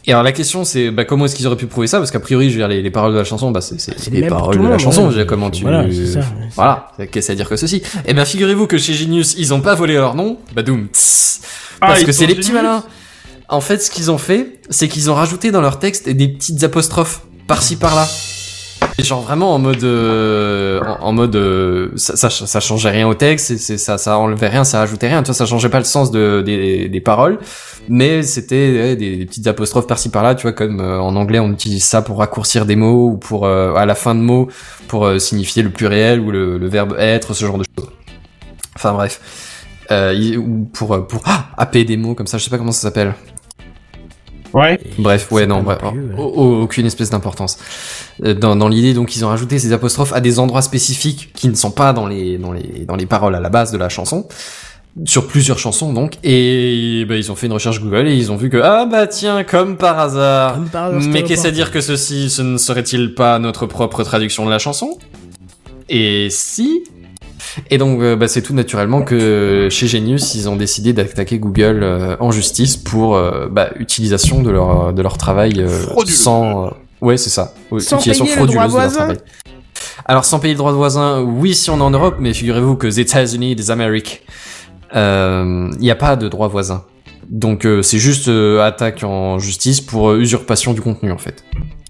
Et alors la question c'est bah comment est-ce qu'ils auraient pu prouver ça, parce qu'a priori je veux dire les, les paroles de la chanson bah c'est c'est,
C'est
les
les mêmes pour
paroles
tout
de
le
la
monde,
chanson,
ouais.
je veux dire, comment tu
Voilà, c'est ça, ouais, c'est
voilà, qu'est-ce à dire que ceci. Et ben figurez-vous que chez Genius, ils ont pas volé leur nom, badoum. tss,
Ah,
Parce
ils
que
sont
c'est les petits
géniaux.
malins. En fait, ce qu'ils ont fait, c'est qu'ils ont rajouté dans leur texte des petites apostrophes par-ci par-là. Et genre vraiment en mode euh, en, en mode euh, ça, ça ça changeait rien au texte, c'est, c'est ça ça enlevait rien, ça rajoutait rien, tu vois, ça changeait pas le sens de des des paroles, mais c'était ouais, des, des petites apostrophes par-ci par-là, tu vois, comme euh, en anglais on utilise ça pour raccourcir des mots ou pour euh, à la fin de mots pour euh, signifier le pluriel ou le, le verbe être, ce genre de choses. Enfin bref, euh, il- ou pour euh, pour ah, happer des mots comme ça, je sais pas comment ça s'appelle.
Ouais.
Bref, ouais,
C'est
non,
pas
bref,
non plus, ouais.
au- au- aucune espèce d'importance. Euh, Dans, dans l'idée, donc, ils ont rajouté ces apostrophes à des endroits spécifiques qui ne sont pas dans les, dans les, dans les paroles à la base de la chanson, sur plusieurs chansons, donc, et bah, ils ont fait une recherche Google et ils ont vu que, ah bah tiens, comme par hasard,
Comme par hasard,
mais
c'était
qu'est-ce à
reporté.
dire que ceci, ce ne serait-il pas notre propre traduction de la chanson? Et si... Et donc, euh, bah, c'est tout naturellement que chez Genius, ils ont décidé d'attaquer Google euh, en justice pour euh, bah, utilisation de leur de leur travail euh,
Frauduleux.
sans. Euh, ouais, c'est ça. Ouais,
Sans
utilisation
payer le droit
frauduleuse de leur
voisin.
travail. Alors, sans payer le droit de voisin, oui, si on est en Europe, mais figurez-vous que les États-Unis des Amériques, il n'y a pas de droit voisin. Donc, euh, c'est juste euh, attaque en justice pour euh, usurpation du contenu, en fait.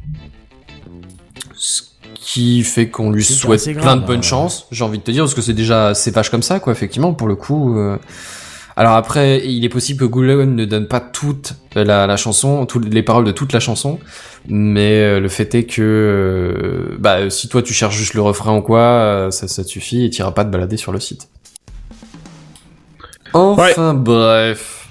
Ce qui fait qu'on lui
C'est
souhaite
assez grave,
plein de bonnes
hein.
chances, j'ai envie de te dire, parce que c'est déjà assez vache comme ça, quoi, effectivement, pour le coup. euh. Alors après, il est possible que Google ne donne pas toute la, la chanson, toutes les paroles de toute la chanson, mais euh, le fait est que, euh, bah, si toi tu cherches juste le refrain ou quoi, euh, ça, ça te suffit et t'iras pas te balader sur le site. Enfin bref.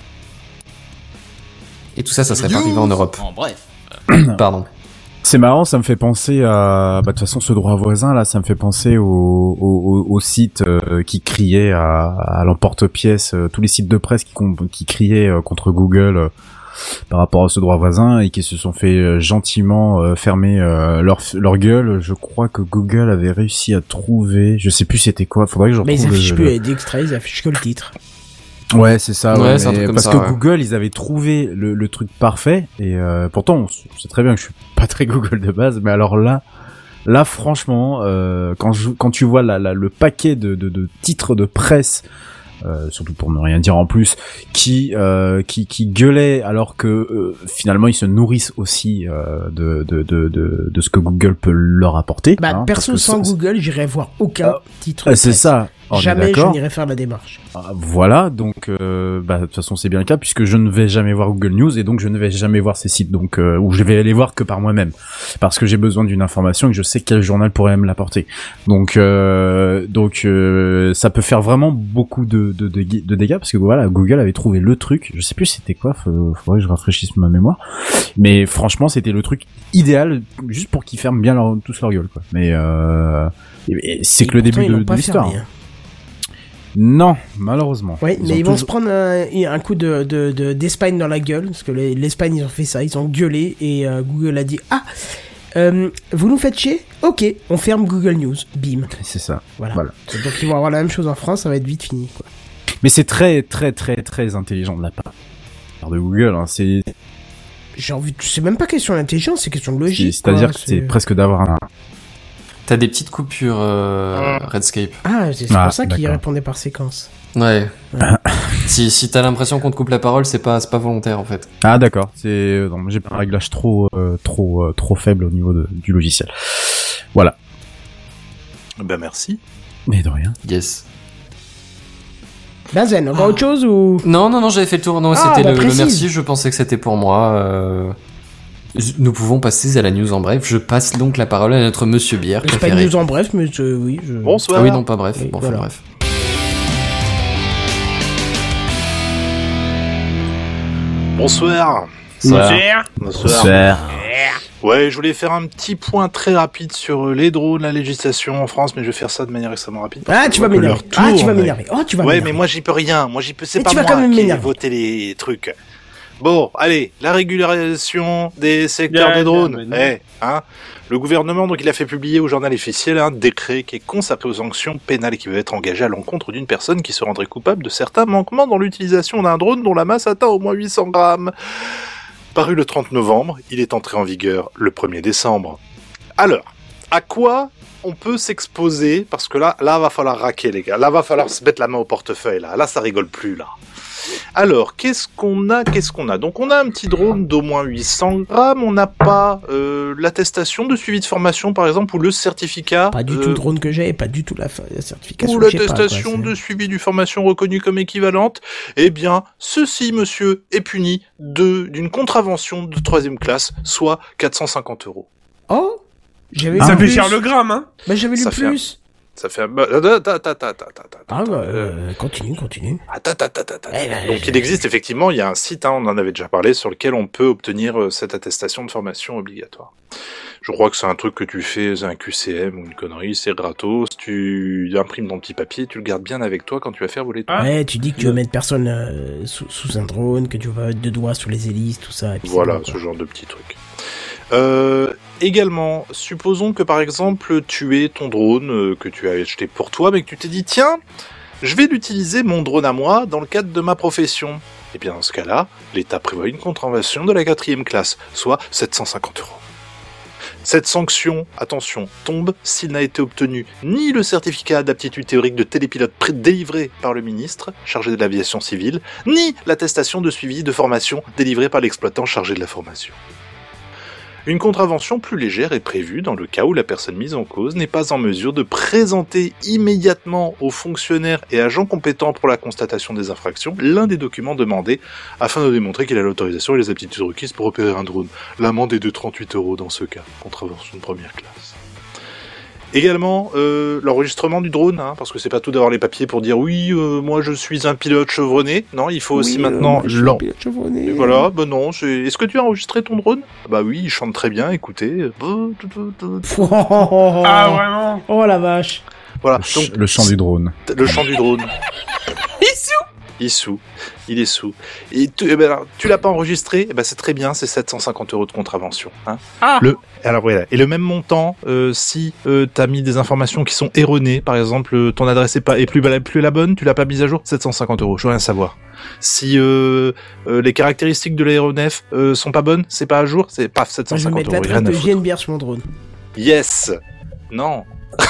Et tout ça, ça serait pas arrivé en Europe.
En bref.
Pardon.
C'est marrant, ça me fait penser à, bah, de toute façon, ce droit voisin, là, ça me fait penser au, au, au, au site euh, qui criait à, à l'emporte-pièce, euh, tous les sites de presse qui, com- qui criaient euh, contre Google euh, par rapport à ce droit voisin et qui se sont fait euh, gentiment euh, fermer euh, leur, leur gueule. Je crois que Google avait réussi à trouver, je sais plus c'était quoi, faudrait que je
Mais ils
retrouve
affichent
le-
plus
le-
les d'extraits, ils affichent que le titre.
Ouais, c'est ça.
Ouais,
Ouais,
c'est un
mais
truc comme
parce
ça,
que
ouais.
Google, ils avaient trouvé le, le truc parfait et euh, pourtant, on s- on sait très bien que je suis pas très Google de base, mais alors là, là, franchement, euh, quand je, quand tu vois la, la, le paquet de, de, de titres de presse, euh, surtout pour ne rien dire en plus, qui euh, qui qui gueulaient alors que euh, finalement ils se nourrissent aussi euh, de, de de de de ce que Google peut leur apporter.
Bah,
hein,
perso,
parce que
sans
ça-
Google, j'irais voir aucun titre.
Ah,
de
c'est
presse.
ça. On est
Jamais je
d'accord.
n'irai faire la démarche.
Ah, voilà, donc euh, bah de toute façon c'est bien le cas puisque je ne vais jamais voir Google News et donc je ne vais jamais voir ces sites donc euh, ou je vais aller voir que par moi-même parce que j'ai besoin d'une information et que je sais quel journal pourrait me l'apporter. Donc euh, donc euh, ça peut faire vraiment beaucoup de de, de de dégâts parce que voilà, Google avait trouvé le truc, je sais plus c'était quoi, faut, faudrait que je rafraîchisse ma mémoire. Mais franchement, c'était le truc idéal juste pour qu'ils ferment bien leur, tous leur gueule quoi. Mais euh, et- et c'est
Et
que le
pourtant,
début
ils
de,
l'ont
de
pas
l'histoire.
fermé, hein.
Non, malheureusement.
Ouais,
Ils
mais
ont
ils vont
toujours-
se prendre un, un coup de, de, de- d'Espagne dans la gueule, parce que les- l'Espagne, ils ont fait ça, ils ont gueulé, et euh, Google a dit « Ah, euh, vous nous faites chier ? Ok, on ferme Google News. » Bim.
C'est ça.
Voilà.
Voilà.
Donc ils vont avoir la même chose en France, ça va être vite fini, quoi.
Mais c'est très, très, très, très intelligent de la part de Google. Hein. C'est,
J'ai envie de... C'est même pas question d'intelligence, c'est question de logique,
c'est- c'est-à-dire
quoi,
que c'est presque d'avoir un.
T'as des petites coupures euh, Redscape.
Ah, c'est c'est
Ah,
pour ça qu'il
d'accord.
répondait par séquence.
Ouais.
Ouais.
si si t'as l'impression qu'on te coupe la parole, c'est pas c'est pas volontaire en fait.
Ah d'accord. C'est, euh, non, j'ai pas un réglage trop, euh, trop, euh, trop faible au niveau de, du logiciel. Voilà.
Ben merci.
Mais de rien.
Yes.
Bazen, encore autre chose ou...
Non non non, j'avais fait le tour. Non,
Ah,
c'était
bah,
le, le
précise.
merci. Je pensais que c'était pour moi. Euh... Nous pouvons passer à la news en bref. Je passe donc la parole à notre Monsieur Bière
C'est pas
préféré.
une news en bref, mais euh, oui, je...
Bonsoir.
Ah oui non pas bref.
Oui,
bon enfin
voilà.
bref.
Bonsoir.
Bonsoir.
Bonsoir. Ouais, je voulais faire un petit point très rapide sur euh, les drones, la législation en France, mais je vais faire ça de manière extrêmement rapide. parce
Ah,
que
tu
je
vas
vois que
m'énerver.
leur
Ah, tu
tour,
vas
mais-
m'énerver. Oh, tu vas
Ouais,
m'énerver.
mais moi j'y peux rien. Moi j'y peux. C'est
Mais
pas
tu vas
moi
quand même
qui ai
m'énerver.
voté les trucs. Bon, allez, la régularisation des secteurs
Yeah,
des drones.
yeah, mais non.
Eh, hein. Le gouvernement, donc, il a fait publier au journal officiel un décret qui est consacré aux sanctions pénales qui peuvent être engagées à l'encontre d'une personne qui se rendrait coupable de certains manquements dans l'utilisation d'un drone dont la masse atteint au moins huit cents grammes. Paru le trente novembre, il est entré en vigueur le premier décembre. Alors, à quoi on peut s'exposer? Parce que là, là, va falloir raquer, les gars. Là, va falloir se mettre la main au portefeuille, là. Là, ça rigole plus, là. Alors, qu'est-ce qu'on a, qu'est-ce qu'on a? Donc, on a un petit drone d'au moins huit cents grammes. On n'a pas euh, l'attestation de suivi de formation, par exemple, ou le certificat.
Pas du
euh,
tout le drone que j'ai, pas du tout la, fa- la certification.
ou
je sais pas,
l'attestation
quoi, c'est-
de suivi du formation reconnue comme équivalente. Eh bien, ceci, monsieur, est puni de d'une contravention de troisième classe, soit quatre cent cinquante euros.
Oh, j'avais
Ça
lu
fait
plus.
cher le gramme, hein.
Bah, j'avais lu
Ça fait un-
plus.
Ça fait un... bah, attends, attends, attends, attends, attends,
Ah bah,
euh,
euh, continue, continue.
Attends, attends, attends, attends.
Eh ben,
Donc, il existe effectivement, il y a un site, hein, on en avait déjà parlé, sur lequel on peut obtenir euh, cette attestation de formation obligatoire. Je crois que c'est un truc que tu fais, c'est un Q C M ou une connerie, c'est gratos, tu imprimes ton petit papier, tu le gardes bien avec toi quand tu vas faire voler ton...
Ah.
Ouais, tu dis que tu veux mettre personne euh, sous, sous un drone, que tu vas mettre deux doigts sur les hélices, tout ça. Et puis c'est
Voilà,
bon, quoi.
ce genre de petits trucs. Euh, également, supposons que par exemple tu aies ton drone euh, que tu as acheté pour toi, mais que tu t'es dit tiens, je vais l'utiliser mon drone à moi dans le cadre de ma profession. Et bien dans ce cas-là, l'État prévoit une contravention de la quatrième classe, soit sept cent cinquante euros. Cette sanction, attention, tombe s'il n'a été obtenu ni le certificat d'aptitude théorique de télépilote pré- délivré par le ministre, chargé de l'aviation civile, ni l'attestation de suivi de formation délivrée par l'exploitant chargé de la formation. Une contravention plus légère est prévue dans le cas où la personne mise en cause n'est pas en mesure de présenter immédiatement aux fonctionnaires et agents compétents pour la constatation des infractions l'un des documents demandés afin de démontrer qu'il a l'autorisation et les aptitudes requises pour opérer un drone. L'amende est de trente-huit euros dans ce cas, contravention de première classe. Également, euh, l'enregistrement du drone, hein, parce que c'est pas tout d'avoir les papiers pour dire oui, euh, moi je suis un pilote chevronné. Non, il faut aussi
Oui, euh,
maintenant
moi, je suis
l'en-
un pilote chevronné.
Et voilà, ben non, c'est... est-ce que tu as enregistré ton drone? Bah oui, il chante très bien, écoutez.
Ah, vraiment?
Oh la vache.
Voilà,
Le, ch-
donc
le chant du drone.
le chant du drone. Il est sous. Il est sous. Et tu, eh ben alors, tu l'as pas enregistré, eh ben c'est très bien, c'est sept cent cinquante euros de contravention. Hein.
Ah.
Le, alors voilà. Et le même montant, euh, si euh, t'as mis des informations qui sont erronées, par exemple, euh, ton adresse est pas est plus, plus la bonne, tu l'as pas mise à jour, sept cent cinquante euros. Je veux rien savoir. Si euh, euh, les caractéristiques de l'aéronef euh, sont pas bonnes, c'est pas à jour, c'est paf sept cent
Moi, je vais
cinquante
mettre
euros.
l'adresse
Rien à
de
foutre.
J N bière sur mon drone.
Yes. Non.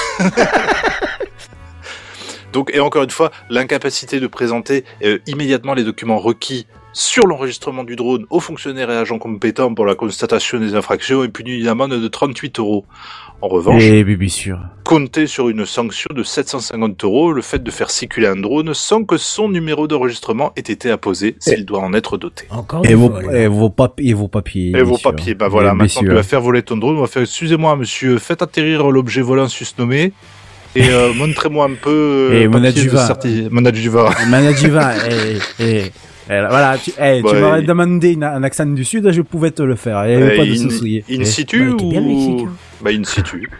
Donc, et encore une fois, l'incapacité de présenter euh, immédiatement les documents requis sur l'enregistrement du drone aux fonctionnaires et agents compétents pour la constatation des infractions est punie d'une amende de trente-huit euros. En revanche,
Eh, bien sûr.
comptez sur une sanction de sept cent cinquante euros le fait de faire circuler un drone sans que son numéro d'enregistrement ait été apposé, s'il doit en être doté.
Encore
Et
une
vos,
fois.
et vos papiers, et vos papiers.
Et
bien
vos
sûr.
papiers, bah voilà,
Eh, bien
maintenant tu
sûr.
vas faire voler ton drone, on va faire, excusez-moi monsieur, faites atterrir l'objet volant susnommé, et euh, montrez-moi un peu euh,
Et
le
mon
papier de
adjuvant.
certi- mon adjuvant.
Manajiva, eh, eh, eh, voilà, tu, eh,
Bah,
tu m'aurais
il-
demandé une- un accent du sud, je pouvais te le faire. Il n'y avait
Euh,
pas de
in,
souci.
in
Eh.
situ
Bah, t'es bien
ou...
mexicain.
Bah in situ.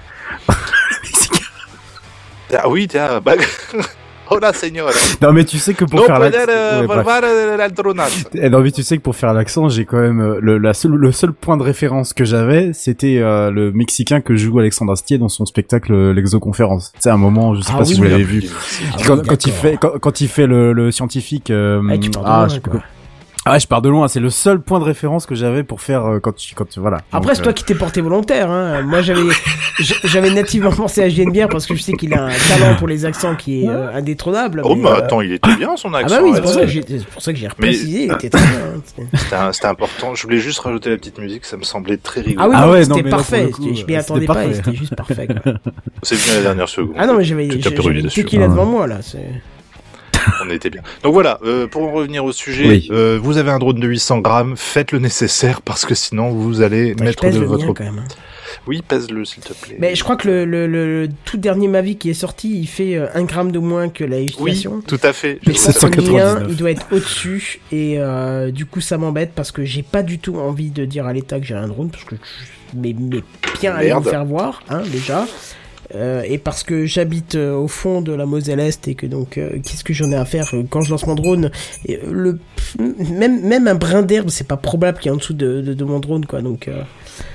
Ah oui, tiens, bah... Hola señor.
Non, mais tu sais que pour
No
faire
poder
l'accent.
euh,
ouais, bref.
volvar el dronazo.
Eh, non, mais tu sais que pour faire l'accent, j'ai quand même euh, le, la seule, le seul point de référence que j'avais, c'était euh, le Mexicain que joue Alexandre Astier dans son spectacle euh, L'Exoconférence. C'est un moment, je sais
Ah
pas si
oui,
vous
oui,
l'avez
oui.
vu.
Ah
quand,
oui,
quand il
d'accord.
fait, quand, quand il fait le, le scientifique. Euh,
Ah, tu pars de
ah,
loin,
je sais
quoi.
plus quoi. Ah, je pars de loin. C'est le seul point de référence que j'avais pour faire euh, quand tu, quand tu, voilà.
Après,
Donc,
c'est toi qui t'es porté volontaire. Hein. Moi, j'avais, j'- j'avais nativement pensé à J N bière parce que je sais qu'il a un talent pour les accents qui est euh, indétrônable.
Oh
mais,
bah
euh,
attends, il était bien son
Ah
accent.
bah oui, c'est pour,
elle,
ça que
c'est-
j'ai, c'est pour ça que j'ai
Mais-
reprécisé. Il était très bien. hein.
C'était un- c'était important. Je voulais juste rajouter la petite musique, ça me semblait très rigolo.
Ah oui,
Ah
non,
ouais, non,
c'était
mais là, pour
parfait.
le coup,
C'était- je m'y
euh,
attendais
c'était
pas et
parfait.
c'était juste parfait. Quoi.
C'est venu à la dernière seconde.
Ah non, mais j'avais,
Tu t'as
j'ai-
perdu
j'avais une
dessus.
tequila
Ah.
devant moi là. C'est...
On était bien. Donc voilà, euh, pour en revenir au sujet,
Oui.
euh, vous avez un drone de huit cents grammes, faites le nécessaire parce que sinon vous allez
Ouais, je
mettre
pèse
de
le
votre...
mien quand même. hein.
Oui, pèse-le s'il te plaît.
Mais je crois que le, le, le, le tout dernier Mavic qui est sorti, il fait euh, un gramme de moins que la
Oui,
législation.
tout à fait.
Mais je pense que le mien,
sept cent quatre-vingt-dix-neuf.
il doit être au-dessus et euh, du coup ça m'embête parce que j'ai pas du tout envie de dire à l'État que j'ai un drone parce que je- mais, mais bien aller
Merde.
vous faire voir, hein, déjà. Euh, et parce que j'habite euh, au fond de la Moselle-Est et que donc euh, qu'est-ce que j'en ai à faire euh, quand je lance mon drone et, euh, le même même un brin d'herbe c'est pas probable qu'il y ait en dessous de, de, de mon drone quoi donc euh,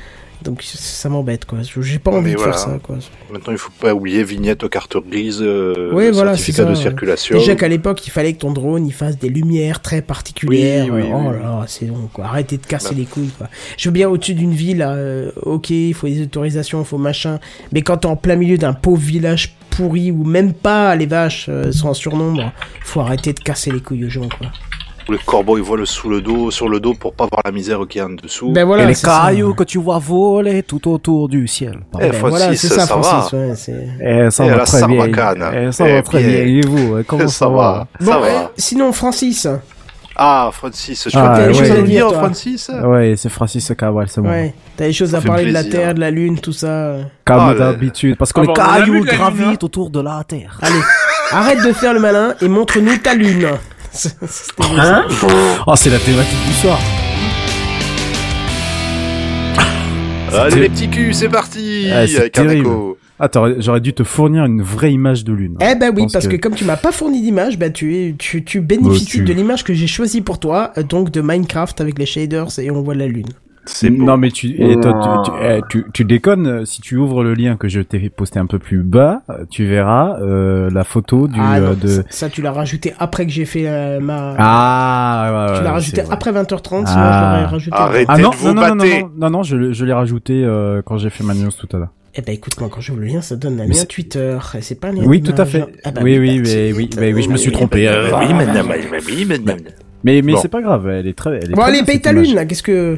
Donc ça m'embête quoi. J'ai pas envie
Mais
de
voilà.
faire ça quoi.
Maintenant, il faut pas oublier vignette aux cartes grises, euh,
Ouais, voilà, c'est
certificat
ça,
de
ouais.
circulation.
Déjà qu'à l'époque, il fallait que ton drone il fasse des lumières très particulières.
Oui, oui,
oh
oui,
là là, c'est long quoi. Arrêtez de casser
Bah.
les couilles quoi. Je veux bien au-dessus d'une ville, euh, ok, il faut des autorisations, il faut machin. Mais quand t'es en plein milieu d'un pauvre village pourri où même pas les vaches euh, sont en surnombre, faut arrêter de casser les couilles aux gens quoi.
Le corbeau, il voit le sous le dos, sur le dos pour pas voir la misère qu'il y a en dessous.
Ben voilà,
Et les
c'est ça.
cailloux que tu vois voler tout autour du ciel.
Eh,
Ben voilà,
Francis,
c'est ça,
ça va.
Francis. Ouais, c'est...
Eh, ça
Eh,
va
la
très bien.
sarbacane.
Eh, ça
Eh,
va très
bien.
bien. Et vous, eh, comment ça,
ça va,
Bon,
ça
euh,
va.
sinon, Francis.
Ah, Francis, je
Ah,
crois que t'as des
ouais.
choses à nous dire,
Toi.
Francis.
Ouais, c'est Francis Cawal, c'est bon.
Ouais, t'as des choses à
Ça fait
parler de la
plaisir.
Terre, de la Lune, tout ça.
Comme
Ah, le-
d'habitude. Parce que
Ah
les
bon, on a
cailloux
vu la lune,
gravitent autour de la Terre.
Allez, arrête de faire le malin et montre-nous ta Lune. C'était beau, ça.
Oh, c'est la thématique du soir.
Allez, les petits culs, c'est parti.
Ah, c'est
avec
terrible.
Hanako.
Attends, j'aurais dû te fournir une vraie image de lune.
Eh ben
Je
oui,
pense
parce que...
que-
comme tu m'as pas fourni d'image, bah tu, es- tu, tu bénéficies
Bah, tu-
de l'image que j'ai choisie pour toi, euh, donc de Minecraft avec les shaders et on voit la Lune.
C'est beau.
Non mais tu, eh, toi, tu, tu, eh, tu, tu déconnes, euh, si tu ouvres le lien que je t'ai posté un peu plus bas, euh, tu verras euh, la photo du
ah non,
euh, de...
ça, ça, tu l'as rajouté après que j'ai fait euh, ma...
Ah, ouais, ouais,
tu l'as
ouais,
rajouté
c'est vrai.
après vingt heures trente, sinon
Ah.
je l'aurais rajouté.
Arrête.
Ah non,
Peut-être
non,
vous
non, non,
battez.
non, non, non, je, l'ai- je l'ai rajouté euh, quand j'ai fait ma news tout à l'heure.
Eh ben écoute, moi quand j'ouvre le lien, ça donne un
Mais
lien
c'est-
Twitter, et c'est pas un lien
Oui,
d'image.
tout à fait.
Ah bah
oui, oui,
bah,
mais,
c'est-
oui, mais oui, je me suis
oui,
trompé. euh,
Oui, madame, oui, madame.
Mais, mais
Bon.
c'est pas grave, elle est très, elle est
Bon
très
allez,
bien,
paye
cette
ta
image.
Lune là, qu'est-ce que...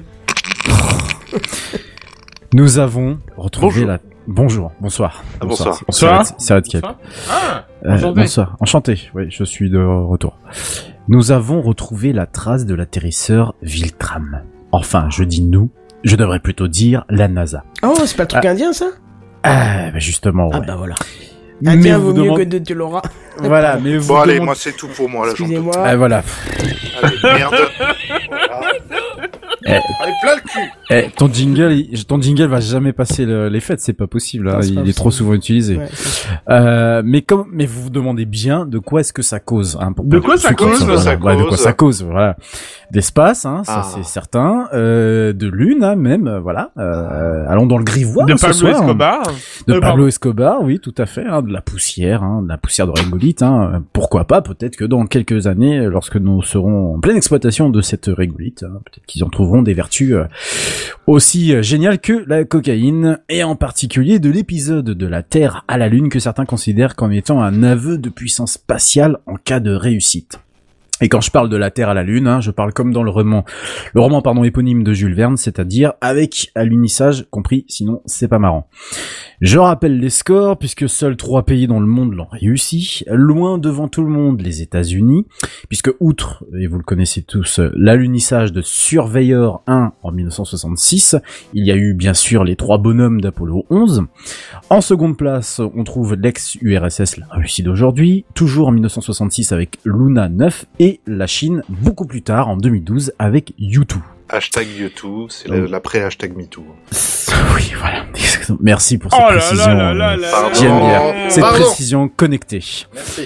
Nous avons retrouvé
Bonjour.
la... Bonjour, bonsoir.
Ah, bonsoir.
C'est-
Bonsoir.
C'est c'est Redcat.
Ah,
Euh,
enchanté.
bonsoir, enchanté. Oui, je suis de retour. Nous avons retrouvé la trace de l'atterrisseur Viltram. Enfin, je dis nous, je devrais plutôt dire la NASA.
Oh, c'est pas le truc indien ça?
Ah, bah justement,
Ah
ouais.
bah voilà.
Mais
Indien
vous
vaut mieux
demande-
que de tu l'auras.
Voilà, mais vous
Bon, allez,
demande-
moi, c'est tout pour moi, là, j'en peux plus.
Excusez-moi.
Ah, voilà.
Allez, merde. Voilà.
Eh.
Allez, plein le cul.
Eh, ton jingle, il- ton jingle va jamais passer le- les fêtes, c'est pas possible. Hein.
Non, c'est
Il
pas
est
possible.
trop souvent utilisé.
Ouais, c'est-
Euh, mais comme, mais vous vous demandez bien de quoi est-ce que ça cause, hein, pour
De
pour
quoi ça
ceux qui
cause
sont-
De quoi ça
voilà, de quoi
cause
ça cause, voilà. D'espace, hein, ça
Ah.
c'est certain. Euh, de lune, hein, même, euh, voilà. Euh, allons dans le grivois
de
ce
Pablo
soir, hein.
Escobar.
De
Euh,
Pablo
pardon.
Escobar, oui, tout à fait. Hein, de la poussière, hein, de la poussière de régolithe. Hein, pourquoi pas? Peut-être que dans quelques années, lorsque nous serons en pleine exploitation de cette régolithe, hein, peut-être qu'ils en trouveront des vertus euh, aussi euh, géniales que la cocaïne, et en particulier de l'épisode de la Terre à la Lune que certains considèrent comme étant un aveu de puissance spatiale en cas de réussite. Et quand je parle de la Terre à la Lune, hein, je parle comme dans le roman, le roman pardon éponyme de Jules Verne, c'est-à-dire avec alunissage compris, sinon c'est pas marrant. Je rappelle les scores puisque seuls trois pays dans le monde l'ont réussi, loin devant tout le monde les États-Unis, puisque outre, et vous le connaissez tous, l'alunissage de Surveyor un en mille neuf cent soixante-six, il y a eu bien sûr les trois bonhommes d'Apollo onze. En seconde place, on trouve l'ex-U R S S, la Russie d'aujourd'hui, toujours en mille neuf cent soixante-six avec Luna neuf, et la Chine beaucoup plus tard, en deux mille douze, avec U deux.
Hashtag YouTube, c'est la- l'après-hashtag MeToo.
Oui, voilà. Merci pour cette
Oh là
précision.
là là là
euh,
là
Pardon.
là.
J'aime bien. Cette
Pardon.
précision connectée.
Merci.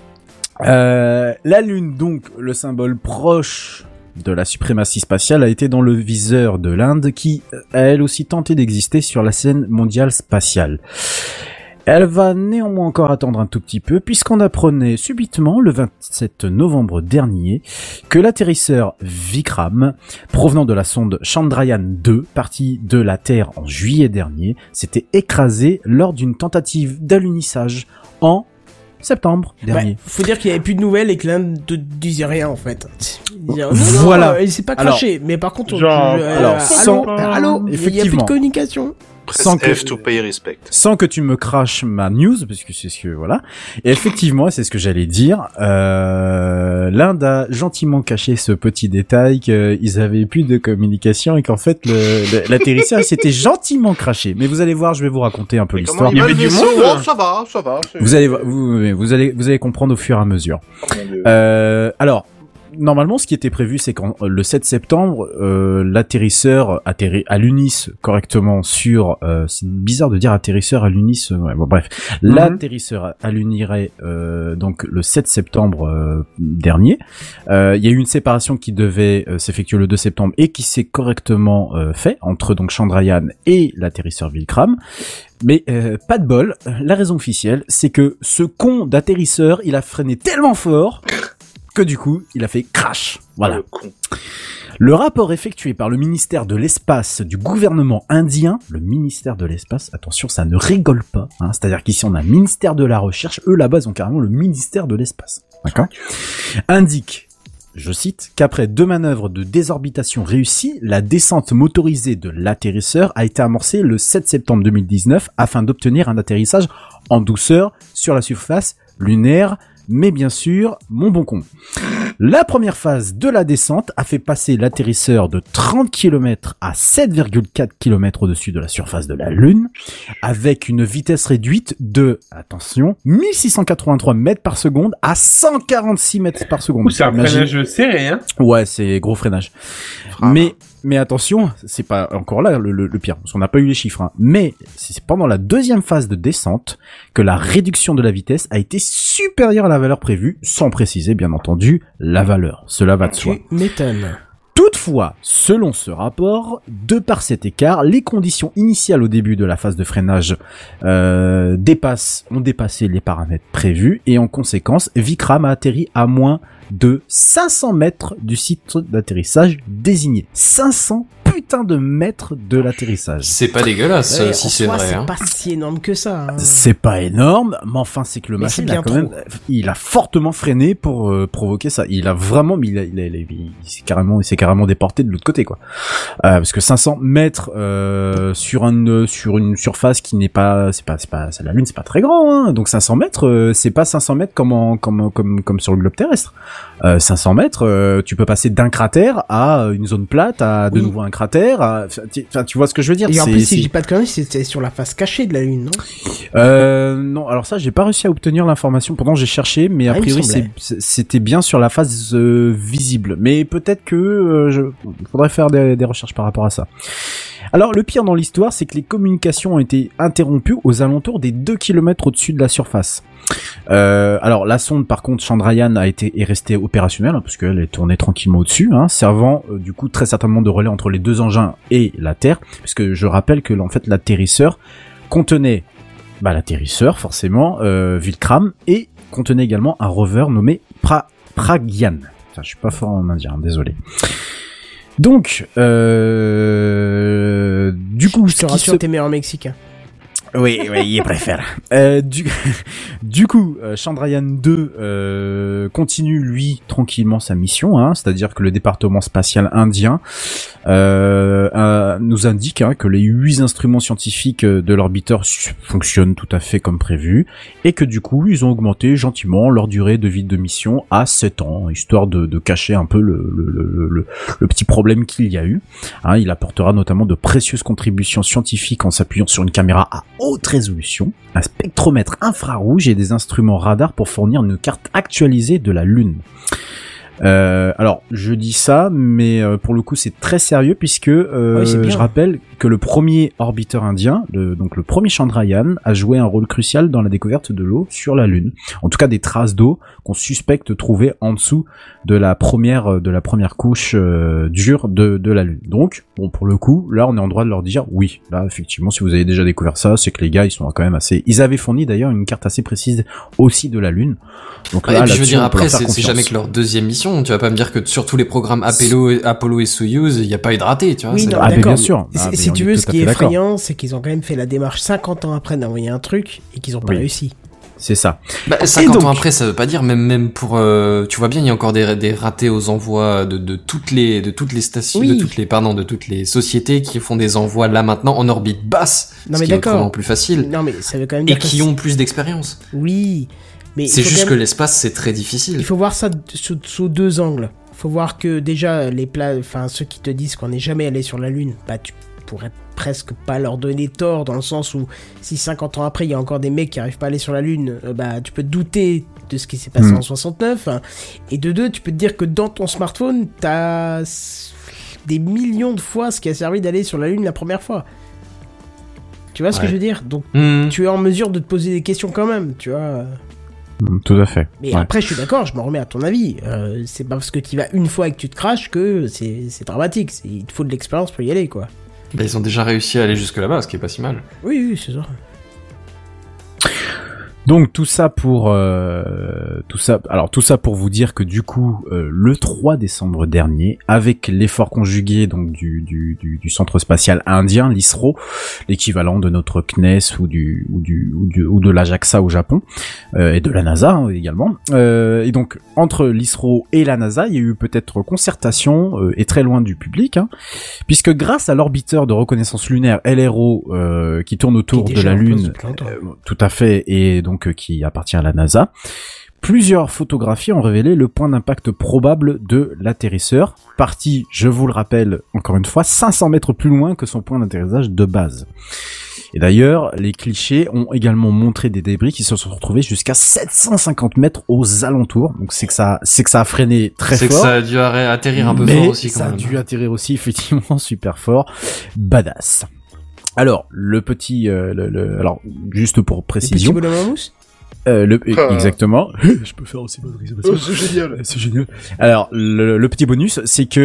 Euh, la Lune, donc, le symbole proche de la suprématie spatiale, a été dans le viseur de l'Inde qui a elle aussi tenté d'exister sur la scène mondiale spatiale. Elle va néanmoins encore attendre un tout petit peu puisqu'on apprenait subitement le vingt-sept novembre dernier que l'atterrisseur Vikram, provenant de la sonde Chandrayaan deux, parti de la Terre en juillet dernier, s'était écrasé lors d'une tentative d'alunissage en septembre dernier.
Ouais, faut dire qu'il y avait plus de nouvelles et que l'Inde ne disait rien en fait. Il disait, non,
Voilà.
non, euh, il s'est pas craché, mais par contre, on-
Genre,
je- euh,
alors,
allô,
sans-
allô, il y a plus
effectivement.
de communication.
Press
Sans que-
F to pay respect.
Sans que tu me craches ma news, parce que c'est ce que voilà. Et effectivement, c'est ce que j'allais dire. Euh, L'Inde a gentiment caché ce petit détail qu'ils avaient plus de communication et qu'en fait le- le- l'atterrissage s'était gentiment craché. Mais vous allez voir, je vais vous raconter un peu
Mais comment
l'histoire.
il va
avait
le
du
vaisseau
monde,
Oh, ça va, ça va. c'est-
Vous allez, vous, vous allez, vous allez comprendre au fur et à mesure.
Oh, mon Dieu.
Euh, alors,
normalement, ce qui était prévu, c'est qu'en le sept septembre, euh, l'atterrisseur atterrit à l'Unis correctement sur. Euh, c'est bizarre de dire atterrisseur à l'Unis. Euh, ouais, bon, bref, mm-hmm. l'atterrisseur alunirait euh, donc le sept septembre euh, dernier. Euh, Il y a eu une séparation qui devait euh, s'effectuer le deux septembre et qui s'est correctement euh, fait entre donc Chandrayaan et l'atterrisseur Vikram. Mais euh, pas de bol, la raison officielle, c'est que ce con d'atterrisseur, il a freiné tellement fort que du coup, il a fait crash. Voilà.
Le con.
Le rapport effectué par le ministère de l'espace du gouvernement indien, le ministère de l'espace, attention, ça ne rigole pas, hein, c'est-à-dire qu'ici on a le ministère de la recherche, eux là-bas ils ont carrément le ministère de l'espace, d'accord, indique, je cite, qu'après deux manœuvres de désorbitation réussies, la descente motorisée de l'atterrisseur a été amorcée le sept septembre deux mille dix-neuf afin d'obtenir un atterrissage en douceur sur la surface lunaire, mais bien sûr, mon bon con. La première phase de la descente a fait passer l'atterrisseur de trente kilomètres à sept virgule quatre kilomètres au-dessus de la surface de la Lune, avec une vitesse réduite de, attention, mille six cent quatre-vingt-trois mètres par seconde à cent quarante-six mètres par seconde.
Ouh, c'est un
Imagine...
freinage serré, hein.
Ouais, c'est gros freinage.
Ah.
Mais mais attention, c'est pas encore là le, le, le pire, parce qu'on n'a pas eu les chiffres, hein. Mais c'est pendant la deuxième phase de descente que la réduction de la vitesse a été supérieure à la valeur prévue, sans préciser bien entendu la valeur. Cela va de soi.
Tu m'étonnes.
Toutefois, selon ce rapport, de par cet écart, les conditions initiales au début de la phase de freinage euh, dépassent, ont dépassé les paramètres prévus et en conséquence, Vikram a atterri à moins de cinq cents mètres du site d'atterrissage désigné. cinq cents putain de mètres de l'atterrissage.
C'est pas dégueulasse,
Ouais,
si
en
c'est
soi,
vrai.
c'est
Hein.
pas si énorme que ça. Hein.
C'est pas énorme, mais enfin c'est que le
Mais
machin
c'est
il a
bien
quand même,
trop.
il a fortement freiné pour euh, provoquer ça. Il a vraiment, mais il, a, il, a, il, a, il s'est carrément, il s'est carrément déporté de l'autre côté quoi. Euh, parce que cinq cents mètres euh, sur une sur une surface qui n'est pas, c'est pas, c'est pas, c'est la Lune, c'est pas très grand. Hein. Donc cinq cents mètres, euh, c'est pas cinq cents mètres comme en, comme comme comme sur le globe terrestre. Euh, cinq cents mètres, euh, tu peux passer d'un cratère à une zone plate, à de
Oui.
nouveau un cratère. À... Enfin, tu vois ce que je veux dire.
Et en
c'est,
plus, si
c'est...
je dis pas de conneries, c'était sur la face cachée de la Lune, non?
Euh, non, alors ça, j'ai pas réussi à obtenir l'information. Pourtant, j'ai cherché, mais a
Ah, il me
priori,
semblait.
c'est, c'était bien sur la face euh, visible. Mais peut-être que euh, je faudrait faire des, des recherches par rapport à ça. Alors, le pire dans l'histoire, c'est que les communications ont été interrompues aux alentours des deux kilomètres au-dessus de la surface. Euh, alors la sonde par contre Chandrayaan a été est restée opérationnelle hein, parce qu'elle est tournée tranquillement au-dessus, hein, servant euh, du coup très certainement de relais entre les deux engins et la Terre, puisque je rappelle que en fait l'atterrisseur contenait bah, l'atterrisseur forcément euh, Vikram et contenait également un rover nommé pra- Pragyan. Enfin, je suis pas fort en indien, désolé. Donc euh, du coup
Je te
ce qui
rassure,
se...
t'es meilleur mexicain.
Oui, oui, il préfère. Euh, du, du coup, euh, Chandrayaan deux euh, continue lui tranquillement sa mission, hein, c'est-à-dire que le département spatial indien euh, euh, nous indique hein, que les huit instruments scientifiques de l'orbiteur fonctionnent tout à fait comme prévu, et que du coup, ils ont augmenté gentiment leur durée de vie de mission à sept ans, histoire de, de cacher un peu le, le, le, le, le petit problème qu'il y a eu. Hein, il apportera notamment de précieuses contributions scientifiques en s'appuyant sur une caméra à haute résolution, un spectromètre infrarouge et des instruments radars pour fournir une carte actualisée de la Lune. Euh, alors, je dis ça, mais euh, pour le coup, c'est très sérieux puisque euh,
Oui, c'est bien.
je rappelle que le premier orbiteur indien, le, donc le premier Chandrayaan, a joué un rôle crucial dans la découverte de l'eau sur la Lune. En tout cas, des traces d'eau qu'on suspecte trouver en dessous de la première de la première couche euh, dure de de la Lune. Donc, bon, pour le coup, là, on est en droit de leur dire oui. Là, effectivement, si vous avez déjà découvert ça, c'est que les gars, ils sont quand même assez. Ils avaient fourni d'ailleurs une carte assez précise aussi de la Lune. Donc
Ouais,
là,
et puis je veux
là-dessus,
dire,
on peut
après,
leur faire
c'est, c'est
confiance.
jamais que leur deuxième mission. Tu vas pas me dire que sur tous les programmes Apollo, et- Apollo et Soyuz, il n'y a pas eu de raté, tu vois.
Oui,
c'est-
non,
Ah, mais
d'accord.
bien sûr.
Si-
Ah, mais
si
on
tu
est
veux,
tout
ce
à
qui est
fait d'accord.
effrayant, c'est qu'ils ont quand même fait la démarche cinquante ans après d'envoyer un truc et qu'ils ont pas
Oui.
réussi.
C'est ça.
Bah, cinquante
donc-
ans après, ça veut pas dire même même pour. Euh, tu vois bien, il y a encore des, des ratés aux envois de, de toutes les de toutes les stations,
Oui.
de toutes les pardon, de toutes les sociétés qui font des envois là maintenant en orbite basse,
Non,
ce
mais
qui est
d'accord.
autrement plus facile,
Non, mais ça veut quand même
et
dire
qui
que
ont plus d'expérience.
oui, mais
C'est
il faut
juste
quand
que
même-
l'espace c'est très difficile.
il faut voir ça d- sous, sous deux angles. Faut voir que déjà les plats, enfin ceux qui te disent qu'on n'est jamais allé sur la Lune, bah tu pourrais presque pas leur donner tort dans le sens où si cinquante ans après il y a encore des mecs qui arrivent pas à aller sur la Lune, euh, bah tu peux te douter de ce qui s'est passé
mmh.
en soixante-neuf. Hein. Et de deux, tu peux te dire que dans ton smartphone, t'as des millions de fois ce qui a servi d'aller sur la Lune la première fois. Tu vois ce
ouais.
que je veux dire? Donc,
mmh.
tu es en mesure de te poser des questions quand même, tu vois.
Tout à fait.
Mais
ouais.
après, je suis d'accord, je m'en remets à ton avis. Euh, c'est pas parce que tu y vas une fois et que tu te craches que c'est, c'est dramatique. C'est, il te faut de l'expérience pour y aller, quoi.
Bah, ils ont déjà réussi à aller jusque là-bas, ce qui est pas si mal.
Oui, oui, c'est ça.
Donc tout ça pour euh, tout ça alors tout ça pour vous dire que du coup euh, le trois décembre dernier, avec l'effort conjugué donc du du du, du centre spatial indien, l'ISRO, l'équivalent de notre C N E S ou du ou du ou, du, ou de la JAXA au Japon euh, et de la NASA hein, également. Euh, et donc entre l'ISRO et la NASA, il y a eu peut-être concertation euh, et très loin du public hein, puisque grâce à l'orbiteur de reconnaissance lunaire L R O euh, qui tourne autour
qui
de la Lune,
euh,
tout à fait, et donc qui appartient à la NASA. Plusieurs photographies ont révélé le point d'impact probable de l'atterrisseur, parti, je vous le rappelle encore une fois, cinq cents mètres plus loin que son point d'atterrissage de base. Et d'ailleurs, les clichés ont également montré des débris qui se sont retrouvés jusqu'à sept cent cinquante mètres aux alentours. Donc c'est que ça, c'est que ça a freiné très
c'est
fort.
C'est que ça a dû atterrir un peu
mais
fort aussi quand
ça
même.
a dû atterrir aussi effectivement super fort. Badass. Alors, le petit, euh, le, le, alors, juste pour précision.
Le petit bonhomme en mousse?
Euh, le,
Ah.
exactement. Je peux faire aussi votre
Oh, c'est génial.
C'est génial. Alors, le, le petit bonus, c'est que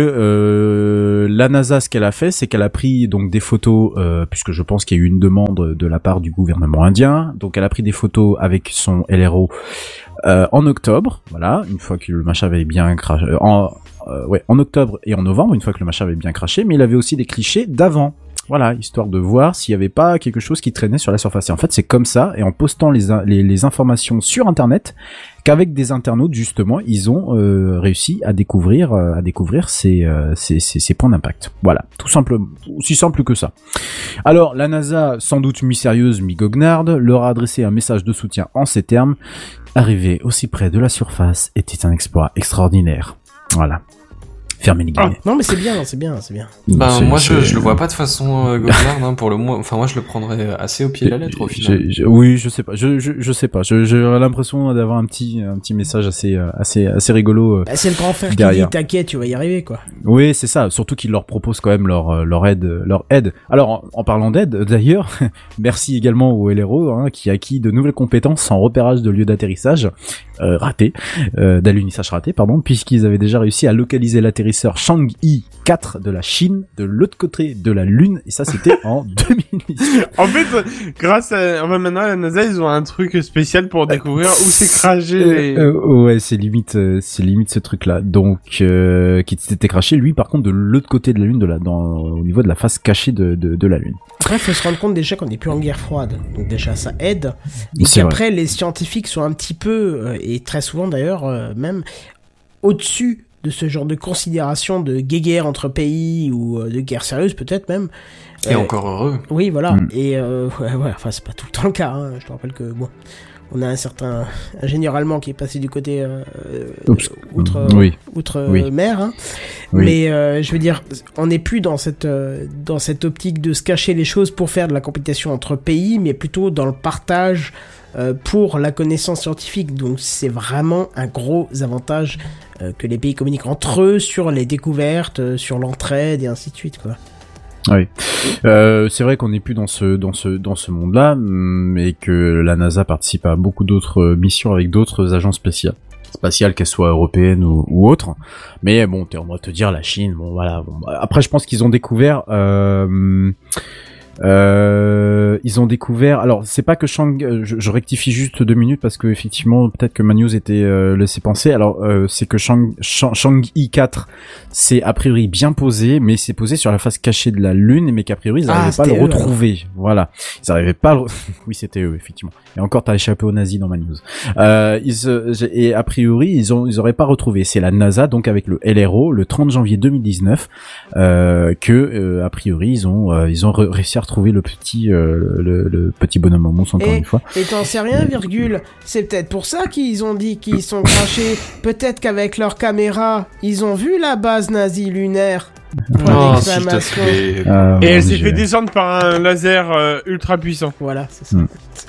euh, la NASA, ce qu'elle a fait, c'est qu'elle a pris donc des photos, euh, puisque je pense qu'il y a eu une demande de la part du gouvernement indien. Donc, elle a pris des photos avec son L R O euh, en octobre. Voilà, une fois que le machin avait bien craché. Euh, en, euh, ouais, en octobre et en novembre, une fois que le machin avait bien craché. Mais il avait aussi des clichés d'avant. Voilà, histoire de voir s'il y avait pas quelque chose qui traînait sur la surface. Et en fait, c'est comme ça, et en postant les, les, les informations sur Internet, qu'avec des internautes, justement, ils ont euh, réussi à découvrir, euh, à découvrir ces, euh, ces, ces, ces points d'impact. Voilà, tout simplement, aussi simple que ça. Alors, la NASA, sans doute mi-sérieuse, mi-goguenarde, leur a adressé un message de soutien en ces termes. Arriver aussi près de la surface était un exploit extraordinaire. Voilà. Fermez les guillemets.
Non, mais c'est bien, c'est bien, c'est bien.
Ben,
C'est-
moi, je,
c'est-
je le vois pas de façon euh, goguenarde, hein, pour le moins. Enfin, moi, je le prendrais assez au pied de la lettre, au final.
J'ai- j'ai- oui, je sais pas. Je, je, je sais pas. Je, j'ai l'impression d'avoir un petit, un petit message assez, euh, assez, assez rigolo. euh.
Bah, c'est le grand frère qui
Derrière.
dit t'inquiète, tu vas y arriver, quoi.
Oui, c'est ça. Surtout qu'ils leur proposent quand même leur, euh, leur aide, leur aide. Alors, en, en parlant d'aide, d'ailleurs, merci également au L R O, hein, qui a acquis de nouvelles compétences en repérage de lieux d'atterrissage euh, raté, euh, d'alunissage raté, pardon, puisqu'ils avaient déjà réussi à localiser l'atterrisseur Chang'e quatre de la Chine de l'autre côté de la Lune, et ça c'était en deux mille dix-huit.
En fait, grâce à, enfin maintenant la NASA, ils ont un truc spécial pour découvrir où c'est crashé. les-
Euh, euh, ouais, c'est limite, euh, c'est limite ce truc-là. Donc, euh, qui s'était craché, lui, par contre, de l'autre côté de la Lune, de la, dans, au niveau de la face cachée de, de, de la Lune.
Après, faut se rendre compte déjà qu'on n'est plus en guerre froide. Donc déjà, ça aide. Et
C'est
qu'après, les scientifiques sont un petit peu, euh, et très souvent d'ailleurs, euh, même, au-dessus de ce genre de considération de guéguerre entre pays ou euh, de guerre sérieuse peut-être même.
Et
Euh,
encore heureux.
Oui, voilà.
Mm.
Et euh, ouais, ouais, enfin, c'est pas tout le temps le cas. Hein. Je te rappelle que bon, on a un certain ingénieur allemand qui est passé du côté euh,
Oups.
outre
Oui.
outre
Oui.
mer. Hein.
Oui.
Mais euh, je veux dire, on n'est plus dans cette euh, dans cette optique de se cacher les choses pour faire de la compétition entre pays, mais plutôt dans le partage euh, pour la connaissance scientifique. Donc c'est vraiment un gros avantage euh, que les pays communiquent entre eux sur les découvertes, euh, sur l'entraide et ainsi de suite, quoi.
Oui, euh, c'est vrai qu'on n'est plus dans ce dans ce dans ce monde-là, mais que la NASA participe à beaucoup d'autres missions avec d'autres agences spatiales, spatiales qu'elles soient européennes ou, ou autres. Mais bon, t'es- on va te dire la Chine. Bon, voilà. Bon, après, je pense qu'ils ont découvert. Euh, Euh, ils ont découvert. Alors, c'est pas que Shang. Je, je rectifie juste deux minutes parce que effectivement, peut-être que ma news était euh, laissé penser. Alors, euh, c'est que Shang Shang Chang'e quatre, c'est a priori bien posé, mais c'est posé sur la face cachée de la Lune, mais qu'a priori ils
Ah,
n'arrivaient pas à le
c'était eux,
retrouver. Voilà, ils n'arrivaient pas. À le... oui, c'était eux effectivement. Et encore, t'as échappé aux nazis dans ma news. Euh, ils, euh, et a priori, ils ont, ils auraient pas retrouvé. C'est la NASA, donc avec le L R O, le trente janvier deux mille dix-neuf, euh, que euh, a priori ils ont, euh, ils ont re- réussi à retrouver le petit, euh, le, le petit bonhomme en mousse encore
Et-
une fois.
Et t'en sais rien, virgule. C'est peut-être pour ça qu'ils ont dit qu'ils sont crachés. Peut-être qu'avec leur caméra, ils ont vu la base nazie lunaire. Point
Oh, s'il te
d'exclamation.
plaît.
Euh,
Et elle s'est
j'ai-
fait descendre par un laser euh, ultra puissant.
Voilà, c'est ça.
Mm.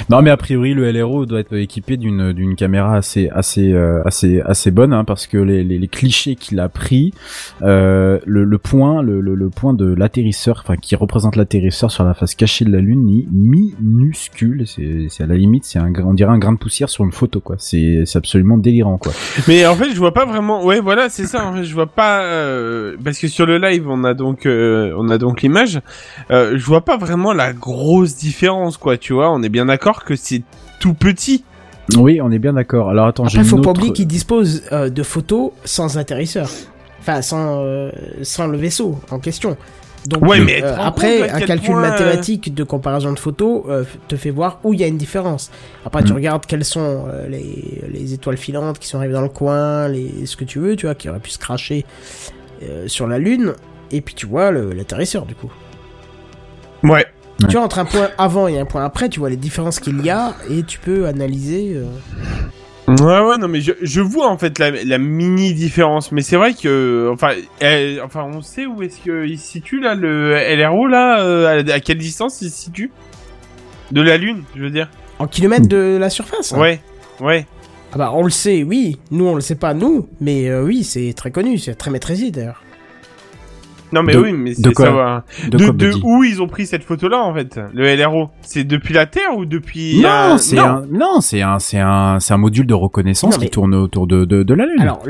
Non, mais a priori, le L R O doit être équipé d'une d'une caméra assez assez euh, assez assez bonne, hein, parce que les les, les clichés qu'il a pris, euh, le le point le le, le point de l'atterrisseur, enfin qui représente l'atterrisseur sur la face cachée de la Lune, est minuscule. C'est c'est à la limite, c'est un on dirait un grain de poussière sur une photo, quoi. C'est c'est absolument délirant, quoi.
Mais en fait, je vois pas vraiment. Ouais, voilà, c'est ça. En fait, je vois pas euh... parce que sur le live, on a donc euh, on a donc l'image. Euh, je vois pas vraiment la grosse différence, quoi. Tu vois, on est bien d'accord que c'est tout petit.
Oui, on est bien d'accord. Alors attends,
Après,
j'ai une
faut
autre...
pas oublier qu'il dispose euh, de photos sans atterrisseur. Enfin, sans euh, sans le vaisseau en question. Donc
ouais, mais
euh, après, un calcul point, mathématique de comparaison de photos euh, te fait voir où il y a une différence. Après, mmh. tu regardes quelles sont euh, les, les étoiles filantes qui sont arrivées dans le coin, les ce que tu veux, tu vois, qui auraient pu se cracher euh, sur la Lune, et puis tu vois le, l'atterrisseur du coup.
Ouais.
Tu vois, entre un point avant et un point après, tu vois les différences qu'il y a, et tu peux analyser... Euh...
Ouais, ouais, non, mais je, je vois en fait la, la mini différence, mais c'est vrai que, enfin, elle, enfin, on sait où est-ce qu'il se situe là, le L R O là, euh, à, à quelle distance il se situe de la Lune, je veux dire.
En kilomètres de la surface.
Ouais, ouais.
Ah bah on le sait, oui. Nous on le sait pas, nous, mais euh, oui, c'est très connu, c'est très maîtrisé d'ailleurs.
Non mais
de,
oui, mais c'est
de quoi,
savoir
de,
de,
quoi,
de où ils ont pris cette photo-là en fait, le L R O. C'est depuis la Terre ou depuis
Non,
euh...
c'est
non.
un non, c'est un c'est un c'est un module de reconnaissance non, mais... qui tourne autour de de, de la Lune.
Alors,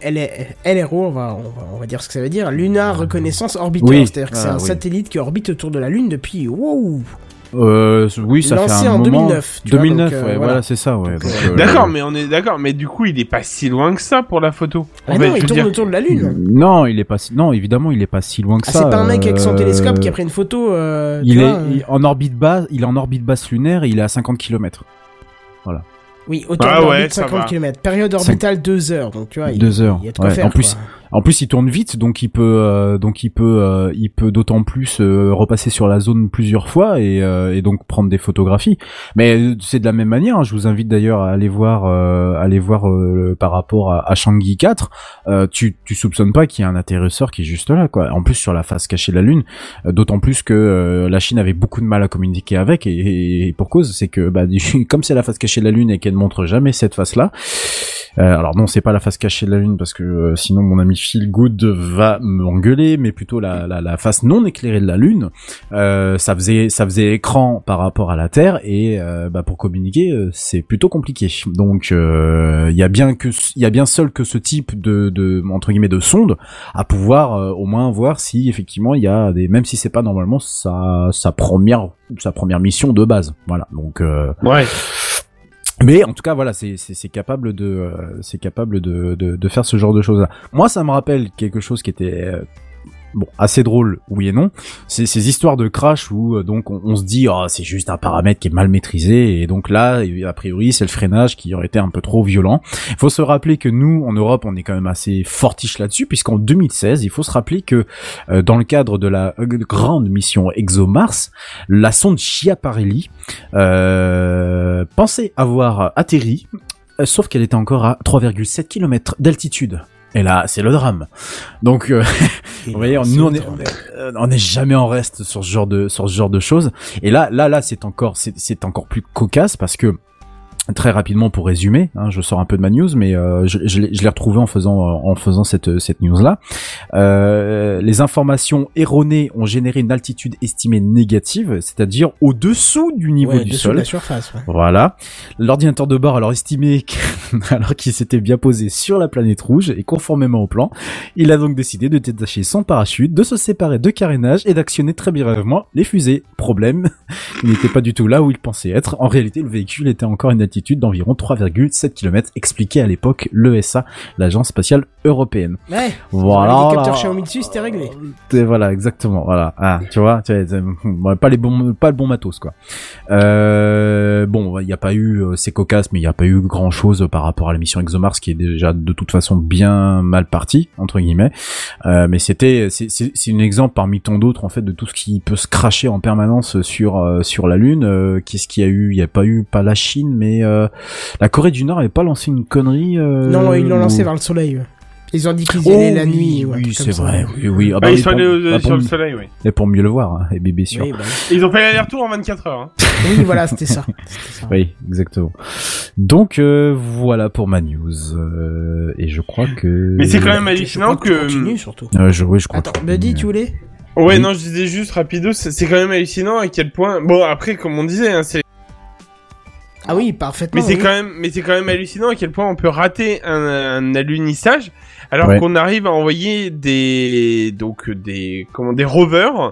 L R O, on va, on va on va dire ce que ça veut dire, Lunar Reconnaissance Orbiter,
oui.
c'est-à-dire que
ah,
c'est un
oui.
satellite qui orbite autour de la Lune depuis wow.
Euh, oui, ça
lancé
fait un
en
moment.
deux mille neuf.
deux mille neuf,
vois, donc,
ouais,
euh,
voilà,
voilà.
c'est ça, ouais.
Donc,
donc,
euh,
euh,
D'accord, mais on est d'accord, mais du coup, il est pas si loin que ça pour la photo.
Ah
en
non,
fait,
il
je veux
tourne
dire...
autour de la Lune.
Non, il est pas si... non, évidemment, il est pas si loin que
ah,
ça.
C'est pas un mec avec son
euh...
télescope qui a pris une photo. Euh,
il
tu
est
vois, euh...
en orbite basse, il est en orbite basse lunaire et il est à cinquante kilomètres. Voilà.
Oui, hauteur
ah
d'orbite
ouais,
cinquante kilomètres. Période orbitale deux heures, donc tu vois.
deux heures.
Il y a de quoi
ouais.
faire.
En plus,
quoi.
en plus, il tourne vite, donc il peut, euh, donc il peut, euh, il peut d'autant plus euh, repasser sur la zone plusieurs fois et, euh, et donc prendre des photographies. Mais c'est de la même manière. Hein, je vous invite d'ailleurs à aller voir, euh, aller voir euh, par rapport à, à Shanghi quatre. Euh, tu, tu soupçonnes pas qu'il y a un atterrisseur qui est juste là, quoi. En plus sur la face cachée de la Lune, euh, d'autant plus que euh, la Chine avait beaucoup de mal à communiquer avec et, et pour cause, c'est que bah comme c'est la face cachée de la Lune et qu'elle ne montre jamais cette face-là. Euh, alors non, c'est pas la face cachée de la Lune parce que euh, sinon mon ami Phil Good va m'engueuler, mais plutôt la, la, la face non éclairée de la Lune. Euh, ça faisait ça faisait écran par rapport à la Terre et euh, bah pour communiquer euh, c'est plutôt compliqué. Donc il euh, y a bien que il y a bien seul que ce type de de entre guillemets de sonde à pouvoir euh, au moins voir si effectivement il y a des, même si c'est pas normalement sa sa première sa première mission de base. Voilà. Donc euh,
ouais.
Mais en tout cas, voilà, c'est c'est, c'est capable de euh, c'est capable de, de de faire ce genre de choses là. Moi, ça me rappelle quelque chose qui était euh, bon assez drôle, oui et non. C'est ces histoires de crash où euh, donc on, on se dit oh c'est juste un paramètre qui est mal maîtrisé et donc là a priori c'est le freinage qui aurait été un peu trop violent. Il faut se rappeler que nous en Europe on est quand même assez fortiche là-dessus puisqu'en deux mille seize il faut se rappeler que euh, dans le cadre de la euh, grande mission ExoMars, la sonde Schiaparelli euh, pensait avoir atterri euh, sauf qu'elle était encore à trois virgule sept kilomètres d'altitude. Et là, c'est le drame. Donc, euh, vous voyez, nous on est, on est jamais en reste sur ce genre de, sur ce genre de choses. Et là, là, là, c'est encore, c'est, c'est encore plus cocasse parce que très rapidement pour résumer, hein, je sors un peu de ma news, mais euh, je, je, l'ai, je l'ai retrouvé en faisant en faisant cette cette news là. Euh, les informations erronées ont généré une altitude estimée négative, c'est-à-dire au-dessous du niveau
ouais,
du
dessous
sol.
De la surface. Ouais.
Voilà. L'ordinateur de bord alors estimé alors qu'il s'était bien posé sur la planète rouge et conformément au plan, il a donc décidé de détacher son parachute, de se séparer de carénage et d'actionner très brièvement les fusées. Problème, il n'était pas du tout là où il pensait être. En réalité, le véhicule était encore une altitude d'environ trois virgule sept kilomètres, expliqué à l'époque l'E S A, l'agence spatiale européenne.
Ouais.
Voilà.
Les capteurs Xiaomi dessus, c'était réglé.
Et voilà, exactement. Voilà. Ah, tu vois, tu vois, pas les bons, pas le bon matos, quoi. Euh, bon, il n'y a pas eu, c'est cocasse, mais il n'y a pas eu grand chose par rapport à la mission ExoMars qui est déjà de toute façon bien mal partie, entre guillemets. Euh, mais c'était, c'est, c'est, c'est un exemple parmi tant d'autres, en fait, de tout ce qui peut se cracher en permanence sur, euh, sur la Lune. Euh, qu'est-ce qu'il y a eu? Il n'y a pas eu, pas la Chine, mais, euh, la Corée du Nord avait pas lancé une connerie, euh...
Non, ils l'ont
ou...
lancé vers le soleil. Ils ont dit qu'ils y allaient
Oh,
la
oui,
nuit. ou un
oui,
truc
c'est
comme ça.
vrai. Oui, oui. Ah
Ah,
bah,
ils
oui,
sont
pour-
allés au-
bah,
sur
pour-
le soleil, oui.
Et pour mieux le voir, hein, et bébé sûr.
Oui, bah,
Et ils ont fait l'aller-retour en vingt-quatre heures. Hein.
oui, voilà, c'était ça. C'était ça.
Oui, exactement. Donc euh, voilà pour ma news. Euh, et je crois que.
Mais c'est quand même
Je
hallucinant
crois que tu
que...
continues, surtout.
Euh, je, oui, je crois.
Attends,
que-
Buddy, tu voulais
Ouais,
Oui.
non, je disais juste rapido, c'est c'est quand même hallucinant à quel point... Bon, après, comme on disait, hein, c'est...
Ah oui, parfaitement.
Mais c'est
oui.
quand même, mais c'est quand même hallucinant à quel point on peut rater un, un alunissage alors
Ouais.
qu'on arrive à envoyer des, donc des, comment, des rovers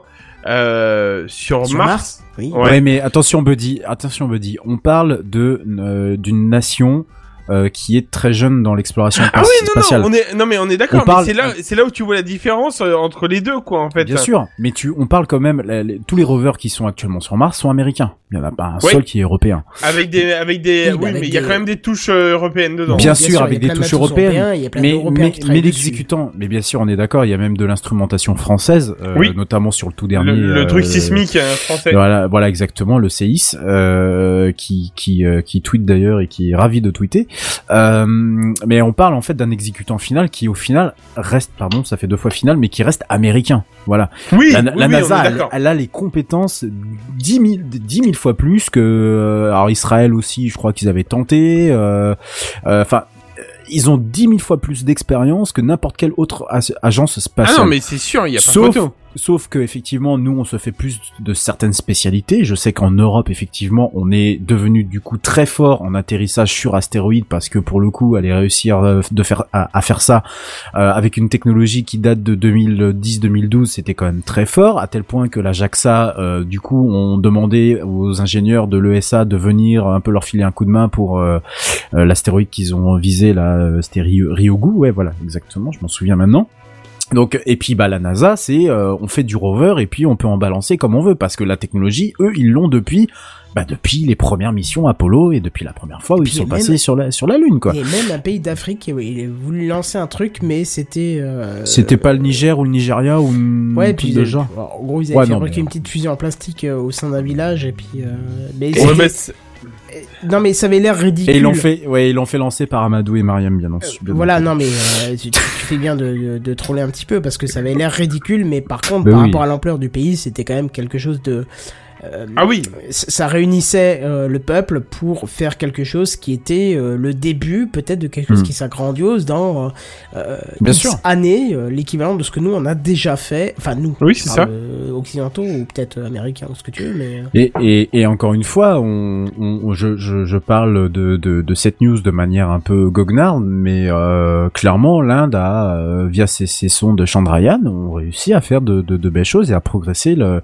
euh, sur,
Sur
Mars.
Mars, oui.
Ouais.
Ouais. mais attention Buddy, attention Buddy. On parle de euh, d'une nation euh, qui est très jeune dans l'exploration
Ah oui, non,
spatiale.
non, on est, non mais on est d'accord.
On parle-
Mais c'est là, c'est là où tu vois la différence euh, entre les deux, quoi, en fait.
Bien sûr, mais tu, on parle quand même. la- les- tous les rovers qui sont actuellement sur Mars sont américains. Il y en a pas un
Oui.
seul qui est européen.
Avec des, avec des,
Oui,
oui,
bah, avec
mais il y a
des-
quand même des touches euh, européennes dedans.
Bien
Bien
sûr,
sûr,
avec
il y a
des
plein de
touches
matos
européennes.
européens, il y a plein
Mais,
d'Européens
mais,
qui travaillent
mais
dessus.
l'exécutant, mais bien sûr, on est d'accord. Il y a même de l'instrumentation française, euh,
Oui.
notamment sur le tout dernier.
Le, le
euh,
truc sismique euh, français.
Voilà, voilà exactement le C I S euh, qui qui euh, qui tweet d'ailleurs et qui est ravi de tweeter. Euh, mais on parle en fait d'un exécutant final qui au final reste, pardon, ça fait deux fois final, mais qui reste américain. Voilà.
Oui,
La,
oui,
la
oui, on
NASA,
est
elle,
d'accord.
elle a les compétences dix mille, dix mille fois plus que. euh, alors Israël aussi, je crois qu'ils avaient tenté. Enfin. Euh, euh, enfin, ils ont dix mille fois plus d'expérience que n'importe quelle autre as- agence
Ah
spatiale.
non, mais c'est sûr, il y a pas
Sauf-
photo.
Sauf que effectivement, nous, on se fait plus de certaines spécialités. Je sais qu'en Europe, effectivement, on est devenu du coup très fort en atterrissage sur astéroïdes parce que pour le coup, aller réussir euh, de faire à, à faire ça euh, avec une technologie qui date de deux mille dix deux mille douze, c'était quand même très fort, à tel point que la JAXA, euh, du coup, ont demandé aux ingénieurs de l'E S A de venir un peu leur filer un coup de main pour euh, euh, l'astéroïde qu'ils ont visé là, euh, c'était Ry- Ryugu, ouais, voilà, exactement, je m'en souviens maintenant. Donc et puis bah la NASA c'est euh, on fait du rover et puis on peut en balancer comme on veut parce que la technologie eux ils l'ont depuis bah depuis les premières missions Apollo et depuis la première fois où ils
Puis
sont
même-
passés sur la sur la lune quoi.
Et même un pays d'Afrique, oui, il a voulu lancer un truc, mais c'était. euh,
C'était pas le Niger ou le Nigeria ou une
Ouais,
truc
puis
de
ils-
genre.
en gros, ils avaient
Ouais, non,
fabriqué
mais-
une petite fusée en plastique euh, au sein d'un village, et puis. euh, Mais
Ouais,
c'était-
bah, c'est-
Non, mais ça avait l'air ridicule.
Et ils l'ont fait ouais, ils l'ont fait lancer par Amadou et Mariam bien entendu. bien
Voilà,
entendu.
non, mais euh, tu, tu fais bien de, de, de troller un petit peu parce que ça avait l'air ridicule, mais par contre,
Ben
par
oui.
rapport à l'ampleur du pays, c'était quand même quelque chose de. euh,
Ah oui.
c- Ça réunissait euh, le peuple pour faire quelque chose qui était euh, le début, peut-être, de quelque chose
Hmm.
qui sera grandiose dans euh,
Bien
X
sûr.
années, euh, l'équivalent de ce que nous on a déjà fait. Enfin, nous,
Oui, c'est
je
ça.
parle, euh, occidentaux ou peut-être euh, américains ou ce que tu veux, mais. euh,
Et, et, et encore une fois, on, on, je, je, je parle de, de, de cette news de manière un peu goguenarde, mais euh, clairement, l'Inde a, euh, via ses, ses sondes de Chandrayaan, ont réussi à faire de, de, de belles choses et à progresser le...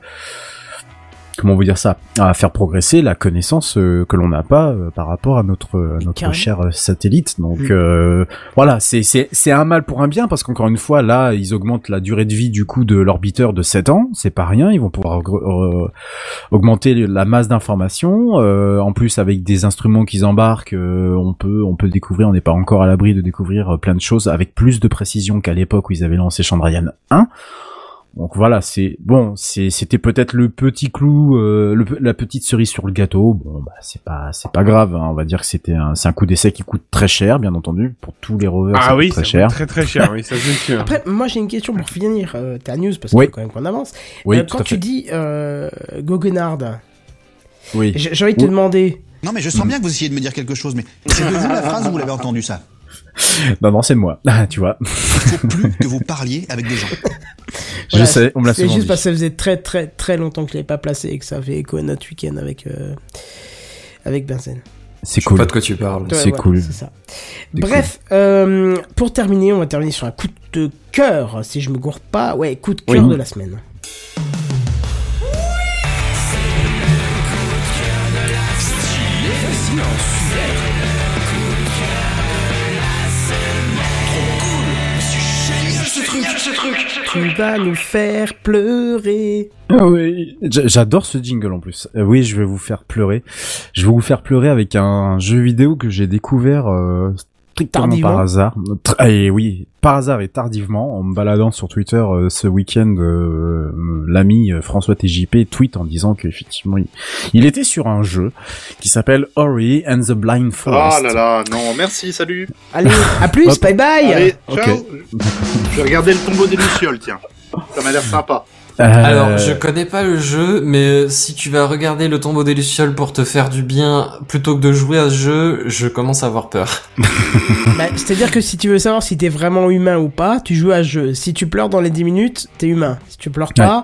Comment vous dire ça? À faire progresser la connaissance euh, que l'on n'a pas euh, par rapport à notre, à notre
Carrément.
cher euh, satellite. Donc
Mm.
euh, voilà, c'est c'est c'est un mal pour un bien parce qu'encore une fois, là, ils augmentent la durée de vie du coup de l'orbiteur de sept ans. C'est pas rien. Ils vont pouvoir euh, augmenter la masse d'informations. Euh, en plus, avec des instruments qu'ils embarquent, euh, on peut on peut découvrir. On n'est pas encore à l'abri de découvrir euh, plein de choses avec plus de précision qu'à l'époque où ils avaient lancé Chandrayaan un. Donc voilà, c'est bon, c'est c'était peut-être le petit clou, euh, le, la petite cerise sur le gâteau. Bon, bah c'est pas c'est pas grave. Hein, on va dire que c'était un c'est un coup d'essai qui coûte très cher, bien entendu, pour tous les rovers. ça
Ah
coûte
oui,
très
ça
cher.
coûte très très cher, oui, ça c'est sûr.
Après, moi j'ai une question pour finir euh, ta news parce
Oui.
qu'il faut quand même qu'on avance.
Oui,
Euh,
tout
quand
à
tu
fait.
dis euh, goguenard,
Oui.
j'ai j'ai envie de te
Oui.
demander.
Non, mais je sens bien que vous essayez de me dire quelque chose, mais c'est de vous la phrase ou vous l'avez entendu ça?
Non non, c'est de moi. tu vois.
Il faut plus que vous parliez avec des gens.
Je
Voilà,
sais, on me l'a
C'est
souvent
juste
dit.
parce que ça faisait très très très longtemps que je l'avais pas placé et que ça fait écho à notre week-end avec euh, avec Benzen.
C'est
Je sais
cool.
pas de quoi tu parles.
Ouais,
C'est
voilà,
cool.
C'est ça.
C'est
Bref, euh, pour terminer, on va terminer sur un coup de cœur, si je me gourre pas. Ouais, coup de
Oui.
cœur de la semaine. Tu vas nous faire pleurer.
Ah oui, J- j'adore ce jingle en plus. Euh, oui, je vais vous faire pleurer. Je vais vous faire pleurer avec un jeu vidéo que j'ai découvert euh, strictement
Tardivement.
par hasard. Tr- Et oui, par hasard et tardivement, en me baladant sur Twitter euh, ce week-end, euh, l'ami euh, François T J P tweet en disant qu'effectivement, il, il était sur un jeu qui s'appelle Ori and the Blind Forest.
Oh là là, non, merci, salut.
Allez, à plus,
Hop.
bye bye.
Allez,
ok.
ciao. Je vais regarder le tombeau des Lucioles, tiens. Ça m'a l'air sympa.
Euh,
Alors, je connais pas le jeu, mais euh, si tu vas regarder le tombeau des Lucioles pour te faire du bien, plutôt que de jouer à ce jeu, je commence à avoir peur.
Bah, c'est-à-dire que si tu veux savoir si t'es vraiment humain ou pas, tu joues à ce jeu. Si tu pleures dans les dix minutes, t'es humain. Si tu pleures pas,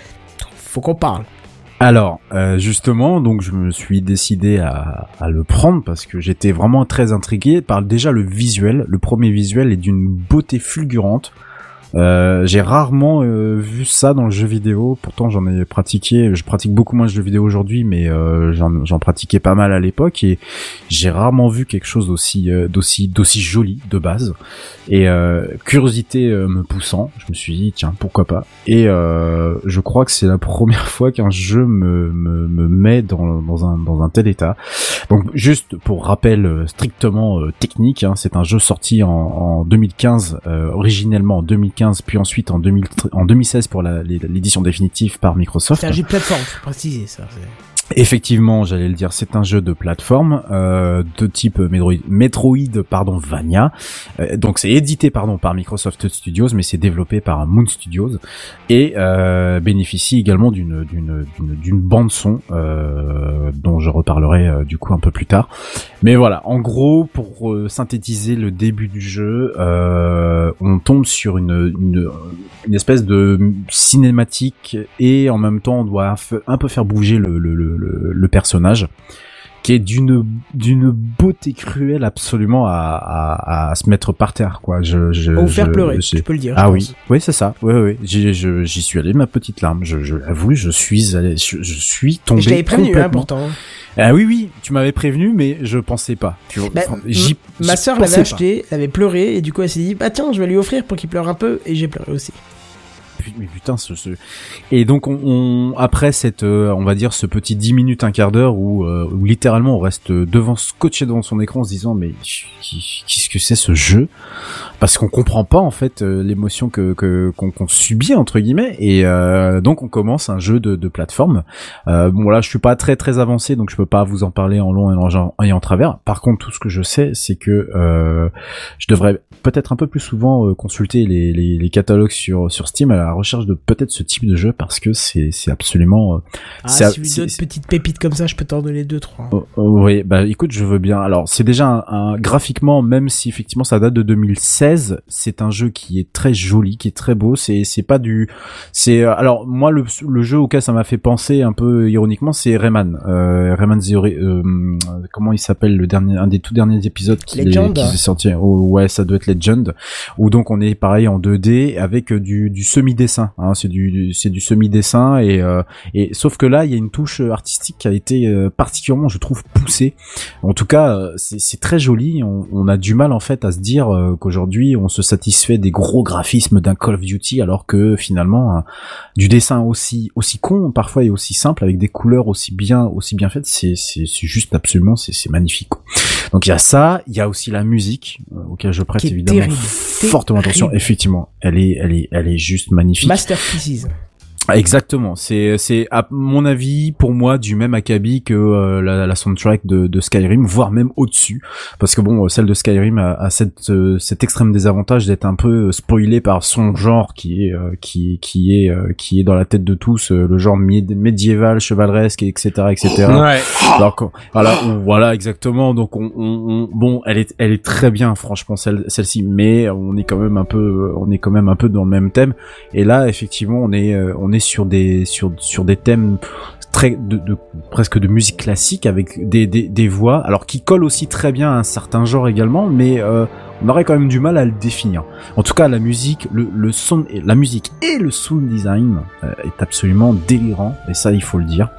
faut qu'on parle.
Alors, euh, justement, donc je me suis décidé à, à le prendre parce que j'étais vraiment très intrigué par déjà le visuel. Le premier visuel est d'une beauté fulgurante. Euh, j'ai rarement euh, vu ça dans le jeu vidéo. Pourtant, j'en ai pratiqué. Je pratique beaucoup moins de jeux vidéo aujourd'hui, mais euh, j'en, j'en pratiquais pas mal à l'époque et j'ai rarement vu quelque chose d'aussi, euh, d'aussi, d'aussi joli de base. Et euh, curiosité euh, me poussant, je me suis dit tiens pourquoi pas. Et euh, je crois que c'est la première fois qu'un jeu me me, me met dans dans un dans un tel état. Donc juste pour rappel euh, strictement euh, technique, hein, c'est un jeu sorti en, en deux mille quinze, euh, originellement en deux mille quinze, puis ensuite en deux mille en deux mille seize pour la, l'édition définitive par Microsoft.
C'est un jeu de plateforme, faut préciser ça. C'est...
Effectivement, j'allais le dire, c'est un jeu de plateforme euh, de type Metroid, Metroid pardon, Vania. Euh, donc c'est édité pardon par Microsoft Studios, mais c'est développé par Moon Studios et euh, bénéficie également d'une d'une d'une, d'une bande son euh, dont je reparlerai euh, du coup un peu plus tard. Mais voilà, en gros, pour euh, synthétiser le début du jeu, euh, on tombe sur une, une une espèce de cinématique et en même temps on doit un peu faire bouger le le, le Le, le personnage qui est d'une d'une beauté cruelle absolument à, à, à se mettre par terre quoi. Je, je,
Ou faire
je,
pleurer,
je,
tu peux le dire.
Ah
je
oui,
pense.
oui c'est ça. Oui oui, j'y, je, j'y suis allé ma petite larme. Je, je l'avoue, je suis allé, je, je suis tombé.
Et je t'avais prévenu hein,
complètement.
pourtant.
Ah oui oui, tu m'avais prévenu, mais je pensais pas. Tu vois,
Bah,
enfin, j'y,
m- ma
j'y
sœur
pensais
l'avait
pas.
acheté, elle avait pleuré et du coup elle s'est dit bah tiens je vais lui offrir pour qu'il pleure un peu et j'ai pleuré aussi.
Mais putain, ce, ce... Et donc on, on après cette, euh, on va dire ce petit dix minutes, un quart d'heure où, euh, où littéralement on reste devant, scotché devant son écran en se disant mais qu'est-ce que c'est ce jeu ? Parce qu'on comprend pas en fait euh, l'émotion que, que qu'on, qu'on subit entre guillemets et euh, donc on commence un jeu de, de plateforme. Euh, bon là je suis pas très très avancé donc je peux pas vous en parler en long et en, et en travers. Par contre tout ce que je sais c'est que euh, je devrais peut-être un peu plus souvent euh, consulter les, les, les catalogues sur sur Steam à la recherche de peut-être ce type de jeu parce que c'est c'est absolument euh,
Ah
c'est,
si vous
c'est,
d'autres
c'est...
petites pépites comme ça je peux t'en donner deux trois.
Oh, oh, oui, bah écoute, je veux bien. Alors, c'est déjà un, un graphiquement, même si effectivement ça date de deux mille seize, c'est un jeu qui est très joli, qui est très beau. C'est c'est pas du, c'est alors moi le le jeu auquel ça m'a fait penser un peu ironiquement, c'est Rayman, euh, Rayman Zero, euh, comment il s'appelle le dernier, un des tout derniers épisodes qui est, qui est sorti. Oh, ouais, ça doit être Legend. Où donc on est pareil en deux D avec du du semi-dessin. Hein, c'est du, du c'est du semi-dessin et euh, et sauf que là il y a une touche artistique qui a été euh, particulièrement je trouve poussée. En tout cas euh, c'est c'est très joli. On, on a du mal en fait à se dire euh, qu'aujourd'hui on se satisfait des gros graphismes d'un Call of Duty alors que finalement euh, du dessin aussi aussi con parfois et aussi simple avec des couleurs aussi bien aussi bien faites c'est c'est c'est juste absolument c'est c'est magnifique quoi. Donc il y a ça, il y a aussi la musique euh, auquel je prête évidemment
terrible,
fortement
terrible.
attention. Effectivement, elle est elle est elle est juste magnifique.
Masterpieces.
Exactement, c'est c'est à mon avis pour moi du même acabit que euh, la, la soundtrack de, de Skyrim, voire même au-dessus, parce que bon celle de Skyrim a, a cette euh, cet extrême désavantage d'être un peu spoilée par son genre qui est euh, qui qui est euh, qui est dans la tête de tous euh, le genre mé- médiéval chevaleresque et etc etc.
Ouais.
Alors qu'on- voilà on, voilà exactement donc on, on, on bon elle est elle est très bien franchement celle celle-ci mais on est quand même un peu on est quand même un peu dans le même thème et là effectivement on est euh, on est sur des sur sur des thèmes très de, de presque de musique classique avec des, des des voix alors qui collent aussi très bien à un certain genre également mais euh, on aurait quand même du mal à le définir. En tout cas la musique le le son la musique et le sound design euh, est absolument délirant et ça il faut le dire.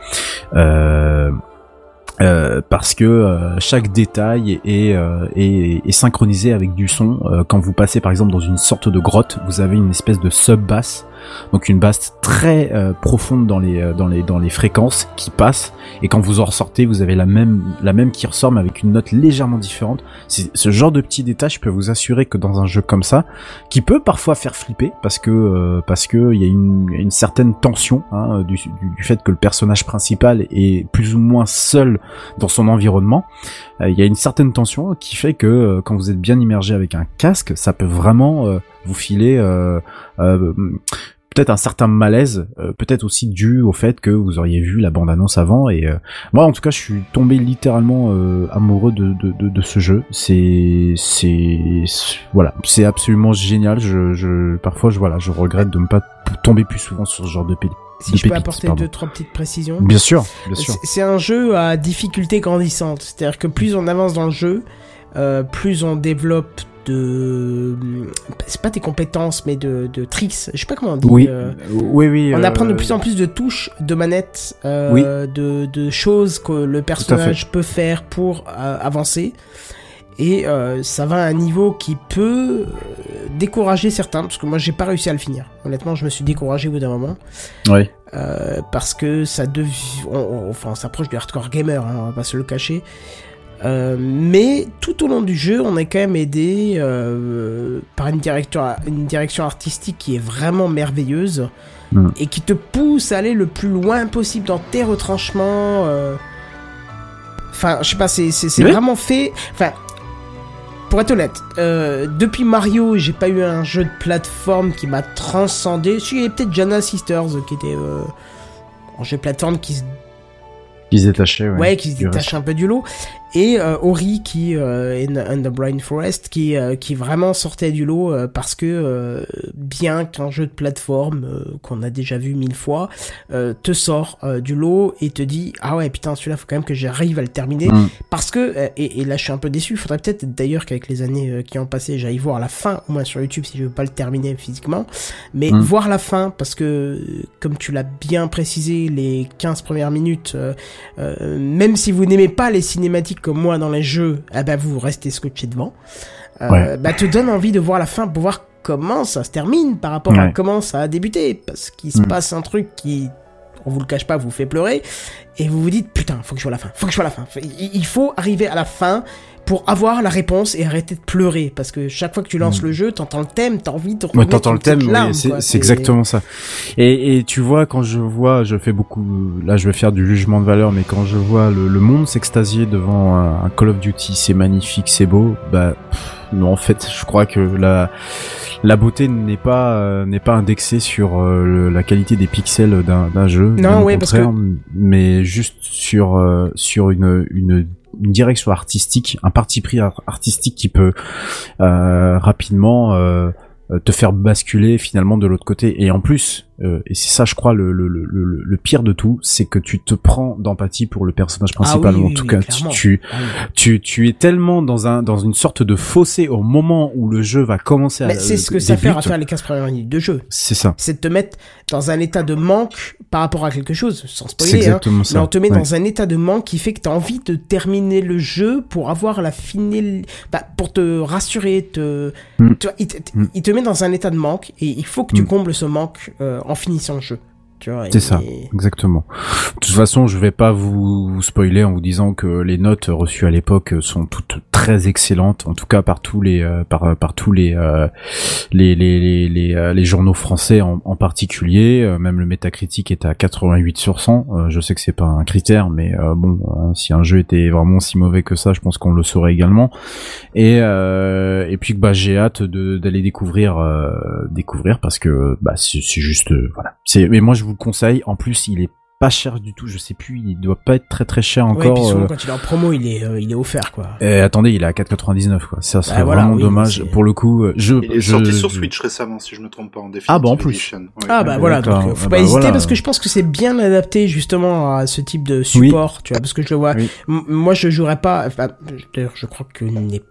Euh Euh, parce que euh, chaque détail est, euh, est, est synchronisé avec du son. Euh, quand vous passez par exemple dans une sorte de grotte, vous avez une espèce de sub-bass donc une basse très euh, profonde dans les euh, dans les dans les fréquences qui passent, et quand vous en ressortez, vous avez la même la même qui ressort mais avec une note légèrement différente. C'est ce genre de petits détails, je peux vous assurer que dans un jeu comme ça, qui peut parfois faire flipper parce que euh, parce que il y a une une certaine tension hein, du, du du fait que le personnage principal est plus ou moins seul dans son environnement. Il euh, y a une certaine tension qui fait que euh, quand vous êtes bien immergé avec un casque, ça peut vraiment euh, vous filer euh, euh, peut-être un certain malaise, euh, peut-être aussi dû au fait que vous auriez vu la bande-annonce avant. Et euh, moi, en tout cas, je suis tombé littéralement euh, amoureux de, de, de, de ce jeu. C'est, c'est, voilà, c'est absolument génial. Je, je, parfois, je, voilà, je regrette de ne pas tomber plus souvent sur ce genre de pédale.
Si je peux apporter deux, trois petites précisions.
Bien sûr, bien sûr.
C'est un jeu à difficulté grandissante. C'est-à-dire que plus on avance dans le jeu, euh, plus on développe de... C'est pas des compétences, mais de, de tricks. Je sais pas comment on dit.
Oui,
euh...
oui, oui.
On
euh...
apprend de plus en plus de touches, de manettes, euh,
oui.
de, de choses que le personnage peut faire pour euh, avancer. Et euh, ça va à un niveau qui peut décourager certains, parce que moi j'ai pas réussi à le finir. Honnêtement, je me suis découragé au bout d'un moment.
Ouais.
Euh, parce que ça devient, on, on, enfin, on s'approche du hardcore gamer, hein, on va pas se le cacher. Euh, mais tout au long du jeu, on est quand même aidé euh, par une direction, une direction artistique qui est vraiment merveilleuse mmh. et qui te pousse à aller le plus loin possible dans tes retranchements. Euh... Enfin, je sais pas, c'est, c'est, c'est oui. vraiment fait. Enfin. Pour être honnête, euh, depuis Mario, j'ai pas eu un jeu de plateforme qui m'a transcendé. Si, il y avait peut-être Jana Sisters qui était euh, un jeu de plateforme qui se...
Qui se détachait, ouais.
Ouais, qui se détachait un peu du lot. Et euh, Ori qui euh, in, in the Brain Forest qui euh, qui vraiment sortait du lot euh, parce que euh, bien qu'un jeu de plateforme euh, qu'on a déjà vu mille fois euh, te sort euh, du lot et te dit ah ouais putain celui-là faut quand même que j'arrive à le terminer mmh. parce que euh, et, et là je suis un peu déçu. Il faudrait peut-être d'ailleurs qu'avec les années euh, qui ont passé j'aille voir la fin au moins sur YouTube si je veux pas le terminer physiquement, mais mmh. voir la fin parce que comme tu l'as bien précisé les quinze premières minutes euh, euh, même si vous n'aimez pas les cinématiques comme moi dans les jeux, eh ben vous restez scotché devant. Euh, ouais. Bah te donne envie de voir la fin pour voir comment ça se termine par rapport ouais. à comment ça a débuté, parce qu'il se mmh. passe un truc qui, on vous le cache pas, vous fait pleurer, et vous vous dites putain, faut que je vois la fin, faut que je vois la fin. Il faut arriver à la fin pour avoir la réponse et arrêter de pleurer, parce que chaque fois que tu lances mmh. le jeu, t'entends le thème, t'as envie de remettre
ouais, t'entends le thème, larme, oui, c'est, c'est, c'est exactement ça. Et, et tu vois, quand je vois, je fais beaucoup, là je vais faire du jugement de valeur, mais quand je vois le, le monde s'extasier devant un, un Call of Duty, c'est magnifique, c'est beau, bah pff, non, en fait, je crois que la la beauté n'est pas euh, n'est pas indexée sur euh, le, la qualité des pixels d'un, d'un jeu,
non, ouais, parce que
mais juste sur euh, sur une une une direction artistique, un parti pris artistique qui peut euh, rapidement euh, te faire basculer finalement de l'autre côté. Et en plus, euh, et c'est ça je crois le, le, le, le pire de tout, c'est que tu te prends d'empathie pour le personnage principal.
Ah oui,
en tout
oui,
cas,
clairement.
tu,
ah oui.
tu tu es tellement dans un dans une sorte de fossé au moment où le jeu va commencer à.
Mais c'est ce que ça fait à faire les quinze premières minutes de jeu.
C'est ça.
C'est de te mettre dans un état de manque par rapport à quelque chose, sans spoiler.
C'est exactement
hein,
ça.
Mais on te met
ouais.
dans un état de manque qui fait que t'as envie de terminer le jeu pour avoir la finale, bah, pour te rassurer, te, mm. tu vois, il, te, mm. il te met dans un état de manque et il faut que tu mm. combles ce manque euh, en finissant le jeu. Tu vois,
c'est
et...
ça, exactement. De toute façon, je vais pas vous, vous spoiler en vous disant que les notes reçues à l'époque sont toutes très excellentes, en tout cas par tous les euh, par par tous les euh, les, les les les euh, les journaux français en, en particulier. Euh, même le Metacritic est à quatre-vingt-huit sur cent. Euh, je sais que c'est pas un critère, mais euh, bon, hein, si un jeu était vraiment si mauvais que ça, je pense qu'on le saurait également. Et euh, et puis bah j'ai hâte de d'aller découvrir euh, découvrir parce que bah c'est, c'est juste euh, voilà. C'est mais moi je vous le conseille. En plus, il est pas cher du tout. Je sais plus, il doit pas être très très cher encore.
Ouais, puis souvent,
euh...
quand il est en promo, il est euh, il est offert quoi.
Et attendez, il est à quatre quatre-vingt-dix-neuf quoi. Ça serait
bah, voilà,
vraiment
oui,
dommage pour le coup. Je
il est
je...
sorti sur Switch récemment, si je me trompe pas, en définitive.
Ah bah en plus.
Edition. Ouais.
Ah bah voilà, donc euh, faut ah, pas bah, hésiter voilà. Parce que je pense que c'est bien adapté justement à ce type de support, oui. tu vois, parce que je le vois. Oui. M- moi, je jouerais pas. Enfin, d'ailleurs, je crois qu'il n'est pas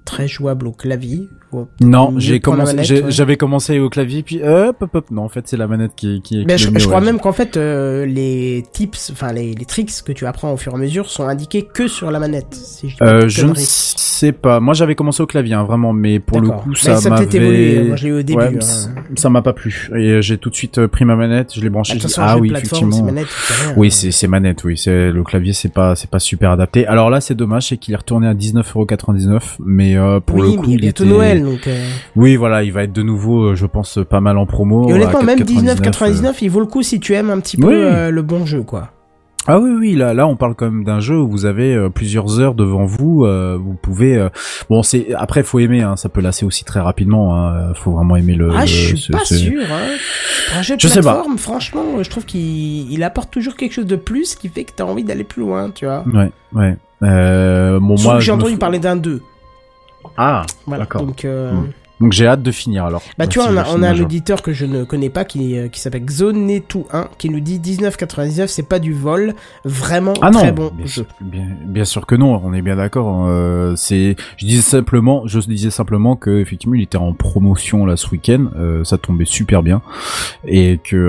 très jouable au clavier. Ou
Non,
mieux
j'ai
pour la
commencé,
manette,
j'ai-
ouais.
j'avais commencé au clavier, puis hop, hop, hop. Non, en fait, c'est la manette qui, qui, qui
Mais
est
je,
le mieux,
je crois
ouais.
même qu'en fait, euh, les tips, enfin les, les tricks que tu apprends au fur et à mesure sont indiqués que sur la manette. Si je dis pas
Euh,
de
je ne
conneries.
sais pas. Moi, j'avais commencé au clavier, hein, vraiment, mais pour le
D'accord.
coup,
Mais
ça
ça a
m'avait.
peut-être évolué. Moi, je l'ai eu au début,
Ouais,
hein.
c- ça m'a pas plu. Et euh, j'ai tout de suite euh, pris ma manette, je l'ai branchée.
De toute
j'ai dit,
façon,
ah
jeu de
oui,
plateforme,
effectivement.
c'est manette, c'est rien.
Oui, c'est c'est manette, oui. C'est le clavier, c'est pas c'est pas super adapté. Alors là, c'est dommage, c'est qu'il est retourné à dix-neuf euros quatre-vingt-dix-neuf, mais euh, pour
Oui,
le coup,
mais il y a
il
bientôt
était.
Noël, donc. Euh...
Oui, voilà, il va être de nouveau, euh, je pense, pas mal en promo.
Et honnêtement,
à
même
quatre
dix-neuf
quatre-vingt-dix-neuf,
quatre-vingt-dix-neuf, il vaut le coup si tu aimes un petit peu
Oui.
euh, le bon jeu, quoi.
Ah oui, oui, là, là, on parle quand même d'un jeu où vous avez euh, plusieurs heures devant vous. Euh, vous pouvez, euh, bon, c'est après, faut aimer, hein, ça peut lasser aussi très rapidement. Hein, faut vraiment aimer le.
Ah,
le-
je suis
ce-
pas
ce-
sûr. Hein. Pour un jeu de
Je sais pas.
plateforme, franchement, je trouve qu'il il apporte toujours quelque chose de plus qui fait que t'as envie d'aller plus loin, tu vois.
Ouais, ouais. Euh, bon,
Sauf
moi,
que j'ai
je me
entendu
fous-
parler d'un deux.
Ah,
Voilà,
d'accord.
donc. Euh...
Hmm. Donc j'ai hâte de finir alors.
Bah tu
Si
vois, on
je
a,
finis
on a
un
un
jour.
auditeur que je ne connais pas qui, euh, qui s'appelle Xonetou un qui nous dit dix-neuf quatre-vingt-dix-neuf, c'est pas du vol, vraiment
Ah non,
très bon
bien,
jeu.
bien, bien sûr que non, on est bien d'accord. Euh, c'est, je disais simplement, je disais simplement que effectivement il était en promotion là ce week-end, euh, ça tombait super bien et que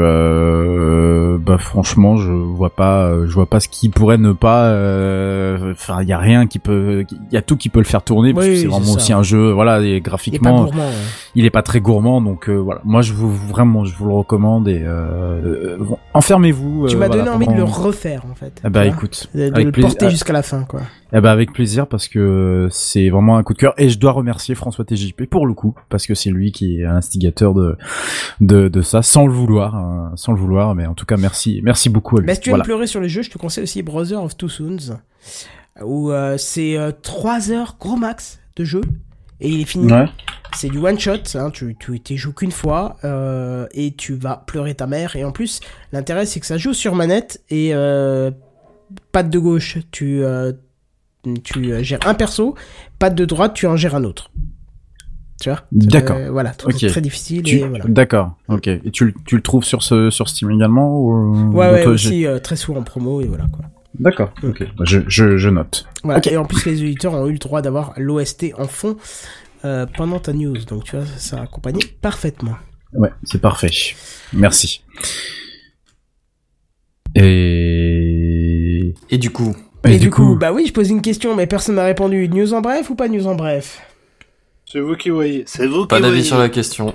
euh, bah franchement je vois pas, je vois pas ce qui pourrait ne pas. Enfin, il y a rien qui peut, il y a tout qui peut le faire tourner parce
Oui,
que c'est
c'est
vraiment
ça.
aussi un jeu, voilà, et
Il est pas
graphiquement.
gourmand. Ouais.
Il est pas très gourmand, donc euh, voilà. Moi, je vous vraiment, je vous le recommande et euh, euh, enfermez-vous.
Tu
euh,
m'as
voilà,
donné envie de
pendant-
le refaire en fait.
Eh bah
tu vois.
écoute,
de, de
avec
le
plaisir.
porter jusqu'à la fin, quoi.
Eh ben avec plaisir parce que c'est vraiment un coup de cœur et je dois remercier François T J P pour le coup parce que c'est lui qui est l'instigateur de de de ça sans le vouloir, hein, sans le vouloir, mais en tout cas merci, merci beaucoup à lui.
Bah, si tu veux
Voilà.
me pleurer sur les jeux, je te conseille aussi Brother of Two Sons, où euh, c'est euh, trois heures gros max de jeu et il est fini.
Ouais.
C'est du one shot, hein, tu tu t'y joues qu'une fois euh, et tu vas pleurer ta mère. Et en plus, l'intérêt c'est que ça joue sur manette et euh, patte de gauche, tu euh, tu euh, gères un perso, patte de droite, tu en gères un autre. Tu vois.
D'accord.
Euh, voilà, très,
Ok.
très difficile.
Tu-
Et voilà.
D'accord. Ok. Et tu le- tu le trouves sur ce sur Steam également ou
Ouais,
ou
ouais,
toi,
aussi euh, très souvent en promo et voilà quoi.
j'ai- D'accord. Ok. Je je je note.
Voilà.
Ok.
Et en plus, les auditeurs ont eu le droit d'avoir l'O S T en fond euh, pendant ta news. Donc, tu vois, ça a accompagné parfaitement.
Ouais, c'est parfait. Merci. Et
Et du coup,
Et, du coup, bah oui, je pose une question, mais personne n'a répondu. News en bref ou pas news en bref?
C'est vous qui voyez. C'est vous
pas
qui
d'avis
voyez.
sur la question.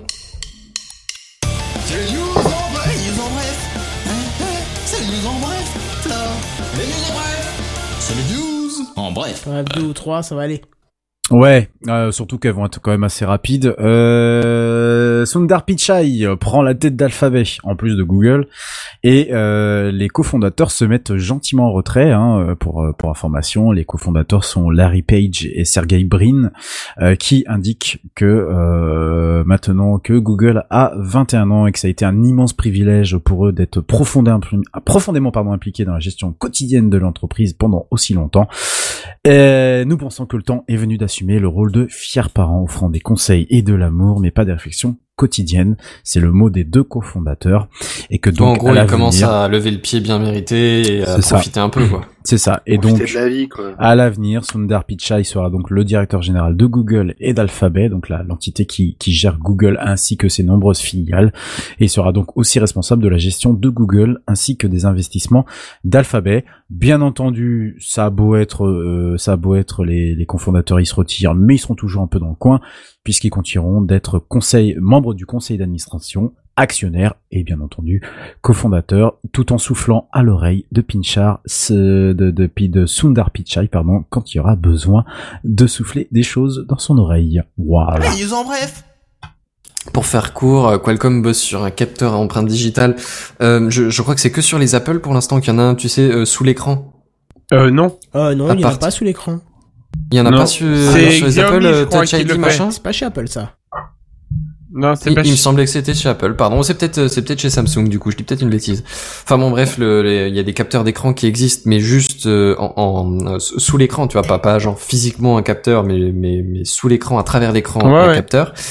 C'est le news en bref, news en bref. Hein, hein, c'est le news en bref, ça. Les news en bref. C'est le news en bref.
Bref, deux ou trois, ça va aller.
Ouais, euh, surtout qu'elles vont être quand même assez rapides. Euh, Sundar Pichai prend la tête d'Alphabet en plus de Google et euh, les cofondateurs se mettent gentiment en retrait. Hein, pour pour information, les cofondateurs sont Larry Page et Sergey Brin euh, qui indiquent que euh, maintenant que Google a vingt et un ans et que ça a été un immense privilège pour eux d'être profondément profondément pardon impliqués dans la gestion quotidienne de l'entreprise pendant aussi longtemps. Et nous pensons que le temps est venu d'assumer le rôle de fiers parents offrant des conseils et de l'amour, mais pas des réflexions quotidiennes. C'est le mot des deux cofondateurs. Et que donc,
en gros,
à
il
l'avenir-
commence à lever le pied bien mérité et à
C'est ça.
profiter un peu, quoi.
C'est ça. Et
Profiter
donc,
de la vie, quoi.
à l'avenir, Sundar Pichai sera donc le directeur général de Google et d'Alphabet, donc la, l'entité qui, qui gère Google ainsi que ses nombreuses filiales. Et il sera donc aussi responsable de la gestion de Google ainsi que des investissements d'Alphabet. Bien entendu, ça a beau être, euh, ça a beau être les, les cofondateurs, ils se retirent, mais ils seront toujours un peu dans le coin puisqu'ils continueront d'être conseil, membres du conseil d'administration, actionnaires et bien entendu cofondateurs, tout en soufflant à l'oreille de Pinchar, ce- de, de, de, de Sundar Pichai, pardon, quand il y aura besoin de souffler des choses dans son oreille. Waouh.
Les news en bref.
Pour faire court, euh, Qualcomm bosse sur un capteur à empreinte digitale. Euh, je, je crois que c'est que sur les Apple pour l'instant qu'il y en a un, tu sais, euh, sous l'écran.
Euh, non.
Euh, non,
À
il n'y en a
part-
pas sous l'écran.
Il y en a
Non.
pas sur,
C'est
sur les
Xiaomi,
Apple
je
euh,
crois,
Touch
qui
I D
le fait.
machin.
C'est pas chez Apple, ça.
Non, c'est
Il,
pas
il me
ch-
semblait que c'était chez Apple, pardon, c'est peut-être c'est peut-être chez Samsung du coup, je dis peut-être une bêtise. Enfin bon bref, le- les- il y a des capteurs d'écran qui existent mais juste euh, en, en- euh, sous l'écran, tu vois, pas pas genre physiquement un capteur mais mais mais sous l'écran à travers l'écran
Ouais,
un
ouais.
capteur.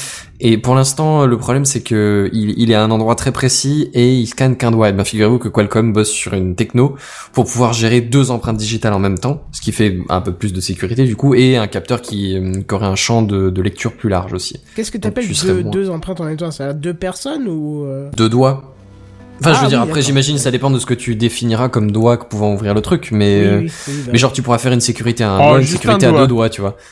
Et pour l'instant, le problème, c'est que il, il est à un endroit très précis et il scanne qu'un doigt. Et bien, figurez-vous que Qualcomm bosse sur une techno pour pouvoir gérer deux empreintes digitales en même temps, ce qui fait un peu plus de sécurité du coup, et un capteur qui, qui aurait un champ de, de lecture plus large aussi.
Qu'est-ce que t'appelles deux, deux empreintes en même temps? Ça a deux personnes ou euh...
Deux doigts. Enfin, ah, je veux dire,
oui,
après,
d'accord.
j'imagine, ça dépend de ce que tu définiras comme doigt pouvant ouvrir le truc, mais,
oui,
euh,
oui, oui, bah,
mais genre, tu pourras faire une sécurité à un
oh,
doigt, une sécurité à deux doigts, tu vois.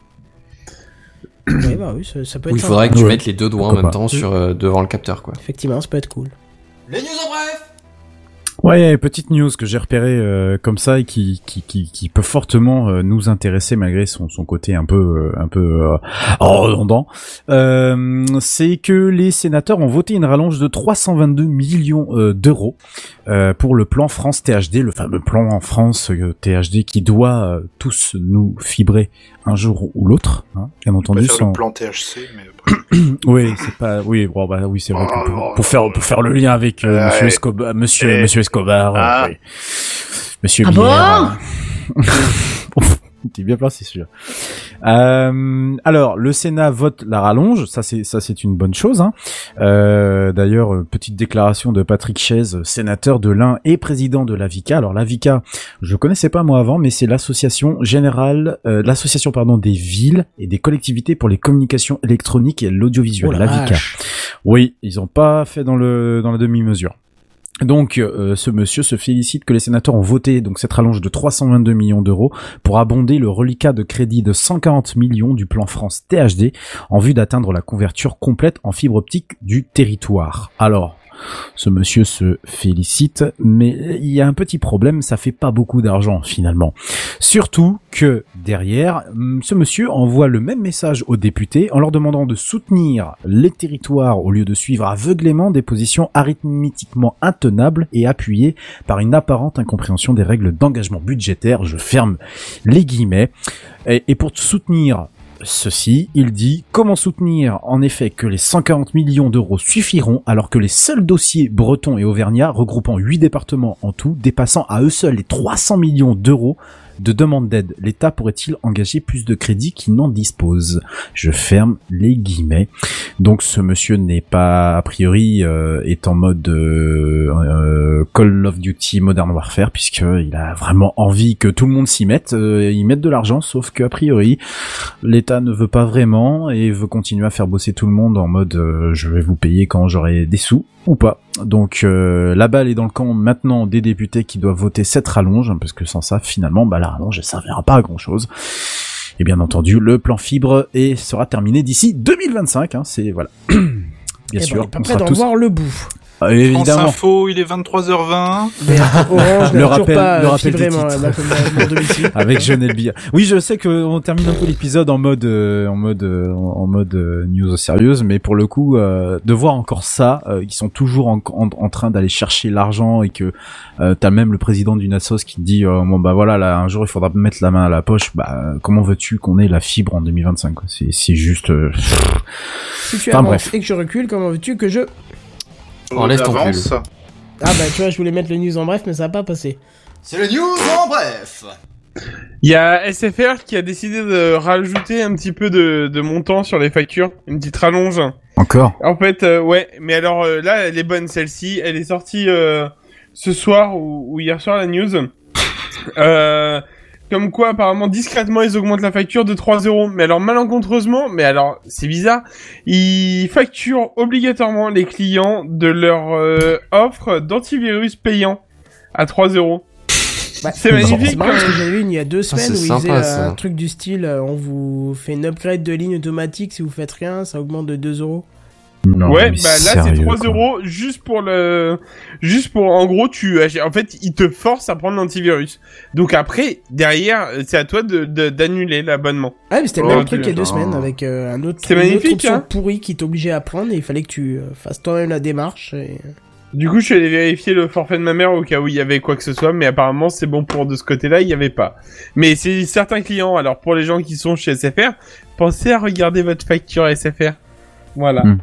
Oui, bah oui, ça, ça peut être.
Où il faudrait que tu
ouais.
mettes les deux doigts
Pourquoi
en même
pas.
temps sur, euh, devant le capteur, quoi.
Effectivement, ça peut être cool.
Les news en bref.
Ouais, petite news que j'ai repérée euh, comme ça et qui qui qui, qui peut fortement euh, nous intéresser malgré son son côté un peu euh, un peu euh, redondant. Euh, c'est que les sénateurs ont voté une rallonge de trois cent vingt-deux millions euh, d'euros euh, pour le plan France T H D, le fameux plan en France euh, T H D qui doit euh, tous nous fibrer un jour ou l'autre, hein, bien
On
entendu.
peut faire
Sans...
le plan T H C, mais
Oui, c'est pas. Oui, bon, bah oui, c'est vrai que pour, pour faire pour faire le lien avec euh,
Ouais.
Monsieur Escobar, Monsieur
Eh.
Monsieur Escobar, euh,
Ah.
oui. Monsieur
Ah
Bière. euh, T'es bien placé celui-là. Euh, alors, le Sénat vote la rallonge, ça c'est ça c'est une bonne chose. Hein. Euh, d'ailleurs, euh, petite déclaration de Patrick Chaise, sénateur de l'Ain et président de l'A V I C A. Alors l'A V I C A, je connaissais pas moi avant, mais c'est l'association générale, euh, l'association pardon des villes et des collectivités pour les communications électroniques et l'audiovisuel.
Oh la
l'A V I C A.
vache.
Oui, ils ont pas fait dans le dans la demi-mesure. Donc, euh, ce monsieur se félicite que les sénateurs ont voté donc cette rallonge de trois cent vingt-deux millions d'euros pour abonder le reliquat de crédit de cent quarante millions du plan France T H D en vue d'atteindre la couverture complète en fibre optique du territoire. Alors, ce monsieur se félicite, mais il y a un petit problème, ça fait pas beaucoup d'argent finalement. Surtout que derrière, ce monsieur envoie le même message aux députés en leur demandant de soutenir les territoires au lieu de suivre aveuglément des positions arithmétiquement intenables et appuyées par une apparente incompréhension des règles d'engagement budgétaire. Je ferme les guillemets. Et, et pour soutenir ceci, il dit comment soutenir en effet que les cent quarante millions d'euros suffiront alors que les seuls dossiers bretons et auvergnats regroupant huit départements en tout dépassant à eux seuls les trois cents millions d'euros de demande d'aide. L'État pourrait-il engager plus de crédits qu'il n'en dispose? Je ferme les guillemets. Donc ce monsieur n'est pas, a priori, euh, est en mode euh, euh, Call of Duty Modern Warfare, puisqu'il a vraiment envie que tout le monde s'y mette, euh, y mette de l'argent, sauf qu'a priori, l'État ne veut pas vraiment et veut continuer à faire bosser tout le monde en mode euh, je vais vous payer quand j'aurai des sous. Ou pas. Donc euh, la balle est dans le camp maintenant des députés qui doivent voter cette rallonge, parce que sans ça, finalement, bah la rallonge, elle servira pas à grand chose. Et bien entendu, le plan fibre et sera terminé d'ici deux mille vingt-cinq. Hein, c'est voilà. Bien
Eh
sûr.
ben, on est pas
on
prêt
sera
d'en
tous.
voir le bout.
Ah,
France
évidemment.
Info, il est vingt-trois heures vingt.
Mais Orange
Le
n'a
rappel-
toujours pas
le
euh,
rappel
fibré
des
mon,
titres.
ma- mon domicile.
Avec Lionel Billard. Oui, je sais que on termine un peu l'épisode en mode, euh, en mode, euh, en mode euh, news sérieuse, mais pour le coup, euh, de voir encore ça, euh, ils sont toujours en, en, en train d'aller chercher l'argent et que euh, t'as même le président d'une assos qui te dit, euh, bon bah voilà, là un jour il faudra mettre la main à la poche. Bah comment veux-tu qu'on ait la fibre en deux mille vingt-cinq quoi? C'est, c'est juste. Euh...
Si tu
Enfin,
avances
bref.
et que je recule, comment veux-tu que je...
Enlève ton
Avance.
pull.
Ah bah tu vois, je voulais mettre le news en bref, mais ça a pas passé.
C'est le news en bref.
Il y a S F R qui a décidé de rajouter un petit peu de, de montant sur les factures, une petite rallonge.
Encore.
En fait, euh, ouais, mais alors euh, là, elle est bonne celle-ci. Elle est sortie euh, ce soir ou, ou hier soir la news. Euh, comme quoi, apparemment, discrètement, ils augmentent la facture de trois euros. Mais alors, malencontreusement, mais alors, c'est bizarre, ils facturent obligatoirement les clients de leur euh, offre d'antivirus payant à trois euros.
Bah,
C'est magnifique,
C'est marrant
quand
parce que
même.
j'avais vu il y a deux semaines
c'est
où ils
sympa,
faisaient euh,
ça.
un truc du style euh, on vous fait une upgrade de ligne automatique si vous faites rien, ça augmente de deux euros.
Non,
Ouais,
mais
bah là c'est
sérieux,
trois
quoi.
euros juste pour le, juste pour, en gros, tu, en fait, ils te forcent à prendre l'antivirus. Donc après, derrière, c'est à toi de, de- d'annuler l'abonnement.
Ah mais c'était le
Oh,
même truc il y a deux
putain.
semaines avec euh, un autre,
C'est
une autre
magnifique,
option
hein.
pourrie qui t'obligeait à prendre et il fallait que tu euh, fasses toi-même la démarche. Et...
Du coup, je suis allé vérifier le forfait de ma mère au cas où il y avait quoi que ce soit, mais apparemment c'est bon pour de ce côté-là, il y avait pas. Mais c'est certains clients, alors pour les gens qui sont chez S F R, pensez à regarder votre facture S F R. Voilà.
Hmm.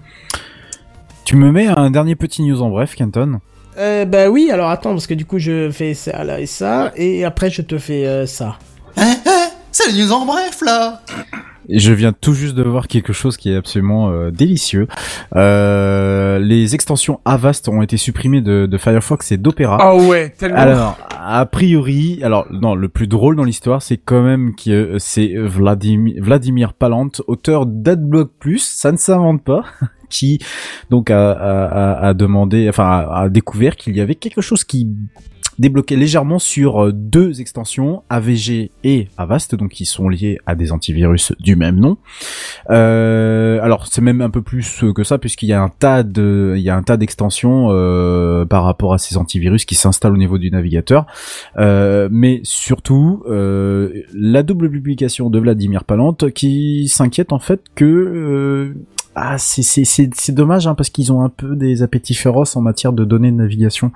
Tu me mets un dernier petit news en bref, Kenton.
Euh, bah oui, alors attends, parce que du coup je fais ça là et ça, et après je te fais euh, ça.
Hein, hein, c'est le news en bref là.
Et je viens tout juste de voir quelque chose qui est absolument euh, délicieux. Euh, les extensions Avast ont été supprimées de, de Firefox et d'Opera.
Ah ouais, tellement.
Alors, a priori, alors non, le plus drôle dans l'histoire, c'est quand même que c'est Vladimir, Vladimir Palante, auteur d'Adblock Plus, ça ne s'invente pas, qui donc a, a, a demandé, enfin a, a découvert qu'il y avait quelque chose qui débloqué légèrement sur deux extensions, A V G et Avast, donc qui sont liées à des antivirus du même nom. Euh, alors c'est même un peu plus que ça, puisqu'il y a un tas de, il y a un tas d'extensions euh, par rapport à ces antivirus qui s'installent au niveau du navigateur. Euh, mais surtout euh, la double publication de Vladimir Palante qui s'inquiète en fait que euh, ah c'est c'est c'est c'est dommage hein, parce qu'ils ont un peu des appétits féroces en matière de données de navigation.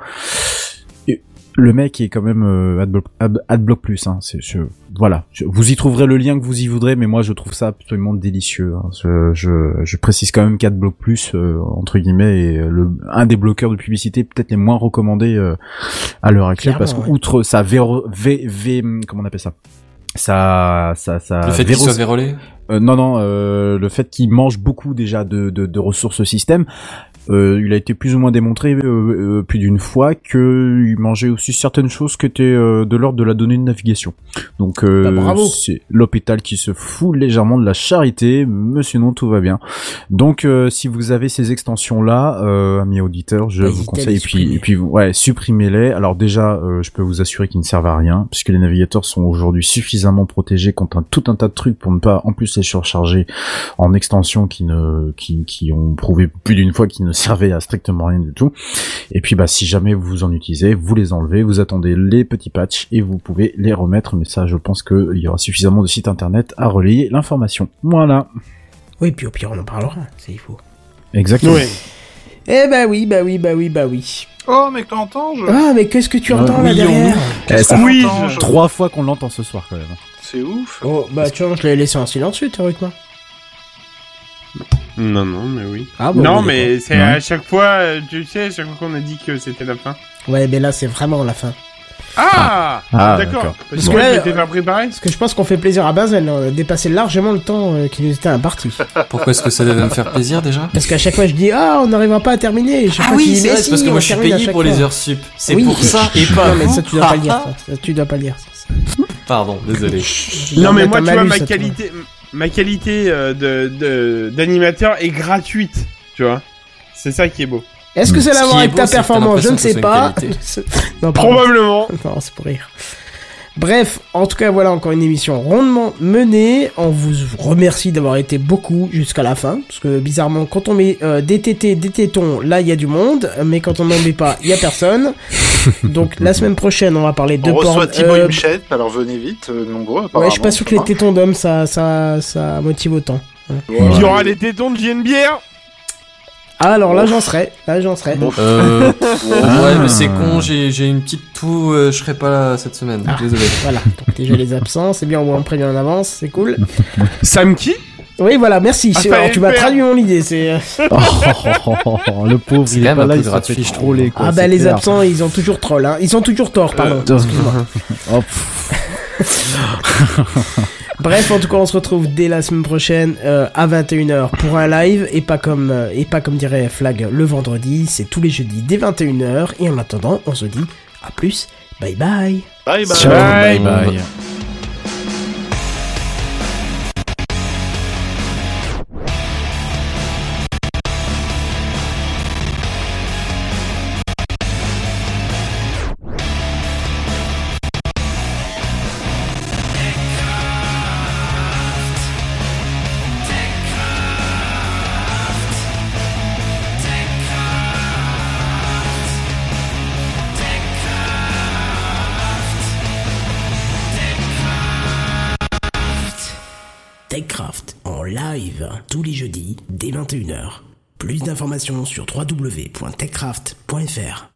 Le mec est quand même euh, Adblock, Adblock Plus, hein. C'est, je, voilà. Je, vous y trouverez le lien que vous y voudrez, mais moi je trouve ça absolument délicieux. Hein. Je, je, je précise quand même qu'Adblock Plus, euh, entre guillemets, est le, un des bloqueurs de publicité peut-être les moins recommandés euh, à l'heure actuelle, parce que ouais. outre sa véro, v, v, comment on appelle ça, ça, ça, ça.
Le fait véro... qu'il soit vérolé.
Euh, non, non, euh, le fait qu'il mange beaucoup déjà de, de, de ressources système. Euh, il a été plus ou moins démontré euh, euh, plus d'une fois que il mangeait aussi certaines choses qui étaient euh, de l'ordre de la donnée de navigation. Donc euh,
bah, bravo.
C'est l'hôpital qui se fout légèrement de la charité, mais sinon tout va bien. Donc euh, si vous avez ces extensions là, euh, amis auditeurs, je bah, vous conseille et puis et puis ouais, supprimez-les. Alors déjà, euh, je peux vous assurer qu'ils ne servent à rien puisque les navigateurs sont aujourd'hui suffisamment protégés contre un, tout un tas de trucs pour ne pas en plus les surcharger en extensions qui ne qui qui ont prouvé plus d'une fois qu'ils ne servait à strictement rien du tout. Et puis bah si jamais vous en utilisez, vous les enlevez, vous attendez les petits patchs et vous pouvez les remettre. Mais ça, je pense qu'il y aura suffisamment de sites internet à relayer l'information. Voilà.
Oui, puis au pire on en parlera, c'est il faut.
Exactement.
Oui. Eh bah oui, bah oui, bah oui, bah oui.
Oh mais t'entends je...
Ah mais qu'est-ce que tu entends
euh,
là
oui,
derrière
on... eh, ça oui, je... Trois fois qu'on l'entend ce soir quand même.
C'est ouf.
Oh bah tu vois, je l'ai laissé en silencieux théoriquement.
Non, non, mais oui.
Ah bon,
non,
oui,
mais
d'accord.
c'est
ouais.
à chaque fois, tu sais, à chaque fois qu'on a dit que c'était la fin.
Ouais, mais là, c'est vraiment la fin.
Ah,
ah
d'accord.
d'accord.
Parce que là, j'étais pas préparé.
Parce que je pense qu'on fait plaisir à Benzen, on a dépassé largement le temps euh, qui nous était imparti.
Pourquoi est-ce que ça devait me faire plaisir déjà?
Parce qu'à chaque fois, je dis, ah, on n'arrivera pas à terminer. Et chaque
ah
fois,
oui,
dis,
c'est vrai,
si,
c'est parce que moi, je suis payé pour fois. les heures sup. C'est
oui,
pour ça et pas.
Non, mais ça, tu dois pas le dire. Ça, tu dois pas le dire. Ça.
Pardon, désolé.
Non, mais moi, tu vois, ma qualité... Ma qualité euh, de, de d'animateur est gratuite, tu vois. C'est ça qui est beau.
Est-ce que c'est l'avoir avec ta performance? Je ne sais pas.
non, probablement.
Non, c'est pour rire. Bref, en tout cas, voilà encore une émission rondement menée. On vous remercie d'avoir été beaucoup jusqu'à la fin. Parce que bizarrement, quand on met euh, des tétés, des tétons, là, il y a du monde. Mais quand on n'en met pas, il y a personne. Donc, la semaine prochaine, on va parler de
on
porn.
On reçoit Thibaut
euh...
Himchet, alors venez vite, euh, nombreux apparemment.
Ouais, je suis pas sûr que les tétons d'hommes, ça, ça, ça motive autant.
Ouais. Il y aura les tétons de J N Bière.
Ah, alors là, j'en serais. Là, j'en serais.
Euh, ouais, mais c'est con, j'ai, j'ai une petite toux, euh, je serai pas là cette semaine. Ah, désolé.
Voilà. Donc, déjà les absents, c'est bien, on en prévient en avance, c'est cool.
Sam qui?
Oui, voilà, merci. Ah, alors, tu m'as traduit mon idée, c'est...
oh, oh, oh, oh, le pauvre,
c'est
il est
quand
pas
même
là,
un
il
peu
se fait
gratuit,
troller, quoi.
Ah bah, les clair. absents, ils ont toujours troll, hein. Ils ont toujours tort, pardon. Euh, excuse-moi. oh, Bref, en tout cas, on se retrouve dès la semaine prochaine euh, à vingt et une heures pour un live et pas comme euh, et pas comme dirait Flag le vendredi, c'est tous les jeudis dès vingt et une heures et en attendant, on se dit à plus. Bye bye.
Bye bye.
Ciao, bye bye. bye.
TechCraft en live tous les jeudis dès vingt et une heures. Plus d'informations sur w w w point techcraft point f r.